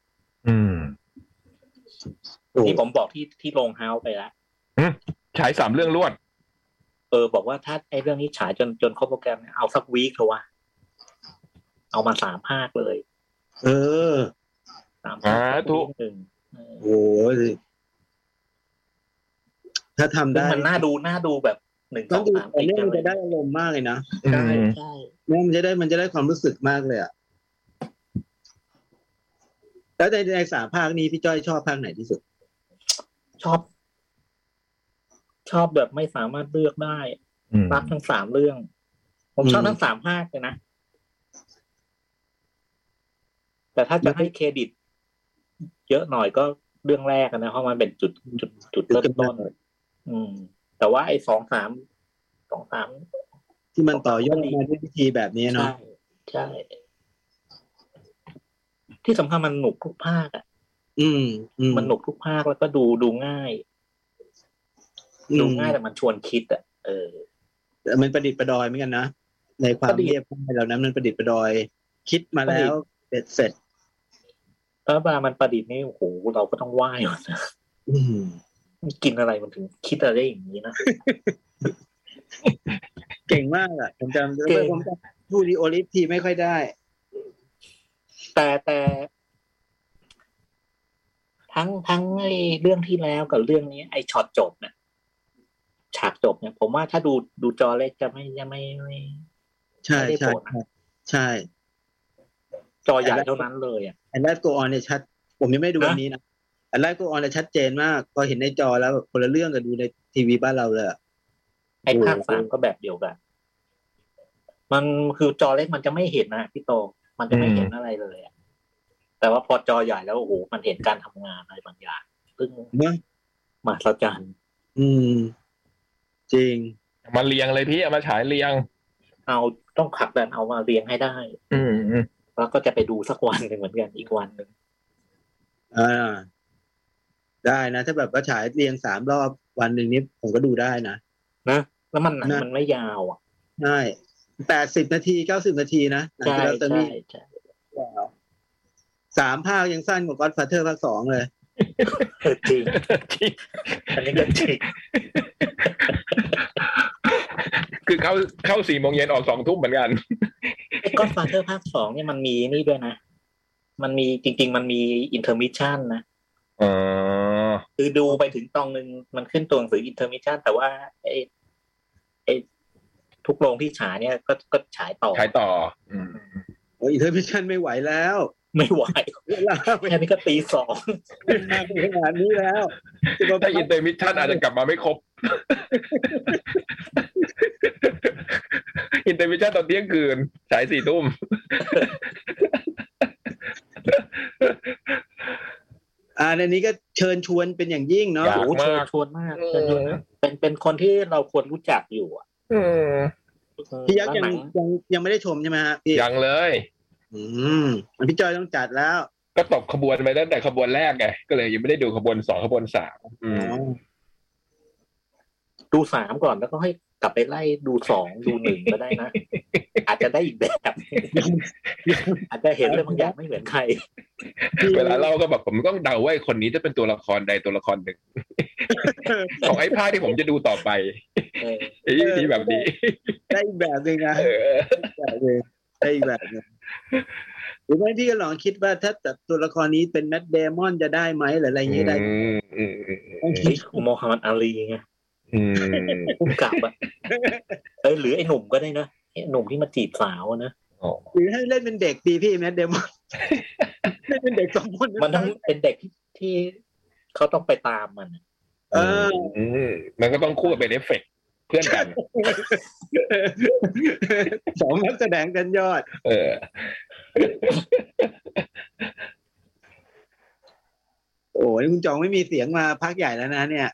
ที่ผมบอกที่โรงเฮาส์ไปแล้วฉาย3เรื่องรวดบอกว่าถ้าไอ้เรื่องนี้ฉายจนครบโปรแกรมเอาสักวีคเถอะวะเอามา3 ภาคเลย3 ภาคทุกโอ้ยถ้าทำได้มันน่าดูแบบ1 2 3 เรื่องมันจะได้อารมณ์มากเลยนะใช่มันจะได้ความรู้สึกมากเลยอ่ะแล้วใน3 ภาคนี้พี่จ้อยชอบภาคไหนที่สุดชอบแบบไม่สามารถเลือกได้รักทั้ง3เรื่องผมชอบทั้ง3 ภาคเลยนะแต่ถ้าจะให้เครดิตเยอะหน่อยก็เรื่องแรกนะเพราะมันเป็นจุดเริ่มต้นแต่ว่าไอ้2-3 ที่มันต่อยอดมาด้วยวิธีแบบนี้เนาะใช่ที่สำคัญมันหนุกทุกภาคอ่ะมันหนุกทุกภาคแล้วก็ดูง่ายดูง่ายแต่มันชวนคิดอ่ะแต่มันประดิษฐ์ประดอยเหมือนกันนะในความเรียบง่ายเหล่านั้นมันประดิษฐ์ประดอยคิดมาแล้วเสร็จถ้าบามันประดิษฐ์นี่โอ้โหเราก็ต้องไหว้ก่อนนะกินอะไรมันถึงคิดอะไรได้อย่างนี้นะเก่งมากอ่ะผมจำดูดีโอลิฟทีไม่ค่อยได้แต่ทั้งไอ้เรื่องที่แล้วกับเรื่องนี้ไอ้ช็อตจบเนี่ยฉากจบเนี่ยผมว่าถ้าดูจอเล็กจะไม่ใช่ใช่ใช่จอใหญ่เท่านั้นเลยอ่ะอันแรกโกออนเนี่ยชัดผมยังไม่ดูวันนี้นะอันแรกโกออนเนี่ยชัดเจนมากพอเห็นในจอแล้วคนละเรื่องกับดูในทีวีบ้านเราเลยไอ้ภาค3ก็แบบเดียวกันมันคือจอเล็กมันจะไม่เห็นนะพี่โตมันจะไม่เห็นอะไรเลยอ่ะแต่ว่าพอจอใหญ่แล้วโอ้โหมันเห็นการทำงานอะไรบางอย่างซึ่งมหัศจรรย์จริงมาเรียงเลยพี่เอามาฉายเรียงเอาต้องขับดันเอามาเรียงให้ได้แล้วก็จะไปดูสักวันหนึ่งเหมือนกันอีกวันหนึ่งได้นะถ้าแบบว่าฉายเรียง3 รอบวันหนึ่งนี้ผมก็ดูได้นะแล้วมันไม่ยาวอ่ะใช่80 นาที90 นาทีนะใช่ใช่ใช่ 3 ภาคยังสั้นกว่า Godfather ภาค 2เลยจริงอันนี้ก็จริงคือเข้า4 โมงเย็นออก2 ทุ่มเหมือนกันไอ้ Godfather ภาค 2เนี่ยมันมีนี่ด้วยนะมันมีจริงๆมันมีอินเทอร์มิชชั่นนะคือดูไปถึงตอนนึงมันขึ้นตัวหนังสืออินเทอร์มิชชั่นแต่ว่าไอ้ทุกโรงที่ฉายเนี่ยก็ฉายต่ออินเทอร์มิชชั่นไม่ไหวแล้วไม่ไหวแค่นี้ก็ตี 2 มาขนาดนี้แล้วถ้าอินเตอร์มิชชั่นอาจจะกลับมาไม่ครบอินเตอร์มิชชั่นตอนเที่ยงคืนฉาย4 ทุ่มในนี้ก็เชิญชวนเป็นอย่างยิ่งเนาะโอ้เชิญชวนมากเป็นคนที่เราควรรู้จักอยู่อ่ะพี่ยักษ์ยังไม่ได้ชมใช่ไหมฮะพี่ยังเลยพี่จอยต้องจัดแล้วก็ตกขบวนไปตั้งแต่ขบวนแรกไงก็เลยยังไม่ได้ดูขบวน2ขบวน 3ดู3ก่อนแล้วก็ให้กลับไปไล่ดู2ดู1ก็ได้นะอาจจะได้อีกแบบอาจจะเห็นเรื่องบางอย่างไม่เหมือนใครเวลาเล่าก็แบบผมต้องเดาว่าคนนี้จะเป็นตัวละครใดตัวละครหนึ่งของไอ้ภาคที่ผมจะดูต่อไปที่แบบนี้ได้อีกแบบนึงนะได้อีกแบบนึงหรือไม่พี่ก็ลองคิดว่าถ้าตัวละครนี้เป็นแมทเดมอนจะได้ไหมหรืออะไรอย่างนี้ได้โมฮัมหมัดอาลีไงพุ่มกลับอ่ะหรือไอ้หนุ่มก็ได้นะไอ้หนุ่มที่มาจีบสาวนะหรือให้เล่นเป็นเด็กดีพี่แมทเดมอนเล่นเป็นเด็ก2 คนมันต้องเป็นเด็กที่เขาต้องไปตามมันมันก็ต้องคู่เป็นเอฟเฟกต์เพื่อนกัน 2 นักแสดงกันยอดโอ้ยคุณจองไม่มีเสียงมาพักใหญ่แล้วนะเนี่ย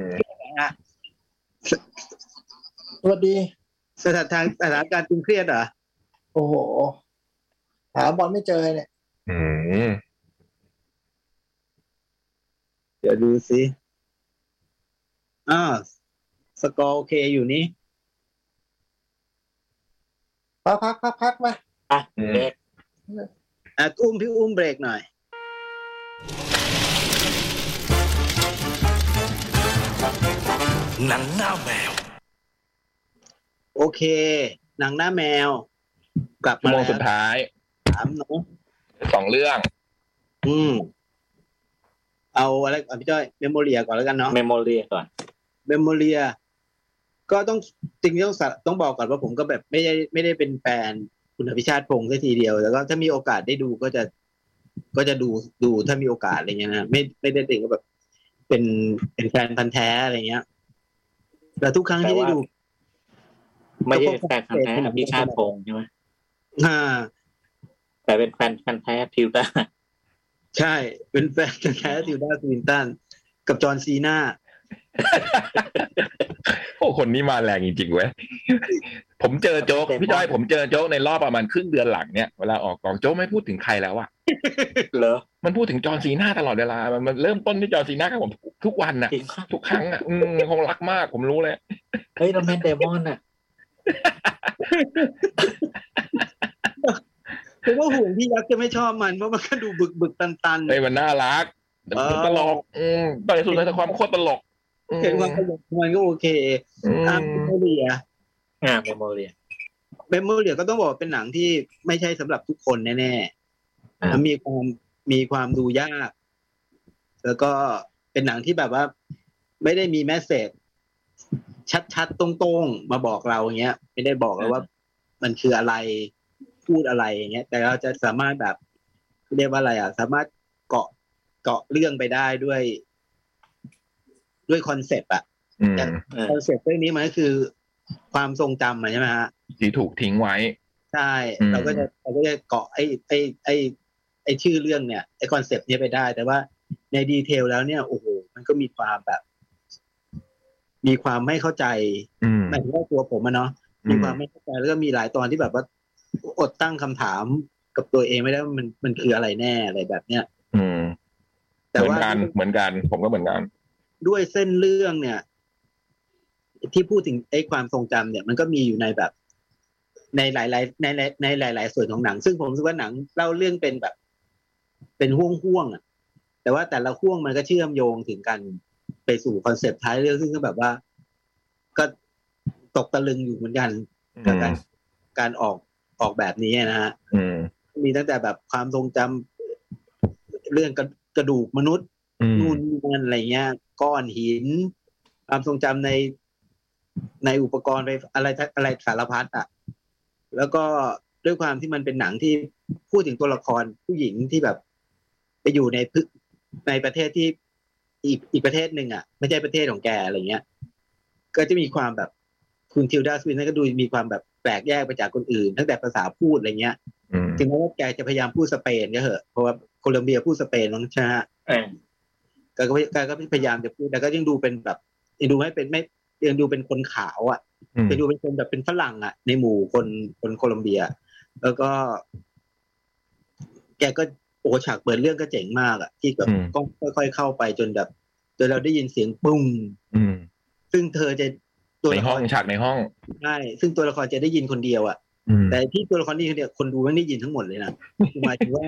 สวัสดีสถานการณ์ตึงเครียดเหรอโอ้โหหาบอลไม่เจอเนี่ยเดี๋ยวดูสิสกอร์โอเคอยู่นี่พักมาเบรกพี่อุ้มเบรกหน่อยหนังหน้าแมวโอเคหนังหน้าแมวกลับมาแล้วสุดท้าย 3เนาะ 2 เรื่องเอาอะไรพี่จ้อยเมมโมเรียก่อนแล้วกันเนาะเมมโมเรียก่อนเมมโมเรียก็ต้องจริงๆต้องบอกก่อนว่าผมก็แบบไม่ได้เป็นแฟนคุณอภิชาติพงษ์แค่ทีเดียวแล้วก็ถ้ามีโอกาสได้ดูก็จะดูถ้ามีโอกาสอะไรเงี้ยนะไม่ได้ติดก็แบบเป็นแฟนพันธุ์แท้อะไรเงี้ยแต่ทุกครั้งที่ได้ดูไม่ใช่แฟนพันธุ์แท้อภิชาติพงษ์ใช่ไหมแต่เป็นแฟนพันธุ์แท้ทิวดาใช่เป็นแฟนพันธุ์แท้ทิวดาสวินตันกับจอห์นซีน่าโอ้คนนี้มาแรงจริงๆเว้ยผมเจอโจ๊กพี่จ้อยผมเจอโจ๊กในรอบประมาณครึ่งเดือนหลังเนี่ยเวลาออกกองโจ๊กไม่พูดถึงใครแล้วอะเหรอมันพูดถึงจอห์นซีน่าตลอดเวลามันเริ่มต้นที่จอห์นซีน่าครับผมทุกวันน่ะทุกครั้งอ่ะคงรักมากผมรู้เลยเฮ้ยแล้วแมทเดมอนน่ะผมว่าห่วงพี่ยักษ์จะไม่ชอบมันเพราะมันก็ดูบึกตันเฮ้ยมันน่ารักตลกตอนสุดในความโคตรตลกเห็นความตลกมันก็โอเคเมมโมเรียเมมโมเรียก็ต้องบอกเป็นหนังที่ไม่ใช่สำหรับทุกคนแน่ๆมันมีความดูยากแล้วก็เป็นหนังที่แบบว่าไม่ได้มีแมสเสจชัดๆตรงๆมาบอกเราอย่างเงี้ยไม่ได้บอกเราว่ามันคืออะไรพูดอะไรอย่างเงี้ยแต่เราจะสามารถแบบเรียกว่าอะไรสามารถเกาะเรื่องไปได้ด้วยคอนเซปต์คอนเซปต์เรื่องนี้มันก็คือความทรงจำใช่ไหมฮะที่ถูกทิ้งไว้ใช่เราก็จะเกาะไอ้ชื่อเรื่องเนี่ยไอ้คอนเซปต์นี้ไปได้แต่ว่าในดีเทลแล้วเนี่ยโอ้โหมันก็มีความแบบมีความไม่เข้าใจหมายถึงว่าตัวผมเนาะมีความไม่เข้าใจแล้วก็มีหลายตอนที่แบบว่าอดตั้งคำถามกับตัวเองไม่ได้ว่ามันคืออะไรแน่อะไรแบบเนี้ยแต่ว่าเหมือนกันผมก็เหมือนกันด้วยเส้นเรื่องเนี่ยที่พูดถึงไอ้ความทรงจำเนี่ยมันก็มีอยู่ในแบบในหลายส่วนของหนังซึ่งผมรู้สึกว่าหนังเล่าเรื่องเป็นแบบเป็นห่วงแต่ว่าแต่ละห่วงมันก็เชื่อมโยงถึงกันไปสู่คอนเซปต์ท้ายเรื่องซึ่งก็แบบว่าก็ตกตะลึงอยู่เหมือนกันกับการออกแบบนี้นะฮะมีตั้งแต่แบบความทรงจำเรื่องกระดูกมนุษย์นู่นนี่อะไรเงี้ยก้อนหินความทรงจำในอุปกรณ์ไปอะไรสารพัดแล้วก็ด้วยความที่มันเป็นหนังที่พูดถึงตัวละครผู้หญิงที่แบบไปอยู่ในประเทศที่อีกประเทศหนึ่งไม่ใช่ประเทศของแกอะไรเงี้ยก็จะมีความแบบคุณทิลดาสวินนั่นก็ดูมีความแบบแปลกแยกไปจากคนอื่นตั้งแต่ภาษาพูดอะไรเงี้ยถึงแม้ว่าแกจะพยายามพูดสเปนก็เหอะเพราะว่าโคลอมเบียพูดสเปนมั้งใช่ฮะแกก็พยายามจะพูดแต่ก็ยังดูเป็นแบบยังดูยังดูเป็นคนขาวจะดูเป็นคนแบบเป็นฝรั่งในหมู่คนโคลอมเบียแล้วก็แกก็โอ้ฉากเปิดเรื่องก็เจ๋งมากที่แบบก็ค่อยๆเข้าไปจนเราได้ยินเสียงปุ้งซึ่งเธอจะตัวในห้องฉากในห้องใช่ซึ่งตัวละครจะได้ยินคนเดียวแต่ที่ตัวละครนี้เนี่ยคนดูไม่ได้ยินทั้งหมดเลยนะหมายถึงว่า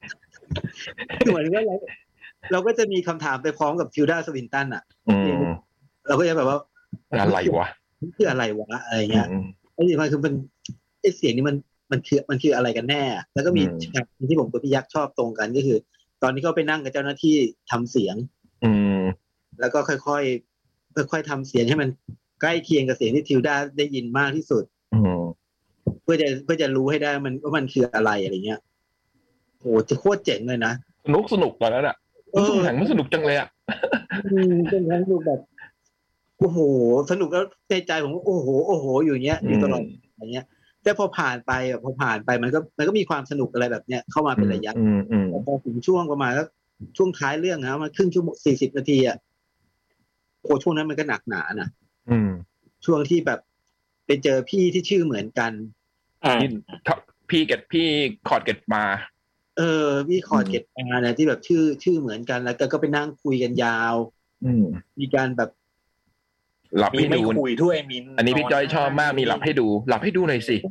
เราก็จะมีคำถามไปพร้อมกับทิลดาสวินตันเราก็จะแบบว่าอะไรวะคืออะไรวะอะไรเงี้ยไอ้ที่มันคือมันไอ้เสียงนี้มันคืออะไรกันแน่แล้วก็มีฉากที่ผมกับพี่ยักษ์ชอบตรงกันก็คือตอนนี้เขาไปนั่งกับเจ้าหน้าที่ทำเสียงแล้วก็ค่อยๆทำเสียงให้มันใกล้เคียงกับเสียงที่ทิลดาได้ยินมากที่สุดเพื่อจะรู้ให้ได้ว่ามันคืออะไรเงี้ยโหจะโคตรเจ๋งเลยนะสนุกตอนนั้นหนังมันสนุกจังเลยเป็นหนังสนุกแบบโอ้โหสนุกแล้วในใจผมโอ้โหอยู่เงี้ยอยู่ตลอดอย่างเงี้ยแต่พอผ่านไปมันก็มีความสนุกอะไรแบบเนี้ยเข้ามาเป็นระยะพอถึงช่วงประมาณแล้วช่วงท้ายเรื่องนะมันครึ่งชั่วโมง40 นาทีโอ้ช่วงนั้นมันก็หนักหนานะช่วงที่แบบไปเจอพี่ที่ชื่อเหมือนกันพี่คอร์ดเกตมาพี่คอร์ดเกตมาเนี่ยที่แบบชื่อเหมือนกันแล้วก็ไปนั่งคุยกันยาวมีการแบบหลับให้ดูคุยด้วยมินอันนี้พี่จ้อยชอบมากมีหลับให้ดูหน่อยสิ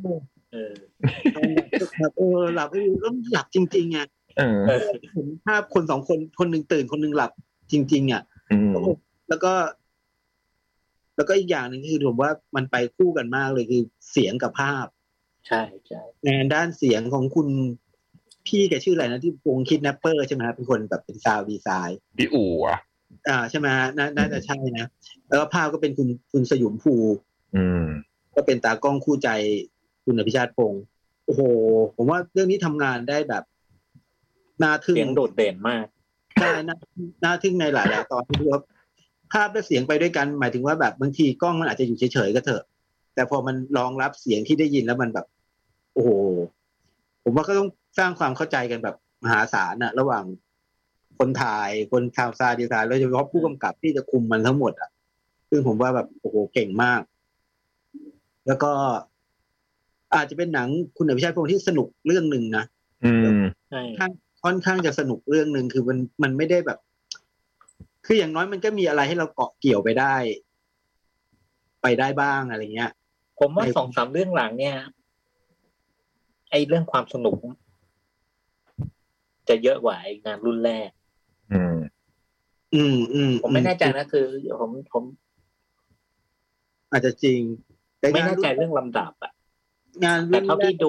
หลับให้ดูแล้วหลับจริงๆเห็นภาพคนสองคนหนึ่งตื่นคนหนึ่งหลับจริงๆแล้วก็อีกอย่างหนึ่งคือผมว่ามันไปคู่กันมากเลยคือเสียงกับภาพใช่งานด้านเสียงของคุณพี่แกชื่ออะไรนะที่วงคิดแนปเปอร์ใช่ไหมครับเป็นคนแบบเป็นซาวด์ดีไซน์พี่อู๋ใช่ไหมน่าจะใช่นะแล้วก็ภาพก็เป็นคุณสยุมภูก็เป็นตากล้องคู่ใจคุณอภิชาติพงศ์โอ้โหผมว่าเรื่องนี้ทำงานได้แบบน่าทึ่งเสียงโดดเด่นมากใช่น่าทึ่งในหลายๆตอนที่ว่าภาพและเสียงไปด้วยกันหมายถึงว่าแบบบางทีกล้องมันอาจจะอยู่เฉยๆก็เถอะแต่พอมันรองรับเสียงที่ได้ยินแล้วมันแบบโอ้โหผมว่าก็ต้องสร้างความเข้าใจกันแบบมหาศาลระหว่างคนถ่ายคนทำซาวด์ดีไซน์แล้วโดยเฉพาะผู้กำกับที่จะคุมมันทั้งหมดซึ่งผมว่าแบบโอ้โหเก่งมากแล้วก็อาจจะเป็นหนังคุณอภิชาติพงศ์ที่สนุกเรื่องหนึ่งนะถ้าค่อนข้างจะสนุกเรื่องนึงคือมันไม่ได้แบบคืออย่างน้อยมันก็มีอะไรให้เราเกาะเกี่ยวไปได้บ้างอะไรเงี้ยผมว่า 2-3 เรื่องหลังเนี่ยไอ้เรื่องความสนุกจะเยอะกว่าไอ้งานรุ่นแรกผมไม่แน่ใจนะคือผมอาจจะจริงแต่ไม่แน่ใจเรื่องลำดับอ่ะงานแต่เท่าที่ดู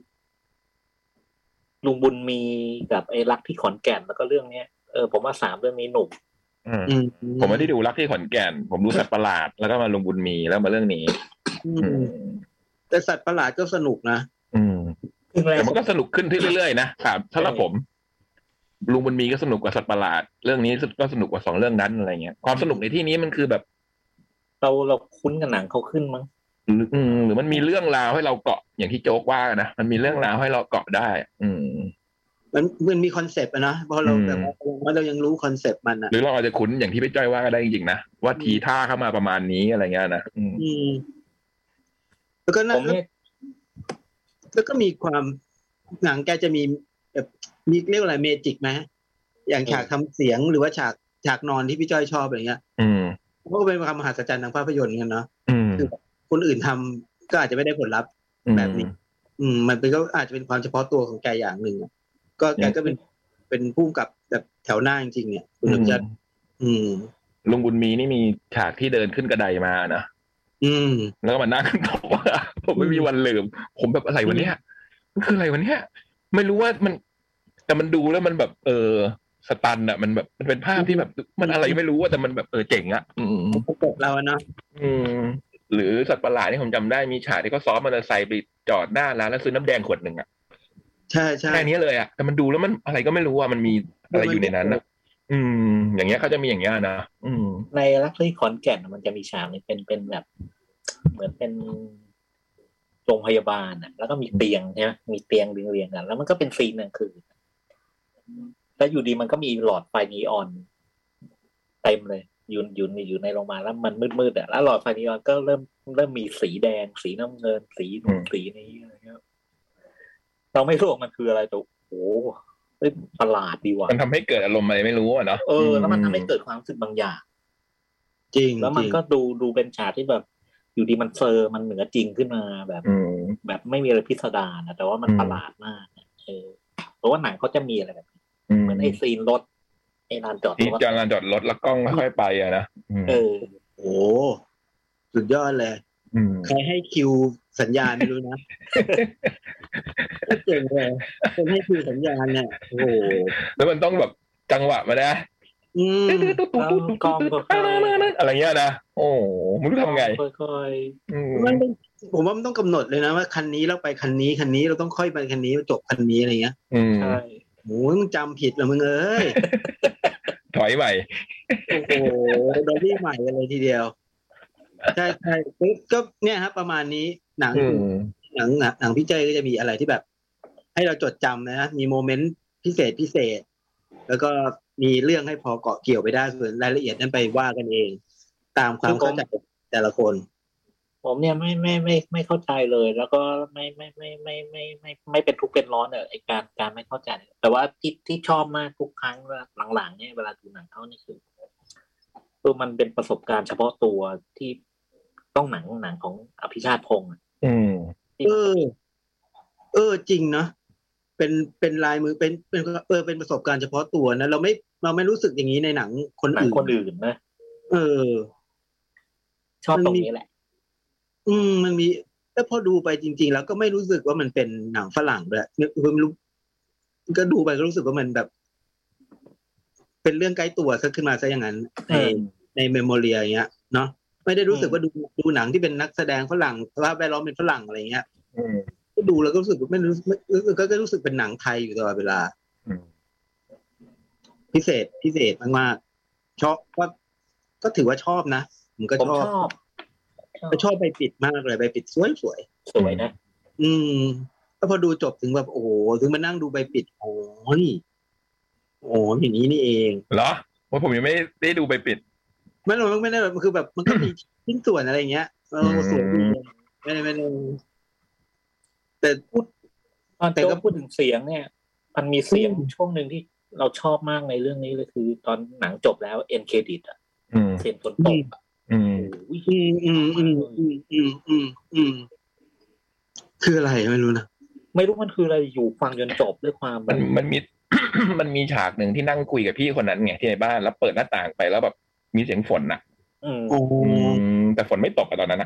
ลุงบุญมีกับไอ้รักที่ขอนแก่นแล้วก็เรื่องเนี้ยผมว่า3เรื่องนี้หนุกผมไม่ได้ดูรักที่ขอนแก่นผมดูสัตว์ประหลาดแล้วก็มาลุงบุญมีแล้วมาเรื่องนี้แต่สัตว์ประหลาดก็สนุกนะแต่มันก็สนุกขึ้นเรื่อยๆนะครับสำหรับผมลุงบุญมีก็สนุกกว่าสัตว์ประหลาดเรื่องนี้ก็สนุกกว่า2เรื่องนั้นอะไรเงี้ยความสนุกในที่นี้มันคือแบบเราคุ้นกับหนังเขาขึ้นมั้งหรือมันมีเรื่องราวให้เราเกาะอย่างที่โจ๊กว่านะมันมีเรื่องราวให้เราเกาะได้มันมีคอนเซปต์นะเพราะเราแบบว่าเรายังรู้คอนเซปต์มันหรือเราอาจจะคุ้นอย่างที่พี่จ้อยว่าก็ได้จริงๆนะว่าทีท่าเข้ามาประมาณนี้อะไรเงี้ยนะแล้วก็แล้วก็มีความหนังแกจะมีแบบมีเรียกอะไรเมจิกไหมอย่างฉากทำเสียงหรือว่าฉากนอนที่พี่จ้อยชอบอะไรเงี้ยก็เป็นความมหัศจรรย์ทางภาพยนตร์กันเนาะคือคนอื่นทำก็อาจจะไม่ได้ผลลัพธ์แบบนี้มันเป็นก็อาจจะเป็นความเฉพาะตัวของแกอย่างหนึ่งก็แกก็เป็นผู้กำกับแบบแถวหน้าจริงๆเนี่ยคุณสมจัดลุงบุญมีนี่มีฉากที่เดินขึ้นกระไดมานะแล้วก็มานั่งบอกว่าผมไม่มีวันลืมผมแบบอะไรวะเนี่ยมันคืออะไรวะเนี่ยไม่รู้ว่ามันแต่มันดูแล้วมันแบบสตันอ่ะมันแบบมันเป็นภาพที่แบบมันอะไรไม่รู้ว่าแต่มันแบบเจ๋งอ่ะประกบเราเนาะหรือสัตว์ประหลาดที่ผมจำได้มีฉากที่เขาซ้อมมอเตอร์ไซค์ไปจอดหน้าร้านแล้วซื้อน้ำแดงขวดหนึ่งอ่ะใช่ใช่แค่นี้เลยอ่ะแต่มันดูแล้วมันอะไรก็ไม่รู้อ่ะมันมีอะไรอยู่ในนั้นอ่ะอย่างเงี้ยเขาจะมีอย่างเงี้ยนะในรักที่ขอนแก่นมันจะมีฉากนี้เป็นแบบเหมือนเป็นโรงพยาบาลอ่ะแล้วก็มีเตียงใช่ไหมมีเตียงเรียงๆกันแล้วมันก็เป็นซีนนึงคือแล้วอยู่ดีมันก็มีหลอดไฟนีออนเต็มเลยอยู่ในโรงพยาบาลแล้วมันมืดๆอ่ะแล้วหลอดไฟนีออนก็เริ่มมีสีแดงสีน้ำเงินสีนี้อะไรเงี้ยเราไม่รู้มันคืออะไรแต่โอ้ประหลาดดีว่ะมันทำให้เกิดอารมณ์อะไรไม่รู้อ่ะเนาะแล้วมันทำให้เกิดความรู้สึกบางอย่างจริงแล้วมันก็ดูเป็นฉากที่แบบอยู่ดีมันมันเหนือจริงขึ้นมาแบบไม่มีอะไรพิสดารนะแต่ว่ามันประหลาดมากเพราะว่าหนังเขาจะมีอะไรแบบนี้เหมือนไอ้ซีนรถไอ้ลานจอดรถแล้วกล้องค่อยๆไปอะนะโอ้สุดยอดเลยใครให้คิวสัญญาณไม่รู้นะเจ๋งเลยคนให้คิวสัญญาณเนี่ยโอ้แล้วมันต้องแบบจังหวะมาได้กล้องอะไรเงี้ยนะโอ้ไม่รู้ทำไงค่อยๆผมว่ามันต้องกำหนดเลยนะว่าคันนี้เราไปคันนี้เราต้องค่อยไปคันนี้จบคันนี้อะไรเงี้ยใช่โอ้มึงจำผิดเหรอมึงถอยใหม่โอ้โหดอลลี่ใหม่อะไรทีเดียวใช่ก็เนี่ยครับประมาณนี้หนังพี่เจก็จะมีอะไรที่แบบให้เราจดจำนะมีโมเมนต์พิเศษแล้วก็มีเรื่องให้พอเกาะเกี่ยวไปได้ส่วนรายละเอียดนั้นไปว่ากันเองตามความเข้าใจแต่ละคนผมเนี่ยไม่เข้าใจเลยแล้วก็ไม่เป็นทุกข์เป็นร้อนไอ้การไม่เข้าใจแต่ว่าที่ชอบมากทุกครั้งหลังๆเนี่ยเวลาดูหนังเขานี่คือมันเป็นประสบการณ์เฉพาะตัวที่ต้องหนังของอภิชาติพงษ์จริงเนาะเป็นลายมือเป็นประสบการณ์เฉพาะตัวนะเราไม่รู้สึกอย่างนี้ในหนังคนอื่นนะชอบตรงนี้แหละมันมีแล้วพอดูไปจริงๆแล้วก็ไม่รู้สึกว่ามันเป็นหนังฝรั่งด้วยไม่รู้ก็ดูไปก็รู้สึกว่ามันแบบเป็นเรื่องใกล้ตัวซะขึ้นมาซะอย่างนั้นในเมมโมเรียอย่างเงี้ยเนาะไม่ได้รู้สึกว่าดูหนังที่เป็นนักแสดงฝรั่งสภาพแวดล้อมเป็นฝรั่งอะไรเงี้ยก็ดูแล้วก็รู้สึกไม่รู้ก็รู้สึกเป็นหนังไทยอยู่ตลอดเวลาพิเศษมากๆชอบก็ถือว่าชอบนะผมก็ชอบใบปิดมากเลยใบปิดสวยนะแล้วพอดูจบถึงแบบโอ้โหถึงมานั่งดูใบปิดโอ้อย่างนี้นี่เองเหรอว่าผมยังไม่ได้ดูใบปิดไม่ได้แบบคือแบบมันก็มีชิ้นส่วนอะไรอย่างเงี้ยสวยดีไม่ได้แต่ก็พูดถึงเสียงเนี่ยมันมีเสียงช่วงหนึ่งที่เราชอบมากในเรื่องนี้เลยคือตอนหนังจบแล้วเอ็นเครดิตอ่ะเสียงฝนตกคืออะไรไม่รู้นะไม่รู้มันคืออะไรอยู่ฟังจนจบด้วยความมันมี มันมีฉากหนึ่งที่นั่งคุยกับพี่คนนั้นไงที่ในบ้านแล้วเปิดหน้าต่างไปแล้วแบบมีเสียงฝนน่ะแต่ฝนไม่ตกตอนนั้นนะ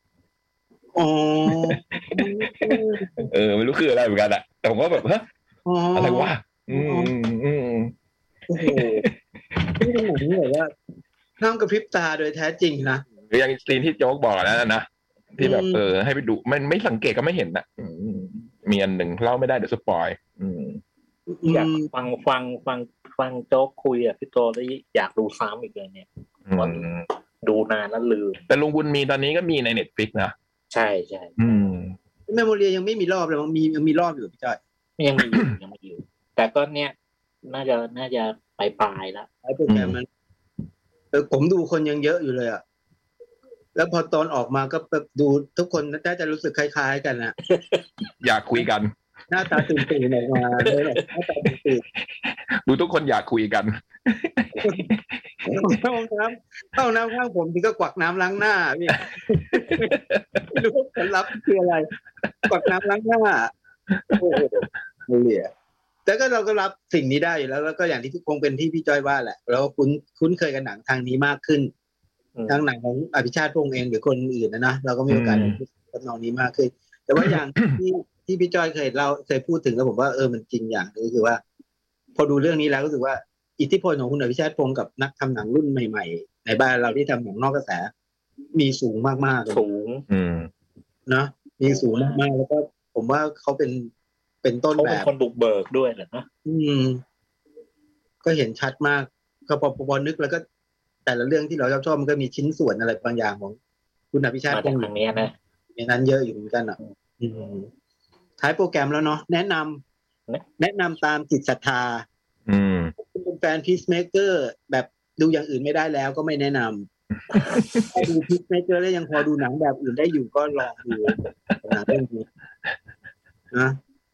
ไม่รู้คืออะไรเหมือนกันอะแต่ผมก็แบบฮะอะไรวะโอ้โหนี่เป็นหนังที่แบบว่าห้ามกระพริบตาโดยแท้จริงนะหรืออย่างซีนที่โจ๊กบอกนะที่แบบให้ไปดูมันไม่สังเกตก็ไม่เห็นนะมีอันหนึ่งเล่าไม่ได้เดี๋ยวสปอยอยากฟังโจ๊กคุยพี่โตแล้วอยากดูซ้ำอีกเลยเนี่ยดูนานแล้วลืมแต่ลุงบุญมีตอนนี้ก็มีใน Netflix นะใช่เมโมเรียยังไม่มีรอบเลยมันมีรอบอยู่พี่จ้อยยังมีอยู่แต่ก็เนี่ยน่าจะปลายแล้วไอ้โปรแกรมมันผมดูคนยังเยอะอยู่เลยอ่ะแล้วพอตอนออกมาก็ดูทุกคนน่าจะรู้สึกคล้ายๆกันนะอยากคุยกันหน้าตาตื่นๆออกมาเลยหน้าตาตื่นดูทุกคนอยากคุยกันเข้าน้ำข้างผมที่ก็กวักน้ำล้างหน้าพี่ไม่รู้ผลลัพธ์คืออะไรกวักน้ำล้างหน้าโอ้โหเหลี่ยแต่ก็เราก็รับสิ่งนี้ได้อยู่แล้วแล้วก็อย่างที่คงเป็นที่พี่จ้อยว่าแหละเราคุ้นเคยกับหนังทางนี้มากขึ้นทั้งหนังของอภิชาติพงษ์เองหรือคนอื่นนะเราก็มีโอกาสได้พูดกับน้องนี้มากขึ้นแต่ว่าอย่างที่พี่จ้อยเคยพูดถึงแล้วผมว่ามันจริงอย่างนึงคือว่าพอดูเรื่องนี้แล้วรู้สึกว่าอิทธิพลของคุณอภิชาติพงษ์กับนักทำหนังรุ่นใหม่ๆในบ้านเราที่ทำหนังนอกกระแสมีสูงมากๆสูงนะมีสูงมากๆแล้วก็ผมว่าเขาเป็นต้นแบบคนบุกเบิกด้วยนะก็เห็นชัดมากก็พอนึกแล้วก็แต่ละเรื่องที่เราชอบมันก็มีชิ้นส่วนอะไรบางอย่างของคุณอภิชาติพงษ์อย่างนี้นะในนั้นเยอะอยู่เหมือนกันอ่ะท้ายโปรแกรมแล้วเนาะแนะนำตามจิตศรัทธาเป็นแฟนพีซเมเกอร์แบบดูอย่างอื่นไม่ได้แล้วก็ไม่แนะนำถ้าดูพีซเมเกอร์แล้วยังพอดูหนังแบบอื่นได้อยู่ก็ลองดูหนังเรื่องนี้นะ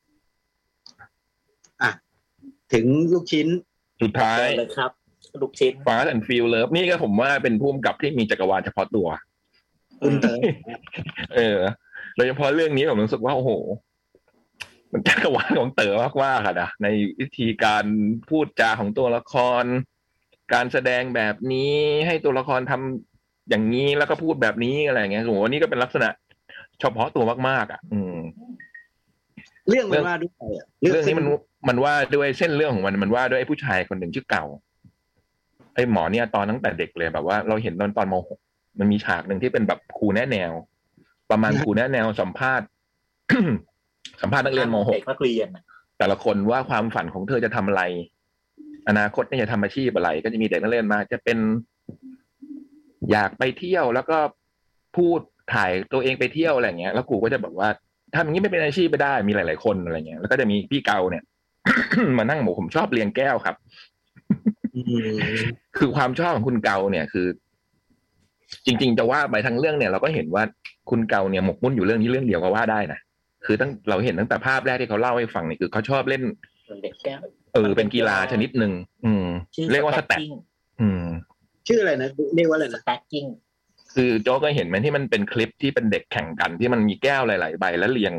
ถึงลูกชิ้นสุดท้ายเลยครับลูกชิ้น Fast and Furious นี่ก็ผมว่าเป็นผู้กำกับที่มีจักรวาลเฉพาะตัวคุณเต๋อโดยเฉพาะเรื่องนี้ผมรู้สึกว่าโอ้โหมันจักรวาลของเต๋อมากๆค่ะนะในวิธีการพูดจาของตัวละครการแสดงแบบนี้ให้ตัวละครทำอย่างนี้แล้วก็พูดแบบนี้อะไรอย่างเงี้ยโอ้โหนี่ก็เป็นลักษณะเฉพาะตัวมากๆเรื่องมันว่าด้วยเรื่องนี้มันว่าด้วยเส้นเรื่องของมันว่าด้วยไอ้ผู้ชายคนหนึ่งชื่อเก่าไอ้หมอเนี่ยตอนตั้งแต่เด็กเลยแบบว่าเราเห็นตอนม.6มันมีฉากหนึ่งที่เป็นแบบครูแนะแนวประมาณครูแนะแนวสัมภาษณ์ นักเรียนม.6 นักเรียนแต่ละคนว่าความฝันของเธอจะทำอะไรอนาคตเนี่ยจะทำอาชีพอะไรก็จะมีเด็กนักเรียนมาจะเป็นอยากไปเที่ยวแล้วก็พูดถ่ายตัวเองไปเที่ยวอะไรอย่างเงี้ยแล้วครูก็จะบอกว่าทำอย่างนี้ไม่เป็นอาชีพไม่ได้มีหลายๆคนอะไรเงี้ยแล้วก็จะมีพี่เกาเนี่ย มานั่งบอกผมชอบเลี้ยงแก้วครับ คือความชอบของคุณเกาเนี่ยคือจริงๆจะว่าไปทั้งเรื่องเนี่ยเราก็เห็นว่าคุณเกาเนี่ยหมกมุ่นอยู่เรื่องนี้เรื่องเดียวก็ว่าได้นะคือเราเห็นตั้งแต่ภาพแรกที่เขาเล่าให้ฟังเนี่ยคือเขาชอบเล่นเด็กแก้วเป็นกีฬาชนิดหนึ่งเรียกว่าสแต็กชื่ออะไรนะเรียกว่าอะไรนะสแต็กกิ้งคือโจ๊กก็เห็นไหมที่มันเป็นคลิปที่เป็นเด็กแข่งกันที่มันมีแก้วหลายๆใบแล้วเรียง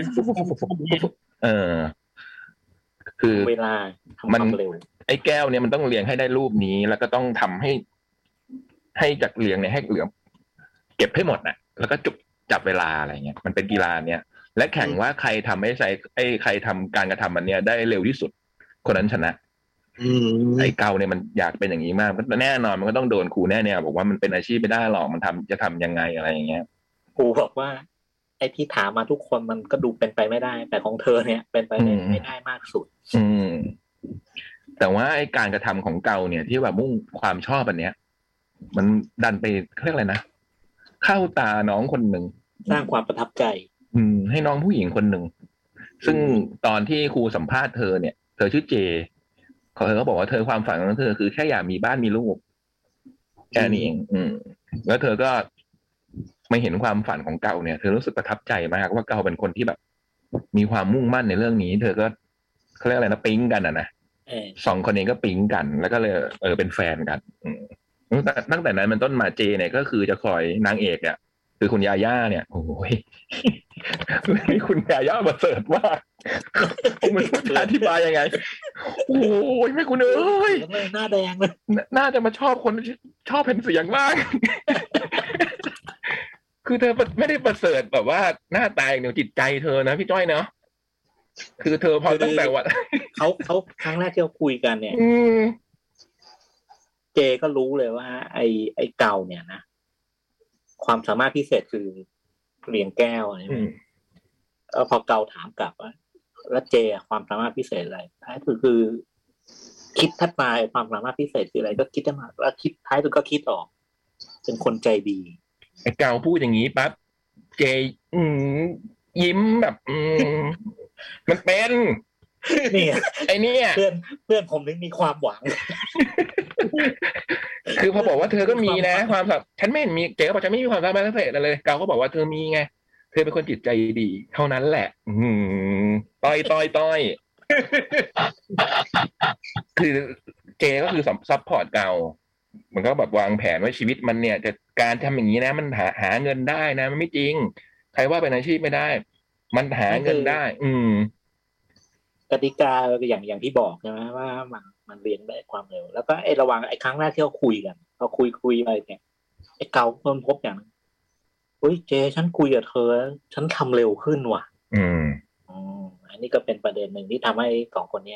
คือเวลามันไอ้แก้วเนี่ยมันต้องเรียงให้ได้รูปนี้แล้วก็ต้องทำให้จากเรียงเนี่ยให้เหลือเก็บให้หมดนะแล้วก็จับเวลาอะไรเงี้ยมันเป็นกีฬาเนี่ยและแข่งว่าใครทำใครทำการกระทำมันเนี่ยได้เร็วที่สุดคนนั้นชนะไอ้เกาเนี่ยมันอยากเป็นอย่างนี้มากแน่นอนมันก็ต้องโดนครูแน่เนี่ยบอกว่ามันเป็นอาชีพไม่ได้หรอกมันจะทำยังไงอะไรอย่างเงี้ยครูบอกว่าไอ้ที่ถามมาทุกคนมันก็ดูเป็นไปไม่ได้แต่ของเธอเนี่ยเป็นไปไม่ได้มากสุดแต่ว่าไอ้การกระทำของเกาเนี่ยที่แบบมุ่งความชอบอันเนี้ยมันดันไปเรียกอะไรนะเข้าตาน้องคนหนึ่งสร้างความประทับใจให้น้องผู้หญิงคนหนึ่งซึ่งตอนที่ครูสัมภาษณ์เธอเนี่ยเธอชื่อเจเขาบอกว่าเธอความฝันของเธอคือแค่อยากมีบ้านมีลูกแค่นี้เองแล้วเธอก็ไม่เห็นความฝันของเกาเนี่ยเธอรู้สึกประทับใจมากว่าเกาเป็นคนที่แบบมีความมุ่งมั่นในเรื่องนี้เธอก็เขาเรียกอะไรนะปิ๊งกันนะสองคนนี้ก็ปิ๊งกันแล้วก็เลยเป็นแฟนกันตั้งแต่นั้นมันต้นมาเจเนี่ยก็คือจะคอยนางเอกเนี่ยคือคุณยาย่าเนี่ยโอ้ยคุณยาย่าประเสริฐมากผมไม่รู้จะอธิบายยังไงโอ้ยไม่คุณเอ้ยหน้าแดงเลยน่าจะมาชอบคนชอบเห็นเสียงมากคือเธอไม่ได้ประเสริฐแบบว่าหน้าตาอย่างเดียวจิตใจเธอนะพี่จ้อยเนาะคือเธอพอตั้งแต่ว่าเขาครั้งแรกที่เราคุยกันเนี่ยเจก็รู้เลยว่าไอ้เก่าเนี่ยนะความสามารถพิเศษคือเรียงแก้วอะไรแล้วพอเก่าถามกลับว่าแล้วเจความสามารถพิเศษอะไรท้ายสุดคือคิดทัดมาความสามารถพิเศษคืออะไรก็คิดได้มาแล้วคิดท้ายสุดก็คิดออกเป็นคนใจดีไอ้เก่าพูดอย่างนี้ปั๊บเจยิ้มแบบมันเป็นนี่ไอ้นี่เพื่อนผมนึกมีความหวังคือพอบอกว่าเธอก็มีนะความแบบฉันไม่เห็นมีเจ๊ก็บอกฉันไม่มีความสามารถพิเศษเลยเกาก็บอกว่าเธอมีไงเธอเป็นคนจิตใจดีเท่านั้นแหละต้อยคือเจก็คือซัพพอร์ตเก่ามันก็แบบวางแผนว่าชีวิตมันเนี่ยจะการทำอย่างนี้นะมันหาเงินได้นะมันไม่จริงใครว่าเป็นอาชีพไม่ได้มันหาเงินได้กติกาอย่างที่บอกใช่ไหมว่ามันเรียนได้ความเร็วแล้วก็ระหว่างครั้งแรกที่เราคุยกันเราคุยไปเนี่ยไอ้เก่าเพิ่มพบอย่างเฮ้ยเจฉันคุยกับเธอฉันทำเร็วขึ้นว่ะอันนี้ก็เป็นประเด็นหนึ่งที่ทำให้สองคนนี้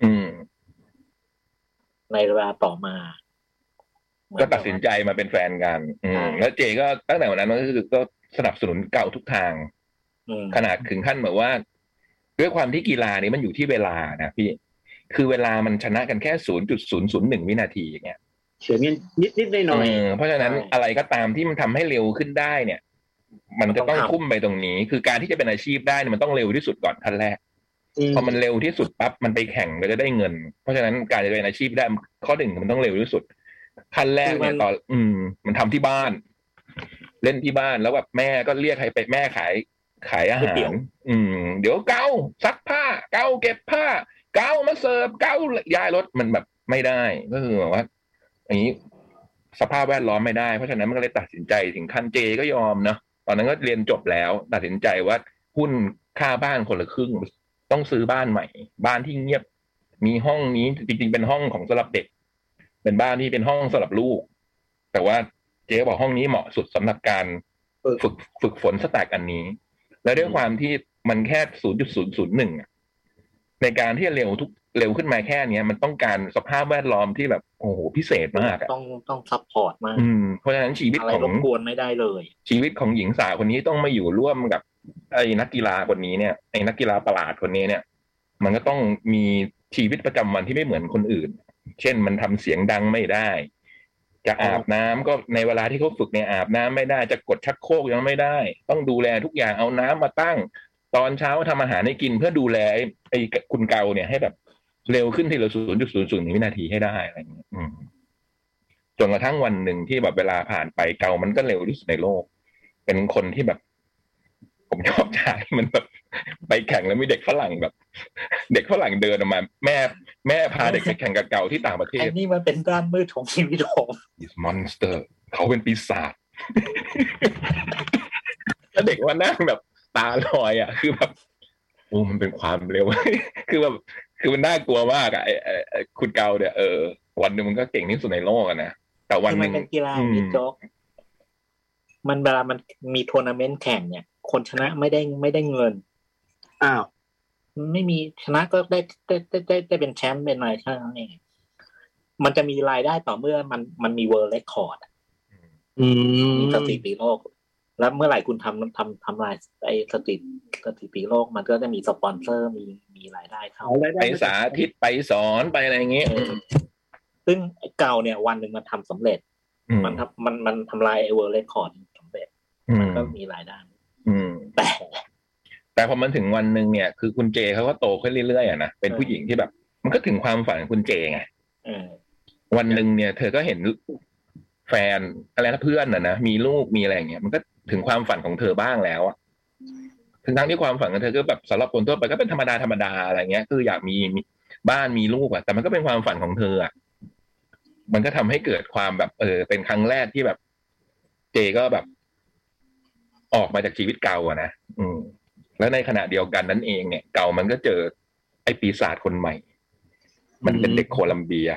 ในเวลาต่อมาก็ตัดสินใจมาเป็นแฟนกันแล้วเจก็ตั้งแต่วันนั้นก็สนับสนุนเก่าทุกทางขนาดถึงขั้นแบบว่าด้วยความที่กีฬานี้มันอยู่ที่เวลานะพี่คือเวลามันชนะกันแค่ 0.001 วินาทีอย่างเงี้ยเฉื่อยนิดหน่อยเพราะฉะนั้นอะไรก็ตามที่มันทำให้เร็วขึ้นได้เนี่ยมันจะต้องทุ่มไปตรงนี้คือการที่จะเป็นอาชีพได้มันต้องเร็วที่สุดก่อนขั้นแรกพอมันเร็วที่สุดปั๊บมันไปแข่งก็จะได้เงินเพราะฉะนั้นการจะเป็นอาชีพได้ข้อหนึ่งมันต้องเร็วที่สุดขั้นแรกเนี่ยตอนมันทำที่บ้านเล่นที่บ้านแล้วแบบแม่ก็เรียกให้ไปแม่ขายอาหารเดี๋ยวเกาซักผ้าเกาเก็บผ้าเกามาเสิร์ฟเกาย้ายรถมันแบบไม่ได้ก็คือแบบว่าอย่างนี้สภาพแวดล้อมไม่ได้เพราะฉะนั้นมันก็เลยตัดสินใจถึงขั้นเจก็ยอมเนาะตอนนั้นก็เรียนจบแล้วตัดสินใจว่าหุ้นค่าบ้านคนละครึ่งต้องซื้อบ้านใหม่บ้านที่เงียบมีห้องนี้จริงๆเป็นห้องของสำหรับเด็กเป็นบ้านที่เป็นห้องสำหรับลูกแต่ว่าเจ๊บอกห้องนี้เหมาะสุดสำหรับการฝึกฝนสแต็กอันนี้และด้วยความที่มันแค่ 0.001 ในการที่เร็วขึ้นมาแค่นี้มันต้องการสภาพแวดล้อมที่แบบโอ้โหพิเศษมากต้องซัพพอร์ตมากเพราะฉะนั้นชีวิตของรบกวนไม่ได้เลยชีวิตของหญิงสาวคนนี้ต้องมาอยู่ร่วมกับไอ้นักกีฬาคนนี้เนี่ยไอ้นักกีฬาประหลาดคนนี้เนี่ยมันก็ต้องมีชีวิตประจำวันที่ไม่เหมือนคนอื่นเช่นมันทำเสียงดังไม่ได้จะอาบน้ำก็ในเวลาที่เขาฝึกเนี่ยอาบน้ำไม่ได้จะกดชักโครกยังไม่ได้ต้องดูแลทุกอย่างเอาน้ำมาตั้งตอนเช้าทำอาหารให้กินเพื่อดูแลไอ้คุณเกาเนี่ยให้แบบเร็วขึ้นทีละ 0.00 วินาทีให้ได้อะไรอย่างเงี้ยจนกระทั่งวันหนึ่งที่แบบเวลาผ่านไปเกามันก็เร็วที่สุดในโลกเป็นคนที่แบบผมชอบฉากมันแบบไปแข่งแล้วมีเด็กฝรั่งแบบเด็กฝรั่งเดินออกมาแม่พาเด็กไปแข่งกับเก่าที่ต่างประเทศอันนี้มันเป็นด้านมืดของชีวิตผม is monster เขาเป็นปีศาจแล้วเด็กว่านั่งแบบตาลอยอ่ะคือแบบโอ้มันเป็นความเร็วคือแบบคือมันน่ากลัวมากอ่ะไอ้คุณเกาเนี่ยวันนึงมันก็เก่งที่สุดในโลกอ่ะนะแต่วันนึงมันเป็นกีฬาที่โจ๊กมันเวลามันมีทัวร์นาเมนต์แข่งเนี่ยคนชนะไม่ได้เงินอ้าวไม่มีชนะก็ได้เป็นแชมป์เป็นอะไรแค่นั้นเองมันจะมีรายได้ต่อเมื่อมันมีเวิลด์เรคคอร์ดมีสถิติโลกแล้วเมื่อไหร่คุณทำลายไอ้สถิติโลกมันก็จะมีสปอนเซอร์มีรายได้เข้าไปสาธิตไปสอนไปอะไรอย่างเงี้ยซึ่งเก่าเนี่ยวันหนึ่งมันทำสำเร็จมันทำลายไอ้เวิลด์เรคคอร์ดสำเร็จมันก็มีรายได้แต่พอมันถึงวันหนึ่งเนี่ยคือคุณเจเขาก็โตขึ้นเรื่อยๆนะเป็นผู้หญิงที่แบบมันก็ถึงความฝันของคุณเจไงวันหนึ่งเนี่ยเธอก็เห็นแฟนอะไรนะเพื่อนนะมีลูกมีอะไรอย่างเงี้ยมันก็ถึงความฝันของเธอบ้างแล้วอ่ะเธทั้งที่ความฝันของเธอก็แบบสำหรับคนทั่วไปก็เป็นธรรมดาอะไรเงี้ยคืออยากมีบ้านมีลูกอ่ะแต่มันก็เป็นความฝันของเธออ่ะมันก็ทำให้เกิดความแบบเป็นครั้งแรกที่แบบเจก็แบบออกมาจากชีวิตเก่าอะนะแล้วในขณะเดียวกันนั้นเองเนี่ยเก่ามันก็เจอไอ้ปีศาจคนใหม่มันเป็นเด็กโคลัมเบีย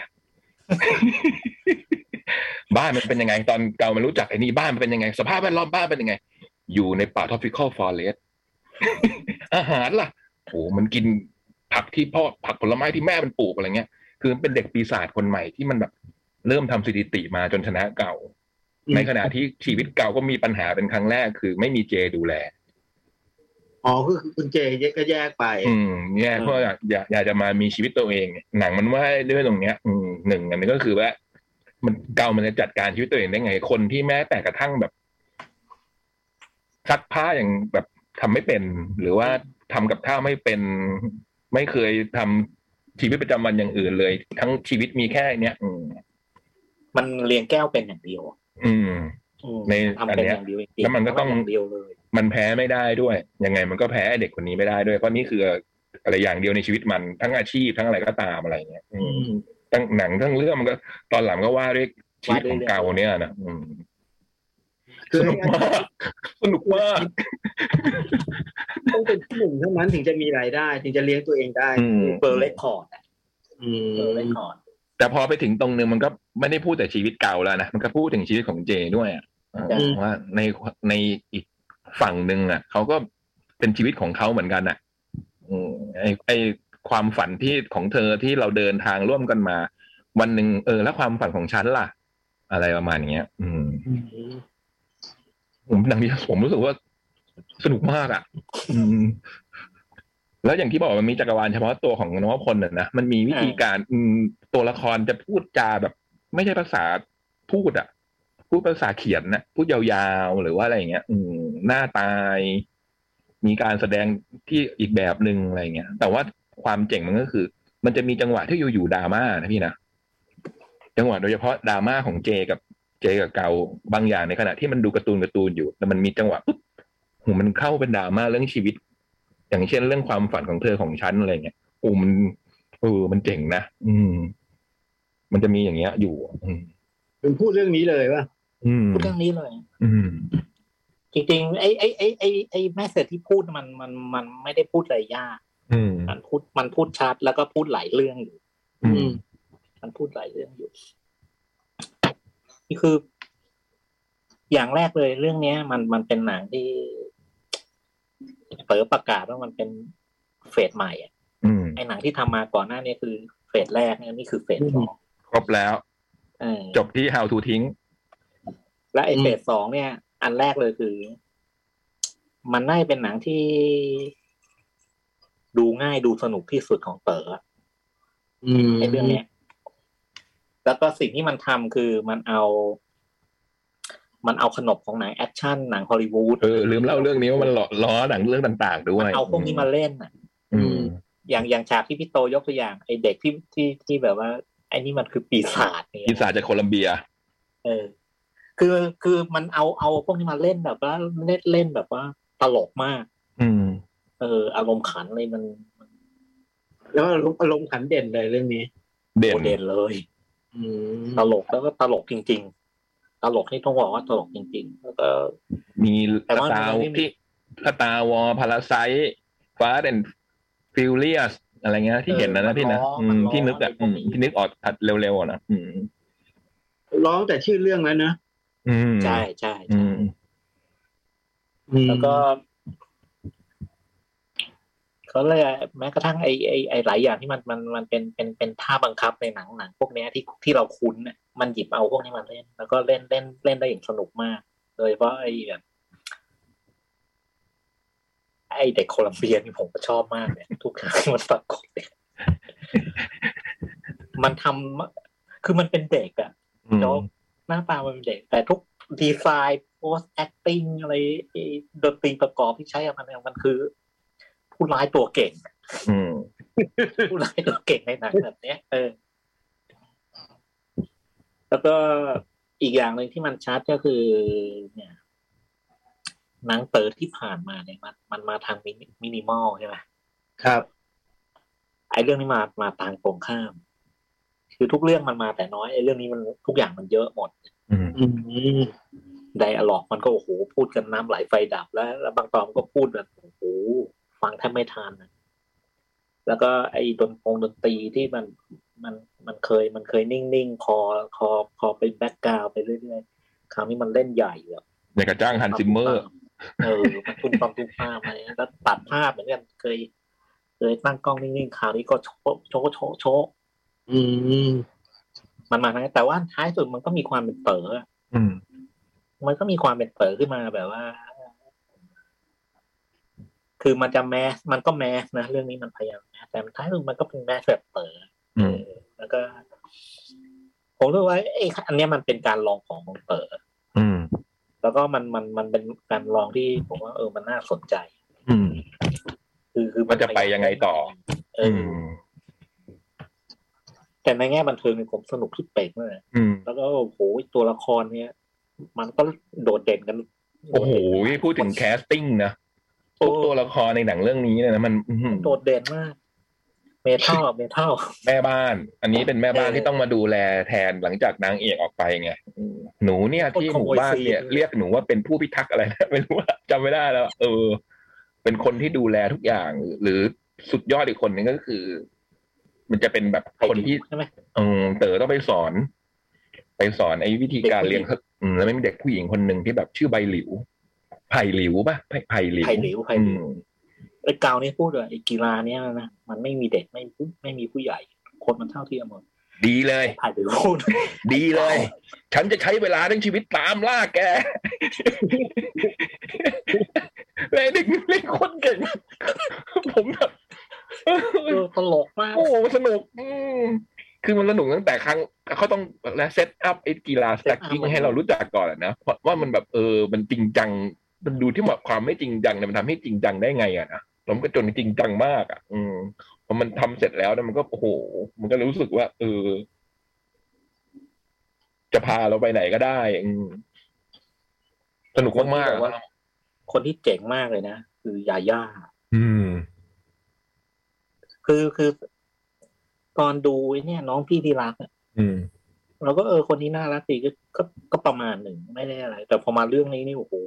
บ้านมันเป็นยังไงตอนเก่ามันรู้จักไอ้นี่บ้านมันเป็นยังไงสภาพแวดล้อมบ้านเป็นยังไงอยู่ในป่า tropical forest อาหารล่ะโอ้มันกินผักที่พ่อผักผลไม้ที่แม่มันปลูกอะไรเงี้ยคือมันเป็นเด็กปีศาจคนใหม่ที่มันแบบเริ่มทำสถิติมาจนชนะเก่าในขณะที่ชีวิตเก่าก็มีปัญหาเป็นครั้งแรกคือไม่มีเจดูแลคือคุณเจก็แยกไปแยกเพราะอยากจะมามีชีวิตตัวเองหนังมันว่าด้วยตรงเนี้ยหนึ่งอันนี้ก็คือว่ามันเก่ามันจะจัดการชีวิตตัวเองได้ไงคนที่แม้แต่กระทั่งแบบซักผ้าอย่างแบบทำไม่เป็นหรือว่าทำกับข้าวไม่เป็นไม่เคยทำชีวิตประจำวันอย่างอื่นเลยทั้งชีวิตมีแค่เนี้ยมันเลี้ยงแก้วเป็นอย่างเดียวในอันเนี้ยแล้วมันก็ต้องมันแพ้ไม่ได้ด้วยยังไงมันก็แพ้เด็กคนนี้ไม่ได้ด้วยเพราะนี่คืออะไรอย่างเดียวในชีวิตมันทั้งอาชีพทั้งอะไรก็ตามอะไรเงี้ยทั้งหนังทั้งเรื่องมันก็ตอนหลังก็ว่าด้วยชีวิตของเก่าเนี่ยนะสนุกมากต้องเป็นที่หนึ่งเท่านั้นถึงจะมีรายได้ถึงจะเลี้ยงตัวเองได้เบอร์เรคคอร์ดเบอร์เรคคอร์ดแต่พอไปถึงตรงนึงมันก็ไม่ได้พูดแต่ชีวิตเก่าแล้วนะมันก็พูดถึงชีวิตของเจด้วยว่าในอีกฝั่งนึงอ่ะเขาก็เป็นชีวิตของเขาเหมือนกันอ่ะไอความฝันที่ของเธอที่เราเดินทางร่วมกันมาวันหนึ่งแล้วความฝันของฉันล่ะอะไรประมาณเนี้ยหนังนี้ผมรู้สึกว่าสนุกมากอ่ะแล้วอย่างที่บอกมันมีจักรวาลเฉพาะตัวของนวพลนะมันมีวิธีการตัวละครจะพูดจาแบบไม่ใช่ภาษาพูดอ่ะพูดภาษาเขียนนะพูดยาวๆหรือว่าอะไรอย่างเงี้ยหน้าตายมีการแสดงที่อีกแบบนึงอะไรเงี้ยแต่ว่าความเจ๋งมันก็คือมันจะมีจังหวะที่อยู่ดราม่านะพี่นะจังหวะโดยเฉพาะดราม่าของเจกับเกาบางอย่างในขณะที่มันดูการ์ตูนอยู่แต่มันมีจังหวะปุ๊บมันเข้าเป็นดราม่าเรื่องชีวิตอย่างเช่นเรื่องความฝันของเธอของฉันอะไรเงี้ยมันเจ๋งนะมันจะมีอย่างเงี้ยอยู่เป็นพูดเรื่องนี้เลยป่ะพูดเรื่องนี้เลยจริงๆไอ้แม่เสร็จที่พูดมันไม่ได้พูดอะไรยากมันพูดชัดแล้วก็พูดหลายเรื่องอยู่มันพูดหลายเรื่องอยู่นี่คืออย่างแรกเลยเรื่องนี้มันเป็นหนังที่เปิดประกาศว่ามันเป็นเฟสใหม่อ่ะไอ้หนังที่ทำมาก่อนหน้านี้คือเฟสแรกนี่คือเฟสสองครบแล้วจบที่ How to ทิ้งและไอ้เฟสสองเนี่ยอันแรกเลยคือมันน่าจะเป็นหนังที่ดูง่ายดูสนุกที่สุดของเต๋อไอ้เรื่องเนี้ยแล้วก็สิ่งที่มันทำคือมันเอาขนบของหนังแอคชั่นหนังฮอลลีวูดลืมเล่าเรื่องนี้ว่ามันล้อหนังเรื่องต่างๆด้วยเอาพวกนี้มาเล่นอ่ะอย่างฉากที่พี่โตยกตัวอย่างไอ้เด็กที่แบบว่าไอ้นี่มันคือปีศาจปีศาจจากโคลัมเบียคือมันเอาพวกนี้มาเล่นแบบว่าเล่นแบบว่าตลกมากอารมณ์ขันเลยมันแล้วอารมณ์ขันเด่นเลยเรื่องนี้เด่นเลยตลกแล้วก็ตลกจริงๆตลกนี่ต้องบอกว่าตลกจริงๆแล้วก็มีตาวที่ตาวอพาราไซต์ฟาสต์แอนด์ฟิวเรียสอะไรเงี้ยที่เห็นนะพี่นะที่นึกที่นึกออกเร็วๆนะร้องแต่ชื่อเรื่องแล้วนะใช่แล้วก็เขาเลยแม้กระทั่งไอ้หลายอย่างที่มันเป็นท่าบังคับในหนังพวกนี้ที่เราคุ้นเนี่ยมันหยิบเอาพวกนี้มาเล่นแล้วก็เล่นได้อย่างสนุกมากโดยเฉพาะไอ้เด็กโคลัมเบียนี่ผมก็ชอบมากเนี่ยทุกครั้งที่มันปรากฏเนี่ยมันทำคือมันเป็นเด็กอะเนาะหน้าตามันเป็นเด็กแต่ทุกดีไซน์โพสแอคติ้งอะไรดนตรีประกอบที่ใช้มันคือผู้ร้ายตัวเก่งผู้ร้ายตัวเก่งในหนังแบบนี้แล้วก็อีกอย่างหนึ่งที่มันชัดก็คือเนี่ยหนังเต๋อที่ผ่านมาเนี่ยมันมาทางมินิมอลใช่ไหมครับไอ้เรื่องนี้มาทางตรงข้ามคือทุกเรื่องมันมาแต่น้อยไอ้เรื่องนี้มันทุกอย่างมันเยอะหมดไดอะล็อกมันก็โอ้โหพูดกันน้ำไหลไฟดับแล้วบางตอนก็พูดแบบโอ้โหฟังแทบไม่ทันนะแล้วก็ไอ้ดนตรีที่มันเคยนิ่งๆคอเป็นแบ็คกราวด์ไปเรื่อยๆคราวนี้มันเล่นใหญ่แบบอย่างกระจ้างฮันซิมเมอร์มันตุ้มตามอะไรแล้วตัดภาพเหมือนกันเคยตั้งกล้องนิ่งๆคราวนี้ก็โชว์มันมาทั้งแต่ว่าท้ายสุดมันก็มีความเป็นเต๋อมันก็มีความเป็นเต๋อขึ้นมาแบบว่าคือมันจะแมสมันก็แมสนะเรื่องนี้มันพยายามแมสแต่ท้ายสุดมันก็เป็นแมสแบบเต๋อแล้วก็ผมรู้ว่าไอ้อันนี้มันเป็นการลองของเต๋อแล้วก็มันเป็นการลองที่ผมว่ามันน่าสนใจคือมันจะไปยังไงต่อแต่ในแง่บันเทิงเนี่ยผมสนุกทุกเป๊กเลยแล้วก็โอ้โหตัวละครเนี่ยมันก็โดดเด่นกันโอ้โหพูดถึงแคสติ้งนะทุกตัวละครในหนังเรื่องนี้เนี่ยนะมันโดดเด่นมากเมทัลแม่บ้านอันนี้เป็นแม่บ้านที่ต้องมาดูแลแทนหลังจากนางเอกออกไปไงหนูเนี่ยที่หมู่บ้านเนี่ยเรียกหนูว่าเป็นผู้พิทักษ์อะไรนะไม่รู้ว่าจำไม่ได้แล้วเป็นคนที่ดูแลทุกอย่างหรือสุดยอดอีกคนนึงก็คือมันจะเป็นแบบคนที่เต๋อต้องไปสอนไอ้วิธีการเลี้ยงแล้วไม่มีเด็กผู้หญิงคนหนึ่งที่แบบชื่อใบหลิวไผ่หลิวป่ะไผ่หลิวไอ้กาวนี่พูดเลยไอ้กีฬาเนี้ยนะมันไม่มีเด็กไม่มีผู้ใหญ่คนมันเท่าเทียมหมดดีเลยไผ่หลิวพูดดีเลยฉันจะใช้เวลาทั้งชีวิตตามล่าแกเด็กเล่นคนเก่งผมแบบตลกมากโอ้สนุกคือมันสนุกตั้งแต่ครั้งเขาต้องเซตอัพไอ้กีฬาสแต็กกิ้งให้เรารู้จักก่อนนะเพราะว่ามันแบบมันจริงจังมันดูที่แบบความไม่จริงจังเนี่ยมันทำให้จริงจังได้ไงอ่ะนะแล้วมันก็จนจริงจังมากอ่ะพอมันทำเสร็จแล้วเนี่ยมันก็โอ้โหมันก็รู้สึกว่าจะพาเราไปไหนก็ได้สนุกมากๆคนที่เจ๋งมากเลยนะคือยาย่าคือตอนดูเนี่ยน้องพี่ที่รักเราก็คนนี้น่ารักดีก็ประมาณหนึ่งไม่ได้อะไรแต่พอมาเรื่องนี้นี่โอ้โห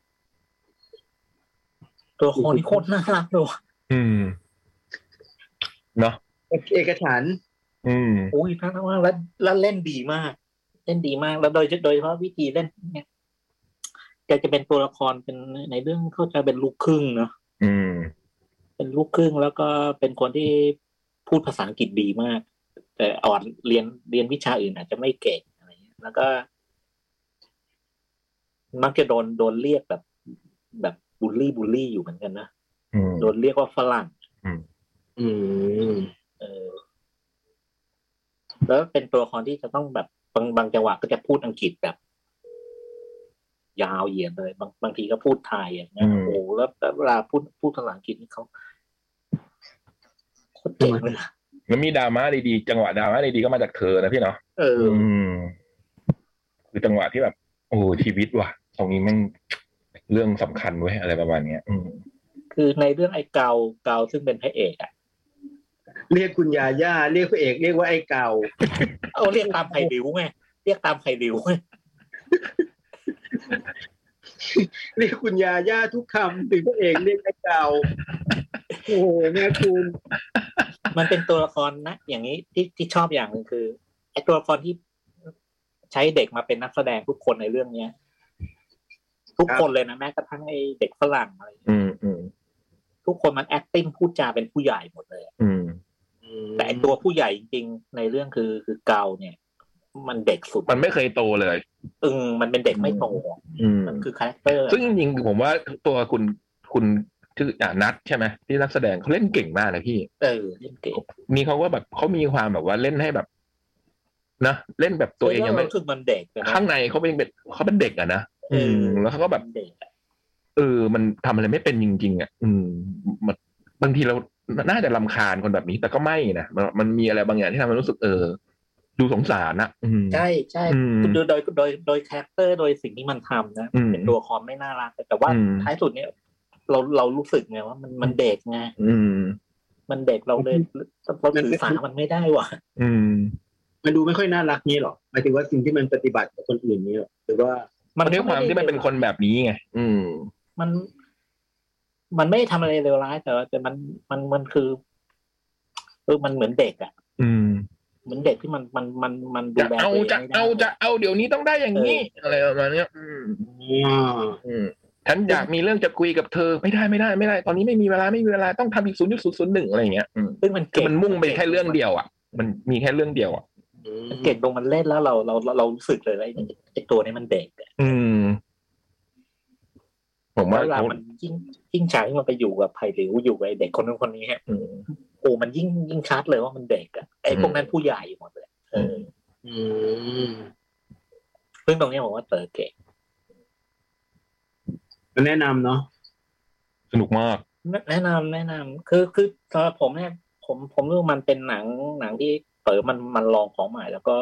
ตัวคนที่โคตรน่ารักเลยเนาะเอกฉันท์โอ้ยน่ารักมากแล้วเล่นดีมากแล้วโดยเฉพาะวิธีเล่นเนี่ยแกจะเป็นตัวละครเป็นในเรื่องเขาจะเป็นลูกครึ่งเนาะเป็นลูกครึ่งแล้วก็เป็นคนที่พูดภาษาอังกฤษดีมากแต่เรียนวิชาอื่นอาจจะไม่เก่งอะไรเงี้ยแล้วก็มักจะโดนเรียกแบบบูลลี่อยู่เหมือนกันนะโดนเรียกว่าฝรั่งแล้วเป็นตัวละครที่จะต้องแบบบางจังหวะก็จะพูดอังกฤษแบบยาวเหยียดเลยบางทีก็พูดไทยอย่างเงี้ยโอ้แล้วเวลาพูดภาษาอังกฤษนี่เขาโคตรเก่งเลยมันมีดราม่าดีๆจังหวะดราม่าดีๆก็มาจากเธอนะพี่เนาะคือจังหวะที่แบบโอ้ชีวิตว่ะตรงนี้มันเรื่องสำคัญเว้ยอะไรประมาณเนี้ยคือในเรื่องไอ้เกาซึ่งเป็นพระเอกอะเรียกคุณยาย่าเรียกพระเอกเรียกว่าไอ้เกาเรียกตามไผ่หลิวไงเรียกตามไผ่หลิวเรียกคุณยาย่าทุกคำถึงพระเอกเรียกไอ้เกาโอ้โหแม่คุณมันเป็นตัวละครนะอย่างนี้ที่ชอบอย่างนึงคือไอ้ตัวละครที่ใช้เด็กมาเป็นนักแสดงทุกคนในเรื่องเนี้ยทุกคนเลยนะแม้กระทั่งไอ้เด็กฝรั่งอะไรทุกคนมัน acting พูดจาเป็นผู้ใหญ่หมดเลยแต่ไอ้ตัวผู้ใหญ่จริงๆในเรื่องคือเกาเนี่ยมันเด็กสุดมันไม่เคยโตเลยมันเป็นเด็กไม่โตมันคือคาแรคเตอร์ซึ่งจริงๆผมว่าตัวคุณชื่อนัทใช่ไหมที่นักแสดงเขาเล่นเก่งมากเลยพี่เล่นเก่งมีเขาว่าแบบเขามีความแบบว่าเล่นให้แบบนะเล่นแบบตัวเองยังไม่คือมันเด็กข้างในเขาเป็นเด็กอะนะแล้วเขาก็แบบมันทำอะไรไม่เป็นจริงๆอ่ะบางทีเราน่าจะรำคาญคนแบบนี้แต่ก็ไม่นะมันมีอะไรบางอย่างที่ทำให้รู้สึกดูสงสารนะใช่ใช่โดยคาแรคเตอร์โดยสิ่งที่มันทำนะเป็นตัวละครไม่น่ารักแต่ว่าท้ายสุดเนี่ยเรารู้สึกไงว่ามันเด็กไงมันเด็กเราเลยเราสื่อสารมันไม่ได้ว่ะมันดูไม่ค่อยน่ารักนี่หรอหมายถึงว่าสิ่งที่มันปฏิบัติกับคนอื่นนี่หรอหรือว่ามันด้วยความที่มันเป็นคนแบบนี้ไงมันไม่ทำอะไรเลวร้ายแต่มันคือมันเหมือนเด็กอ่ะเหมือนเด็กที่มันดูแลตัวเองจะเอาเดี๋ยวนี้ต้องได้อย่างนี้อะไรประมาณนี้ฉันอยากมีเรื่องจะคุยกับเธอไม่ได้ตอนนี้ไม่มีเวลาต้องทำอีก 0.001 อะไรอย่างเงี้ยซึ่งมันมุ่งไปแค่เรื่องเดียวอ่ะมันมีแค่เรื่องเดียวอ่ะมันเก่งตรงมันเล่นแล้วเรารู้สึกเลยไอ้ตัวนี้มันเด็กผมว่ามันยิ่งฉากที่มันไปอยู่กับไผ่หลิวอยู่กับเด็กคนนั้นคนนี้ฮะโอ้มันยิ่งชัดเลยว่ามันเด็กอ่ะไอ้พวกนั้นผู้ใหญ่หมดเลยซึ่งตรงนี้ผมว่าเต๋อเก่งแนะนำเนาะสนุกมากแนะนำคือสำหรับผมเนี่ยผมรู้มันเป็นหนังที่เต๋อมันลองของใหม่แล้วก็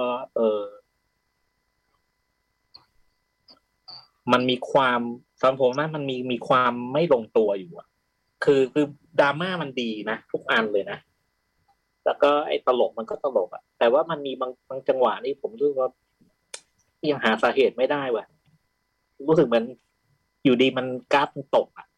มันมีความสำหรับผมนะมันมีความไม่ลงตัวอยู่อ่ะคือดราม่ามันดีนะทุกอันเลยนะแล้วก็ไอ้ตลกมันก็ตลกอ่ะแต่ว่ามันมีบางจังหวะนี่ผมรู้สึกว่ายังหาสาเหตุไม่ได้ว่ะรู้สึกเหมือนอยู่ดีมันกราฟมันตกอ่ะ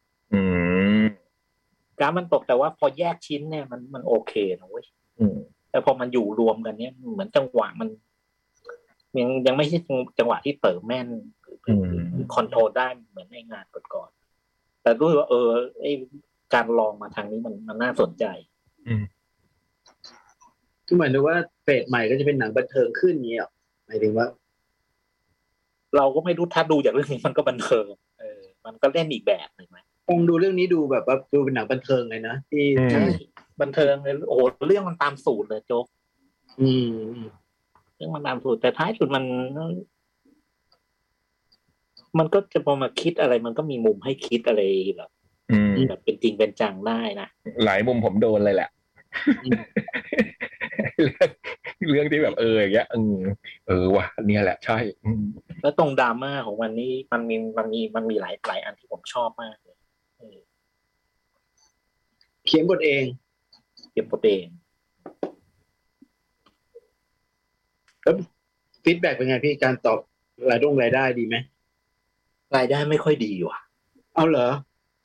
กราฟมันตกแต่ว่าพอแยกชิ้นเนี่ยมันโอเคนะเว้ยแต่พอมันอยู่รวมกันเนี่ยเหมือนจังหวะมันยังไม่ใช่จังหวะที่เติมแม่นคอนโทรลได้เหมือนในงานก่อนๆแต่รู้ว่าไอ้การลองมาทางนี้มันน่าสนใจคือหมายถึงว่าเฟสใหม่ก็จะเป็นหนังบันเทิงขึ้นนี้อ่ะหมายถึงว่าเราก็ไม่รู้ถ้าดูจากเรื่องนี้มันก็บันเทิงมันก็เล่นอีกแบบหนึ่งไหมลองดูเรื่องนี้ดูแบบว่าดูเป็นหนังบันเทิงเลยนะที่ใช่บันเทิงเลยโอ้โหเรื่องมันตามสูตรเลยโจ๊กเรื่องมันตามสูตรแต่ท้ายสุดมันก็จะพอมาคิดอะไรมันก็มีมุมให้คิดอะไรแบบเป็นจริงเป็นจังได้นะหลายมุมผมโดนเลยแหละเรื่องที่แบบอย่างเงี้ยว่ะเนี่ยแหละใช่แล้วตรงดราม่าของมันนี่มันมีหลายอันที่ผมชอบมากเลยเขียนบทเองแล้วฟีดแบ็กเป็นไงพี่การตอบรายได้ดีไหมรายได้ไม่ค่อยดีว่ะเอาเหรอ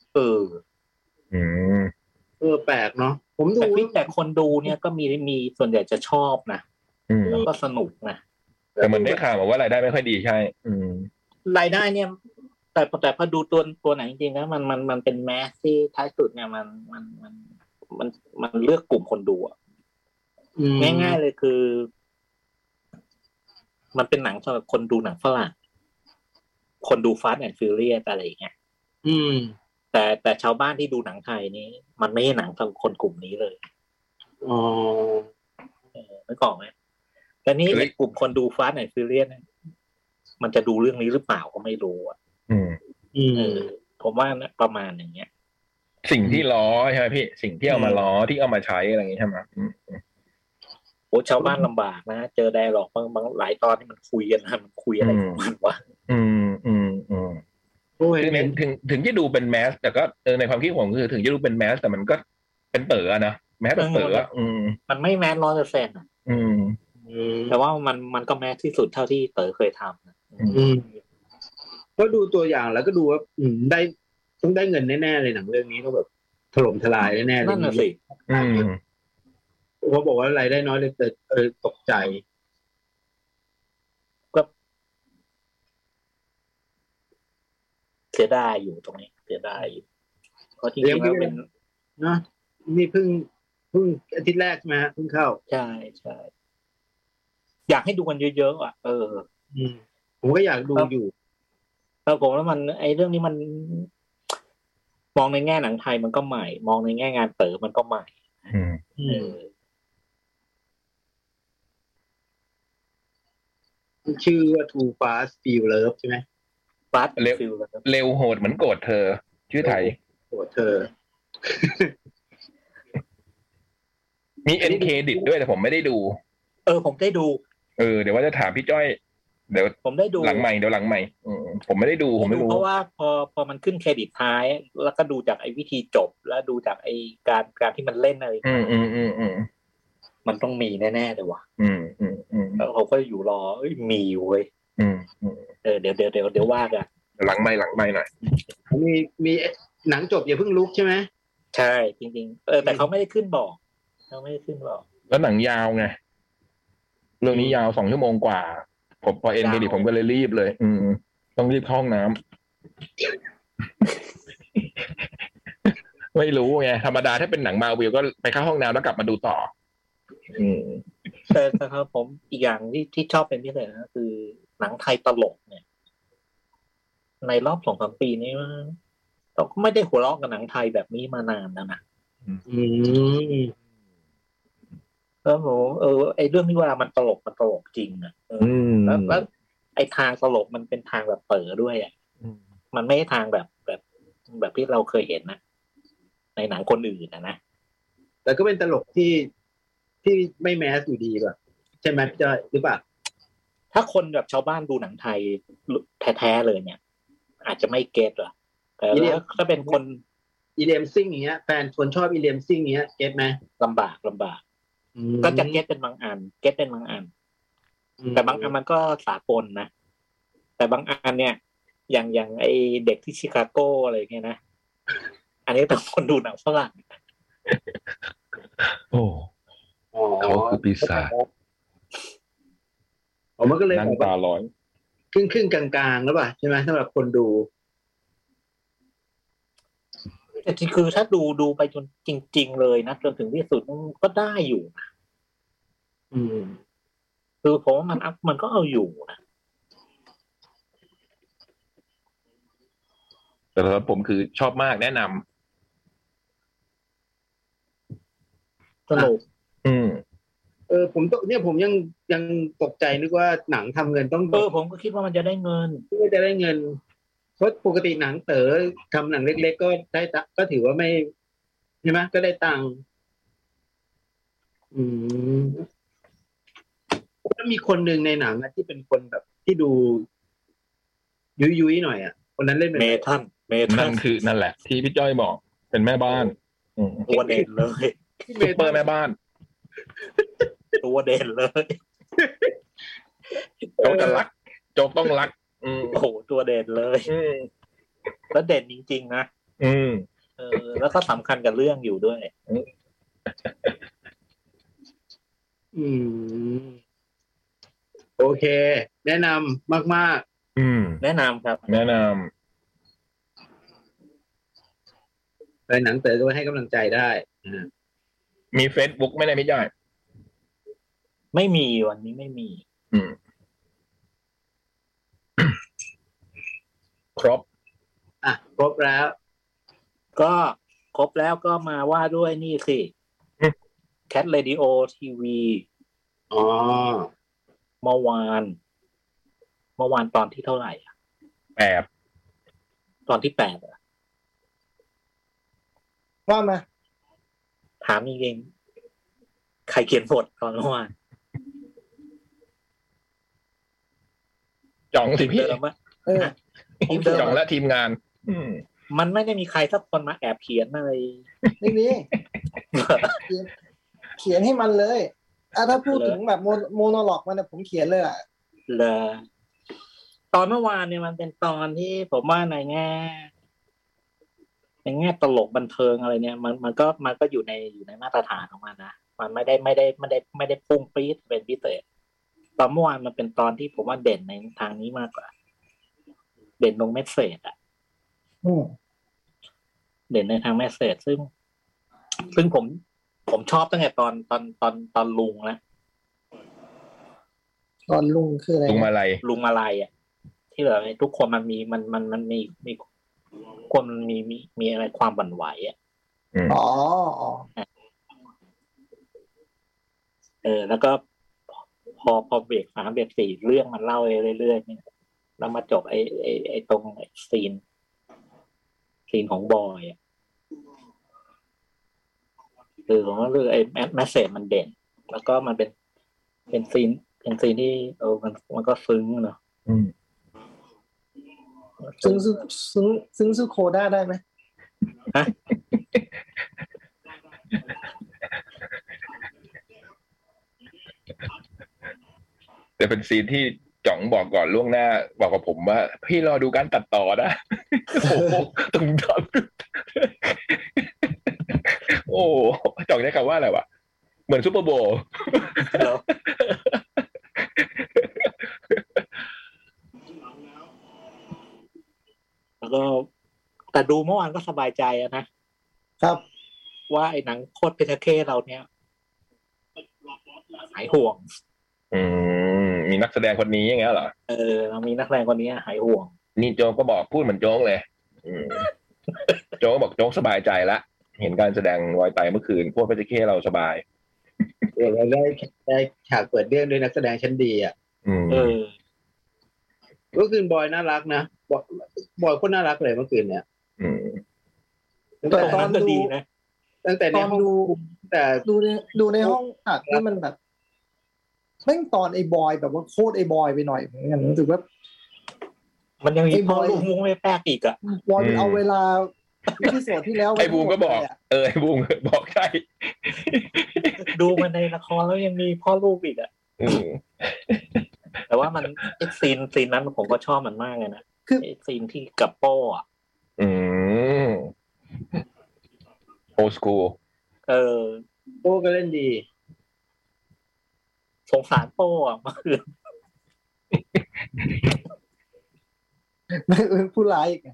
แปลกเนาะผมดูแต่คนดูเนี่ยก็มีส่วนใหญ่จะชอบนะแล้วก็สนุกนะแต่มันได้ข่าวว่ารายได้ไม่ค่อยดีใช่รายได้เนี่ยแต่พอดูตัวไหนจริงๆนะมันเป็นแมสที่ท้ายสุดเนี่ยมันเลือกกลุ่มคนดูง่ายๆเลยคือมันเป็นหนังสำหรับคนดูหนังฝรั่งคนดู Fast and Furious อะไรอย่างเงี้ยแต่ชาวบ้านที่ดูหนังไทยนี่มันไม่ใช่หนังสำหรับคนกลุ่มนี้เลยไม่ก่อนไหมแต่นี่กลุ่มคนดู Fast and Furious มันจะดูเรื่องนี้หรือเปล่าก็ไม่รู้อ่ะผมว่าประมาณอย่างเงี้ยสิ่งที่ล้อใช่ไหมพี่สิ่งที่เอามาล้อที่เอามาใช้อะไรอย่างงี้ใช่ไหมโอ้ชาวบ้านลำบากนะเจอไดอะล็อกบางหลายตอนที่มันคุยกันนะมันคุยอะไรของมันวะถึงจะดูเป็นแมสแต่ก็ในความคิดผมคือถึงจะดูเป็นแมสแต่มันก็เป็นเต๋อนะแมสเป็นเต๋อมันไม่แมส 100% อ่ะแต่ว่ามันก็แมสที่สุดเท่าที่เต๋อเคยทำก็ดูตัวอย่างแล้วก็ดูว่าต้องได้เงินแน่ๆเลยหนังเรื่องนี้ต้องแบบถล่มทลายแน่ๆเลยนั่นน่ะสิเขาบอกว่ารายได้น้อยเลยแต่ตกใจก็เสียดายอยู่ตรงนี้เสียดายอยู่เพราะจริงๆแล้วเป็นนะนี่เพิ่งอาทิตย์แรกใช่ไหมเพิ่งเข้าใช่อยากให้ดูกันเยอะๆอ่ะผมก็อยากดูอยู่แล้วผมแล้วมันไอ้เรื่องนี้มันมองในแง่หนังไทยมันก็ใหม่มองในแง่งานเต๋อมันก็ใหม่ชื่อว่า Too Fast Feel Love ใช่ไหม Fast เร็วโหดเหมือนโกรธเธอชื่อไทยโกรธเธอมีเอ็นเครดิตด้วยแต่ผมไม่ได้ดูผมได้ดูเดี๋ยวว่าจะถามพี่จ้อยเดี๋ยวผมได้ดูหลังใหม่ผมไม่ได้ดูผมไม่รู้เพราะว่าพอมันขึ้นเครดิตท้ายแล้วก็ดูจากไอ้วิธีจบแล้วดูจากไอ้การที่มันเล่นอะไรมันต้องมีแน่ๆเลยว่ะแล้วเขาก็อยู่รอมีเว้ยเดี๋ยวว่ากันหลังใหม่หน่อยมีหนังจบอย่าเพิ่งลุกใช่ไหมใช่จริงๆแต่เขาไม่ได้ขึ้นบอกแล้วหนังยาวไงเรื่องนี้ยาว2 ชั่วโมงกว่าผมพอเอ็นเครดิตผมก็เลยรีบเลยต้องรีบเข้าห้องน้ำ ไม่รู้ไงธรรมดาถ้าเป็นหนังมาวิลก็ไปเข้าห้องน้ำแล้วกลับมาดูต่อแต่ครับผมอีกอย่างที่ชอบเป็นพิเศษนะคือหนังไทยตลกเนี่ยในรอบ 2-3 ปีนี้เราก็ไม่ได้หัวเราะกับหนังไทยแบบนี้มานานแล้วนะแล้วผมไอ้เรื่องที่ว่ามันตลกจริงอ่ะแล้วไอ้ทางตลกมันเป็นทางแบบเป๋อด้วยอ่ะมันไม่ใช่ทางแบบที่เราเคยเห็นนะในหนังคนอื่นนะแต่ก็เป็นตลกที่ไม่แมสอยู่ดีป่ะใช่ไหมพี่จ้อยหรือเปล่าถ้าคนแบบชาวบ้านดูหนังไทยแท้ๆเลยเนี่ยอาจจะไม่เก็ตหรอแต่ถ้าเป็นคนอีเลียมซิ่งอย่างเงี้ยแฟนคนชอบอีเลียมซิ่งเงี้ยเก็ตไหมลำบากก็จะเก็ตเป็นบางอันแต่บางอันมันก็สากลนะแต่บางอันเนี่ยอย่างไอเด็กที่ชิคาโกอะไรเงี้ยนะอันนี้ต้องคนดูหนังฝรั่งเขาคือปีศาจมันก็เลยนั่งตาลอยครึ่งกลางๆแล้วป่ะใช่ไหมสำหรับคนดูแต่จริงคือถ้าดูไปจนจริงๆเลยนะจนถึงที่สุดก็ได้อยู่คือผมว่ามันก็เอาอยู่นะแต่สำหรับผมคือชอบมากแนะนำสนุกผมยังตกใจนึกว่าหนังทำเงินต้องผมก็คิดว่ามันจะได้เงินเพราะปกติหนังเต๋อทำหนังเล็กๆก็ได้ก็ถือว่าไม่ใช่ไหมก็ได้ตังค์แล้วมีคนหนึ่งในหนังที่เป็นคนแบบที่ดูยุ้ยหน่อยคนนั้นเล่นเป็นเมทันนั่นแหละที่พี่จ้อยบอกเป็นแม่บ้านตัวเด่นเลยซุปเปอร์แม่บ้านตัวเด่นเลยโจ๊กต้องรักโอ้โหตัวเด่นเลยแล้วเด่นจริงๆนะแล้วก็สำคัญกับเรื่องอยู่ด้วยโอเคแนะนำมากๆแนะนำครับแนะนำไปหนังเต๋อก็ให้กำลังใจได้มี Facebook ไม่ได้ไม่ได้ไม่มีวันนี้ไม่มีครบแล้วก็ครบแล้วก็มาว่าด้วยนี่สิCat Radio TV เมื่อวานตอนที่เท่าไหร่ 8 ตอนที่8 ว่ามาถามจริงๆใครเขียนบทตอนเมื่อวานจ่องสิพี่จ่องและทีมงานมันไม่ได้มีใครสักคนมาแอบเขียนอะไรไม่มีเขียนให้มันเลยถ้าพูดถึงแบบโมโนโลกมันผมเขียนเลยเลยตอนเมื่อวานเนี่ยมันเป็นตอนที่ผมว่าในแง่ตลกบันเทิงอะไรเนี่ยมันก็อยู่ในมาตรฐานของมันนะมันไม่ได้พุ่งปรี๊ดเป็นพิเศษตอนเมื่อวานมันเป็นตอนที่ผมว่าเด่นในทางนี้มากกว่าเด่นตรงเมสเสจเด่นในทางเมสเสจซึ่งผมชอบตั้งแต่ตอนลุงแล้วตอนลุงคืออะไรลุงมาลัยที่แบบทุกคนมันมีคนมีอะไรความบั่นไหวแล้วก็พอเบรก3เบรก4เรื่องมันเล่าเรื่อยๆเนี่ยแล้วมาจบไอ้ตรงซีนของบอยผมว่าเรื่องไอ้แมสเสจมันเด่นแล้วก็มันเป็นซีนเป็นซีนที่มันก็ซึ้งเนาะซึ้งสู้โคด้าได้ไหมฮะแต่เป็นซีนที่จ่องบอกก่อนล่วงหน้าบอกกับผมว่าพี่รอดูการตัดต่อนะโอ้ตึงดังโอ้จ่องใช้คำว่าอะไรวะเหมือนซุปเปอร์โบว์แล้วก็แต่ดูเมื่อวานก็สบายใจนะครับว่าไอ้หนังโคตรเพชรเคเราเนี้ยหายห่วงมีนักแสดงคนนี้อย่างเงี้ยเหรอเรามีนักแสดงคนนี้หายห่วงนี่โจ๊กก็บอกพูดเหมือนโจ๊กเลยโจ๊กบอกโจ๊กสบายใจละเห็นการแสดงรอยไตเมื่อคืนพวกเพชรเคเราสบายเราได้ฉากเปิดเรื่องด้วยนักแสดงชั้นดีอ่ะเมื่อคืนบอยน่ารักนะบอยโคตรน่ารักเลยเมื่อคืนเนี่ยแต่ตอนดูนะตั้งแต่ในห้องแต่ดูในห้องอัดนี่มันแบบแม่งตอนไอ้บอยแบบว่าโคตรไอ้บอยไปหน่อยเหมือนกันรู้สึกว่ามันยังมีพอลูกมุ้งไม่แปลกอีกอ่ะบอยมันเอาเวลาที่สดที่แล้วไอ้บูมก็บอกไอ้บูมบอกใช่ดูมันในละครแล้วยังมีพ่อลูกอีกอ่ะแต่ว่ามันไอ้ซีนนั้นผมก็ชอบมันมากเลยนะคือไอ้ซีนที่กับโป้อ่ะโอสกูโป้ก็เล่นดีสงสารโป้อ่ะเมื่อคืนเป็นผู้ร้ายอีก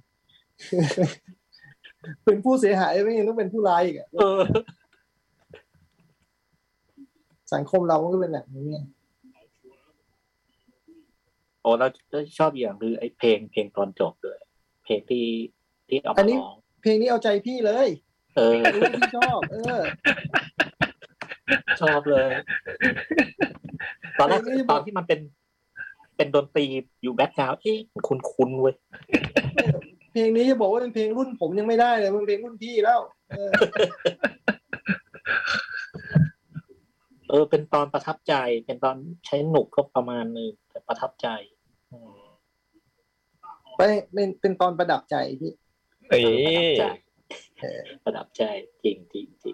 เป็นผู้เสียหายไม่ยังต้องเป็นผู้ร้ายอีกสังคมเราก็เป็นแบบนี้โอ้เราชอบอย่างคือไอ้เพลงตอนจบด้วยเพลงที่เอามาร้องเพลงนี้เอาใจพี่เลยพี่ชอบชอบเลยตอนแรกตอนที่มันเป็นดนตรีอยู่แบ็คกราวด์คุ้นเว้ยเพลงนี้จะบอกว่าเป็นเพลงรุ่นผมยังไม่ได้เลยมันเพลงรุ่นพี่แล้วเป็นตอนประทับใจเป็นตอนใช้หนุกก็ประมาณนึงแต่ประทับใจเป็นตอนประดับใจพี่ประดับใจจริง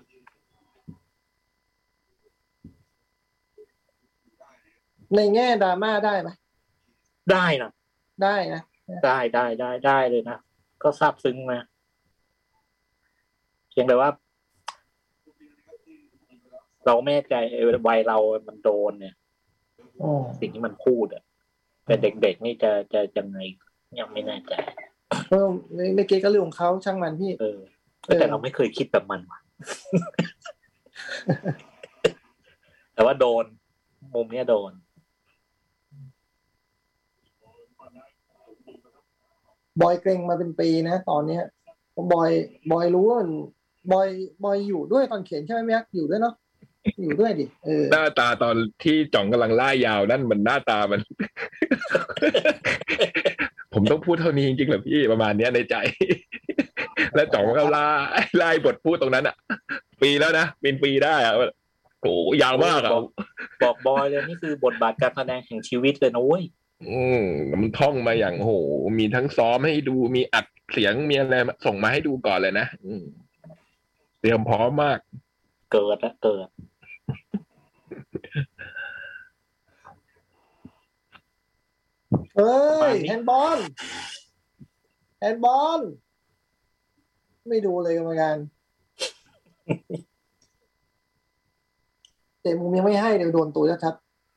ในแง่ดราม่าได้ไหมได้นะได้นะได้เลยนะก็ซาบซึ้งนะเพียงแต่ว่าเราไม่แน่ใจวัยเรามันโดนเนี่ยสิ่งที่มันพูดอ่ะแต่เด็กๆนี่จะยังไงยังไม่แน่ใจไม่เกี่ยวกับเรื่องของเขาช่างมันพี่แต่เราไม่เคยคิดแบบมันแต่ว่าโดนมุมนี้โดนบอยเกรงมาเป็นปีนะตอนเนี้ยบอยรู้ว่าบอยอยู่ด้วยตอนเขียนใช่ไหมแม็กอยู่ด้วยเนาะอยู่ด้วยดิหน้าตาตอนที่จ่องกำลังล่ายาวนั่นมันหน้าตามัน ผมต้องพูดเท่านี้จริงๆเหรอพี่ประมาณนี้ในใจ แล้วจ่องก็ไล่บทพูดตรงนั้นอ่ะปีแล้วนะเป็นปีได้อ่ะโอ้ยาวมากอ่ะบอกบอยเลยนี่คือบทบาทการแสดงแห่งชีวิตเลยนะเว้ยมันท่องมาอย่างโหมีทั้งซ้อมให้ดูมีอัดเสียงมีอะไรส่งมาให้ดูก่อนเลยนะเตรียมพร้อมมากเกิดแฮนด์บอลไม่ดูเลยกรรมการแต่มุมยังไม่ให้เดี๋ยวโดนตัวชัด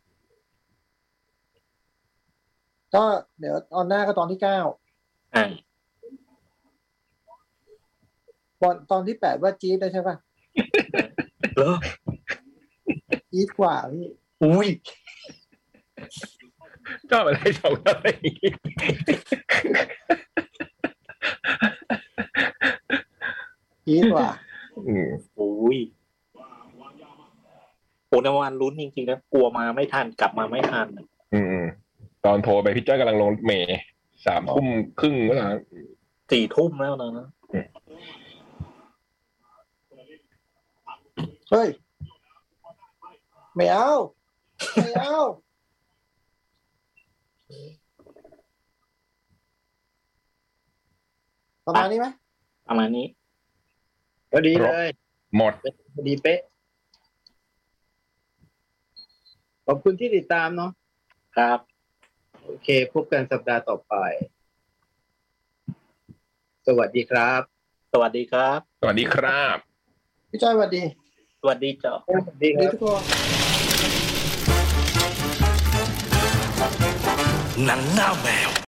ก็เดี๋ยวตอนหน้าก็ตอนที่9ตอนที่8ว่าจี๊ดได้ใช่ป่ะจี๊ดกว่าพี่อุ้ยชอบอะไรชอบอะไรจี๊ดกว่าอุ้ยโอ้ในวันลุ้นจริงๆนะกลัวมาไม่ทันกลับมาไม่ทันตอนโทรไปพี่จ้อยกำลังลงเมย์3:30แล้วนะ 4 ทุ่มแล้วนะเฮ้ยไม่เอาประมาณนี้ไหมประมาณนี้พอดีเลยหมดพอดีเป๊ะขอบคุณที่ติดตามเนาะครับโอเคพบกันสัปดาห์ต่อไปสวัสดีครับสวัสดีครับสวัสดีครับพี่จ้อยสวัสดีสวัสดีจ้ะสวัสดีครับทุกคนหนังหน้าแมว